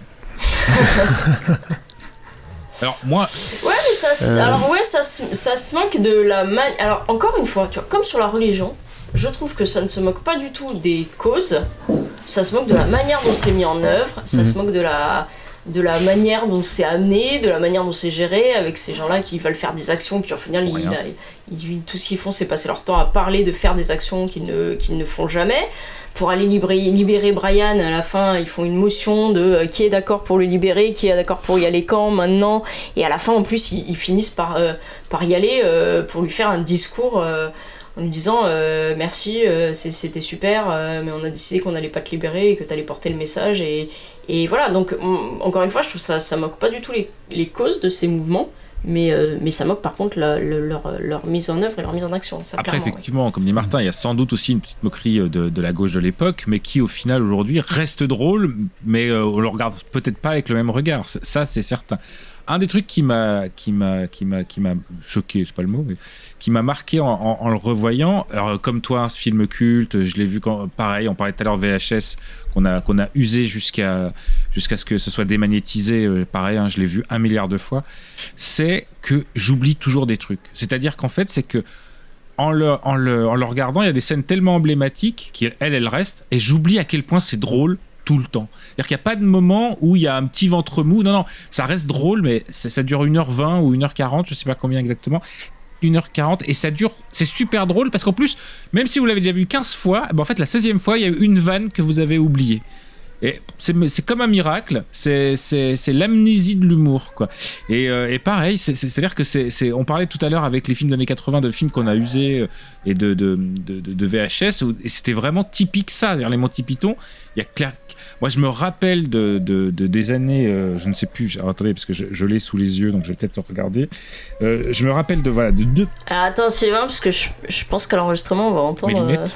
Alors moi ouais mais ça euh... alors ouais ça ça se moque de la manière. Alors encore une fois, tu vois, comme sur la religion, je trouve que ça ne se moque pas du tout des causes, ça se moque de la manière dont c'est mis en œuvre, ça mmh. se moque de la de la manière dont c'est amené, de la manière dont c'est géré, avec ces gens-là qui veulent faire des actions, puis au final, ils, ils, ils, tout ce qu'ils font, c'est passer leur temps à parler de faire des actions qu'ils ne, qu'ils ne font jamais. Pour aller libérer, libérer Brian, à la fin, ils font une motion de euh, qui est d'accord pour le libérer, qui est d'accord pour y aller quand, maintenant. Et à la fin, en plus, ils, ils finissent par, euh, par y aller euh, pour lui faire un discours euh, en lui disant euh, merci, euh, c'était super, euh, mais on a décidé qu'on n'allait pas te libérer et que tu allais porter le message. Et, et voilà, donc on, encore une fois, je trouve que ça, ça moque pas du tout les, les causes de ces mouvements. Mais, euh, mais ça moque par contre la, le, leur, leur mise en œuvre et leur mise en action. Ça, après, effectivement, ouais. Comme dit Martin, il y a sans doute aussi une petite moquerie de, de la gauche de l'époque, mais qui au final aujourd'hui reste drôle, mais euh, on le regarde peut-être pas avec le même regard. Ça, c'est certain. Un des trucs qui m'a, qui m'a, qui m'a, qui m'a choqué, c'est pas le mot, mais qui m'a marqué en, en, en le revoyant. Alors, comme toi, ce film culte, je l'ai vu quand, pareil, on parlait tout à l'heure V H S, qu'on a, qu'on a usé jusqu'à, jusqu'à ce que ce soit démagnétisé. Euh, pareil, hein, je l'ai vu un milliard de fois. C'est que j'oublie toujours des trucs. C'est-à-dire qu'en fait, c'est que en le, en le, en le regardant, il y a des scènes tellement emblématiques qu'elles, elles restent, et j'oublie à quel point c'est drôle tout le temps. C'est-à-dire qu'il n'y a pas de moment où il y a un petit ventre mou. Non, non, ça reste drôle, mais ça, ça dure une heure vingt ou une heure quarante, je ne sais pas combien exactement. une heure quarante, et ça dure, c'est super drôle, parce qu'en plus, même si vous l'avez déjà vu quinze fois, ben en fait, la seizième fois, il y a eu une vanne que vous avez oubliée. Et c'est, c'est comme un miracle, c'est, c'est, c'est l'amnésie de l'humour, quoi. Et, euh, et pareil, c'est, c'est, c'est-à-dire que c'est, c'est, on parlait tout à l'heure avec les films des années quatre-vingts, de films qu'on a usés et de, de, de, de, de V H S, et c'était vraiment typique ça, c'est-à-dire les Monty Python, il y a clair. Moi, je me rappelle de, de, de des années, euh, je ne sais plus, alors, attendez, parce que je, je l'ai sous les yeux, donc je vais peut-être le regarder. Euh, je me rappelle de, voilà, de deux... Alors, attends, Sylvain, parce que je, je pense qu'à l'enregistrement, on va entendre... Mes lunettes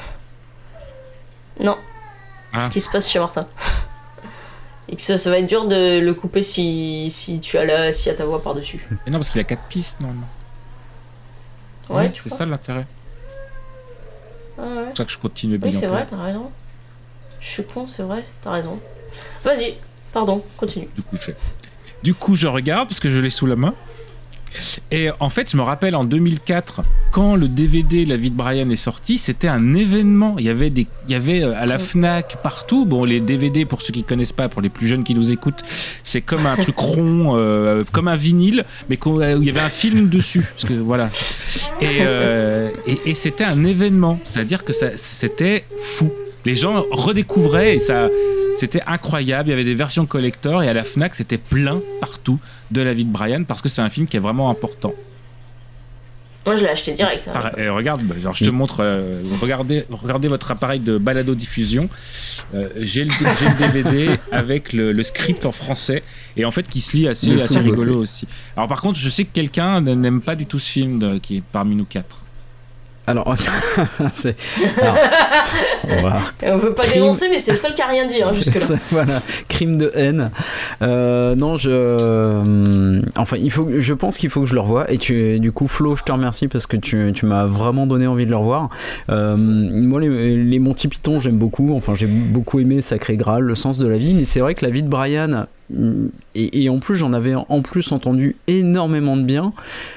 euh... Non. Ah. Ce qui se passe chez Martin. Et que ça, ça va être dur de le couper si, si tu as la, si y a ta voix par-dessus. Mais non, parce qu'il y a quatre pistes, normalement. Ouais, ouais tu c'est crois ça l'intérêt. Ah ouais. C'est pour ça que je continue bien. Oui, c'est vrai, t'as raison. Je suis con, c'est vrai, t'as raison. Vas-y, pardon, continue. Du coup, je fais. Du coup, je regarde parce que je l'ai sous la main. Et en fait, je me rappelle en deux mille quatre, quand le D V D La vie de Brian est sorti, c'était un événement. Il y avait des, il y avait à la Fnac partout. Bon, les D V D, pour ceux qui connaissent pas, pour les plus jeunes qui nous écoutent, c'est comme un truc rond, euh, comme un vinyle, mais où il y avait un film dessus. Parce que voilà. Et, euh, et, et c'était un événement. C'est-à-dire que ça, c'était fou. Les gens redécouvraient et ça, c'était incroyable. Il y avait des versions collector et à la Fnac, c'était plein partout de La vie de Brian parce que c'est un film qui est vraiment important. Moi, je l'ai acheté direct. Hein. Ah, euh, regarde, genre, je te montre. Euh, regardez, regardez votre appareil de balado-diffusion. Euh, j'ai, le, j'ai le D V D avec le, le script en français et en fait qui se lit assez, assez rigolo beauté. Aussi. Alors par contre, je sais que quelqu'un n'aime pas du tout ce film de, qui est parmi nous quatre. Alors, c'est... Alors, on, va... on veut pas Crime... dénoncer, mais c'est le seul qui a rien dit hein, jusque-là. Ça, voilà, crime de haine. Euh, non, je, euh, enfin, il faut, je pense qu'il faut que je le revoie. Et tu, du coup, Flo, je te remercie parce que tu, tu m'as vraiment donné envie de le revoir. Euh, moi, les, les Monty Python, j'aime beaucoup. Enfin, j'ai beaucoup aimé Sacré Graal, Le sens de la vie. Mais c'est vrai que La vie de Brian, et, et en plus, j'en avais en plus entendu énormément de bien.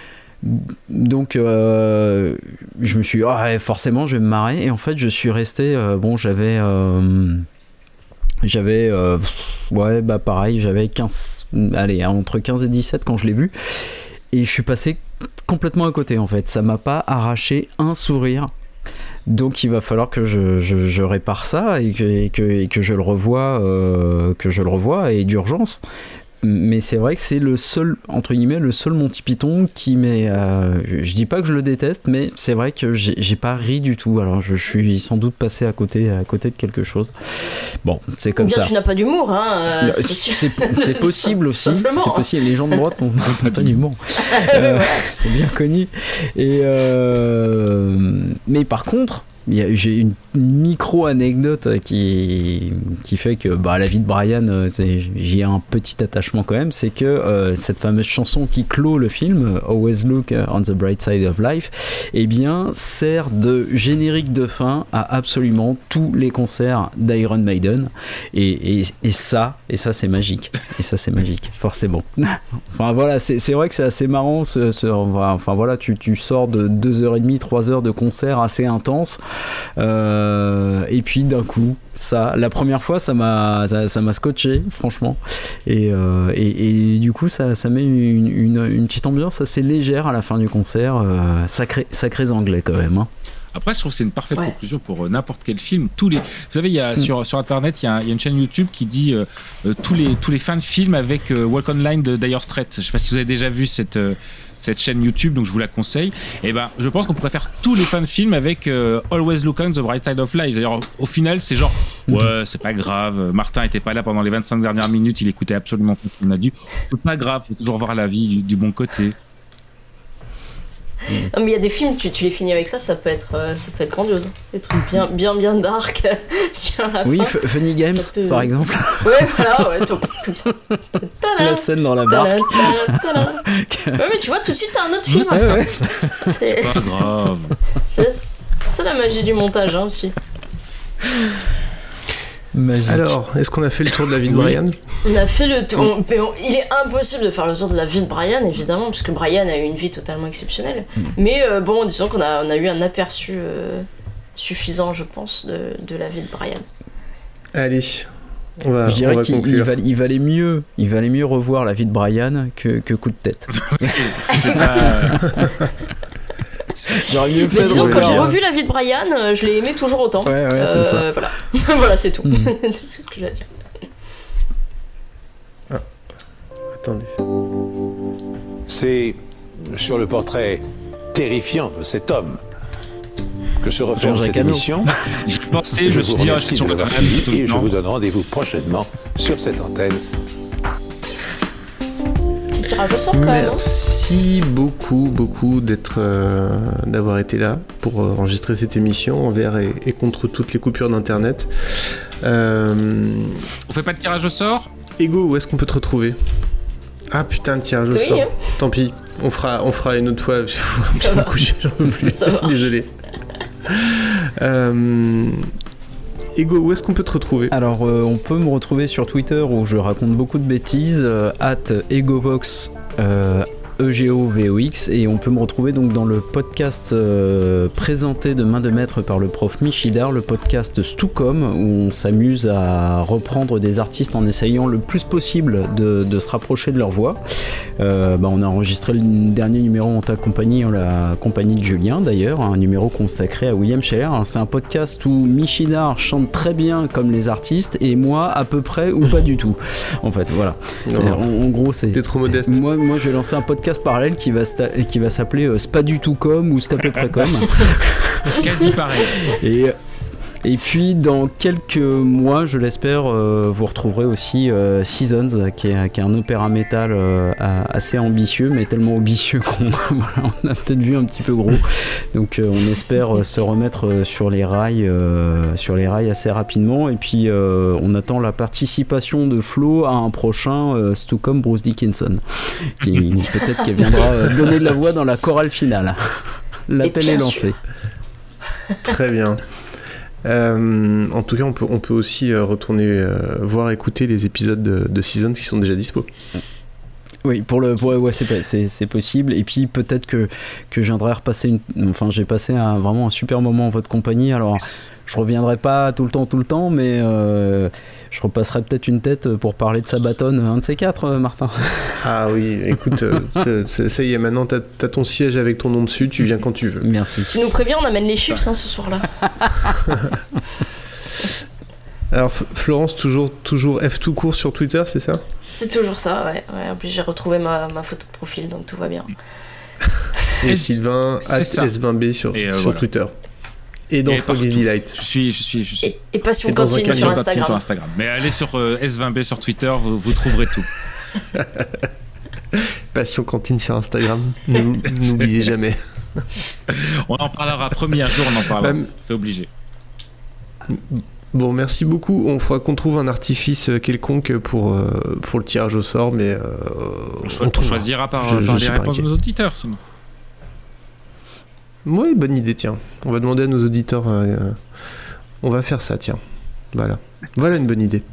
Donc euh, je me suis dit oh, ouais, forcément je vais me marrer et en fait je suis resté euh, bon j'avais euh, j'avais euh, ouais bah pareil j'avais quinze allez entre quinze et dix-sept quand je l'ai vu et je suis passé complètement à côté en fait, ça m'a pas arraché un sourire. Donc il va falloir que je, je, je répare ça et que, et que, et que je le revoie euh, que je le revoie et d'urgence. Mais c'est vrai que c'est le seul, entre guillemets, le seul Monty Python qui m'est... Euh, je dis pas que je le déteste, mais c'est vrai que j'ai, j'ai pas ri du tout. Alors je, je suis sans doute passé à côté, à côté de quelque chose. Bon, c'est comme Ou bien ça. Tu n'as pas d'humour, hein. Euh, c'est, c'est, c'est possible aussi. C'est possible. Les gens de droite n'ont pas d'humour. Euh, c'est bien connu. Et euh, mais par contre... J'ai une micro-anecdote qui, qui fait que bah, La vie de Brian, c'est, j'y ai un petit attachement quand même, c'est que euh, cette fameuse chanson qui clôt le film, Always Look on the Bright Side of Life, eh bien, sert de générique de fin à absolument tous les concerts d'Iron Maiden. Et, et, et ça, et ça c'est magique. Et ça c'est magique, forcément. Enfin voilà, c'est, c'est vrai que c'est assez marrant. Ce, ce, enfin voilà, tu, tu sors de deux heures trente, trois heures de concert assez intense. Euh, et puis d'un coup ça, la première fois ça m'a, ça, ça m'a scotché franchement et, euh, et, et du coup ça, ça met une, une, une petite ambiance assez légère à la fin du concert, euh, sacré, sacrés anglais quand même hein. Après, je trouve que c'est une parfaite ouais. conclusion pour euh, n'importe quel film. Tous les, vous savez, il y a, mm. sur, sur Internet, il y, a, il y a une chaîne YouTube qui dit euh, euh, tous, les, tous les fans de films avec euh, Walk on Line de Dire Straits. Je ne sais pas si vous avez déjà vu cette, euh, cette chaîne YouTube, donc je vous la conseille. Et ben, je pense qu'on pourrait faire tous les fans de films avec euh, Always Look on the Bright Side of Life. D'ailleurs, au final, c'est genre, ouais, c'est pas grave. Martin n'était pas là pendant les vingt-cinq dernières minutes, il écoutait absolument tout ce qu'on a dit. C'est pas grave, il faut toujours voir la vie du, du bon côté. Non, mais il y a des films, tu, tu les finis avec ça, ça peut être, euh, ça peut être grandiose. Des trucs bien, bien, bien dark sur la oui, fin. Oui, Funny Games, peut... par exemple. Ouais, voilà, ouais, tout, comme ça. Tada, la scène dans la barque. Tada, tada. Ouais, mais tu vois, tout de suite, t'as un autre film. Ouais, ça. Ouais, c'est... c'est pas grave. C'est, c'est la magie du montage, hein, aussi. Magique. Alors, est-ce qu'on a fait le tour de La vie de Brian ? On a fait le tour. On, mais on, il est impossible de faire le tour de La vie de Brian, évidemment, parce que Brian a eu une vie totalement exceptionnelle. Mm. Mais euh, bon, disons qu'on a, on a eu un aperçu euh, suffisant, je pense, de, de La vie de Brian. Allez. On va, je dirais on va qu'il il valait, il valait mieux, il valait mieux revoir La vie de Brian que, que Coup de tête. C'est pas... J'aurais mieux fait mais de disons, revoir. quand j'ai revu La vie de Brian, euh, je l'ai aimé toujours autant. Ouais, ouais, c'est euh, ça. Voilà, voilà c'est tout. Mm. C'est ce que j'ai à dire. Ah. Attendez. C'est sur le portrait terrifiant de cet homme que se referme cette émission. J'y pensais, je me suis dit, merci de l'avoir suivi et je vous donne rendez-vous prochainement sur cette antenne. Petit tirage au sort quand même. Merci beaucoup, beaucoup d'être, euh, d'avoir été là pour euh, enregistrer cette émission envers et, et contre toutes les coupures d'internet. Euh... On fait pas de tirage au sort ? Ego, où est-ce qu'on peut te retrouver ? Ah putain, le tirage au oui, sort. Hein. Tant pis, on fera, on fera une autre fois. Je vais me coucher, j'en peux plus. Désolé. Euh... Ego, où est-ce qu'on peut te retrouver ? Alors, euh, on peut me retrouver sur Twitter où je raconte beaucoup de bêtises, euh, at egovox, euh, E G O V O X, et on peut me retrouver donc dans le podcast euh, présenté de main de maître par le prof Michidar, le podcast Stucom, où on s'amuse à reprendre des artistes en essayant le plus possible de, de se rapprocher de leur voix. Euh, bah, on a enregistré le dernier numéro en ta compagnie, en la compagnie de Julien d'ailleurs, un numéro consacré à William Scheller. Alors, c'est un podcast où Michidar chante très bien comme les artistes et moi à peu près ou pas du tout. En fait, voilà. En, en gros, c'est. T'es trop modeste. Moi, moi, je vais lancer un podcast parallèle qui va, sta- qui va s'appeler euh, C'est pas du tout comme ou C'est à peu près comme. Quasi pareil. Et. Et puis dans quelques mois, je l'espère, euh, vous retrouverez aussi euh, Seasons, qui est, qui est un opéra métal euh, assez ambitieux, mais tellement ambitieux qu'on voilà, on a peut-être vu un petit peu gros. Donc euh, on espère euh, se remettre euh, sur les rails, euh, sur les rails assez rapidement. Et puis euh, on attend la participation de Flo à un prochain euh, Stucom Bruce Dickinson, qui peut-être qu'elle viendra euh, donner de la voix dans la chorale finale. L'appel est lancé. Très bien. Euh, en tout cas, on peut, on peut aussi euh, retourner euh, voir, écouter les épisodes de, de Seasons qui sont déjà dispo. Oui, pour le, pour, ouais, c'est, c'est, c'est possible. Et puis peut-être que, que je viendrai repasser une. Enfin, j'ai passé un, vraiment un super moment en votre compagnie. Alors, je reviendrai pas tout le temps, tout le temps, mais euh, je repasserai peut-être une tête pour parler de Sabaton, un de ces quatre, Martin. Ah oui, écoute, euh, ça y est, maintenant t'as, t'as ton siège avec ton nom dessus, tu viens quand tu veux. Merci. Tu nous préviens, on amène les chips hein, ce soir-là. Alors F- Florence, toujours, toujours F tout court sur Twitter, c'est ça ? C'est toujours ça, ouais. ouais. En plus, j'ai retrouvé ma, ma photo de profil, donc tout va bien. Et Sylvain, at ça. S vingt B sur, et euh, sur voilà. Twitter. Et dans Foggy's Delight. Je suis, je suis, je suis. Et, et Passion Et dans un Cantine sur Instagram. sur Instagram. Mais allez sur euh, S vingt B sur Twitter, vous, vous trouverez tout. Passion Cantine sur Instagram, n'oubliez jamais. On en parlera, premier jour on en parlera, Bah, c'est obligé. Bon, merci beaucoup. On fera qu'on trouve un artifice quelconque pour, euh, pour le tirage au sort, mais euh, on, cho- on choisira par, je, par je les réponses de nos auditeurs, sinon. Oui, bonne idée, tiens. On va demander à nos auditeurs. Euh, on va faire ça, tiens. Voilà. Voilà une bonne idée.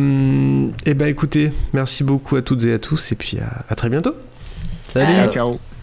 Euh, et ben écoutez, merci beaucoup à toutes et à tous, et puis à, à très bientôt. Salut. Ciao.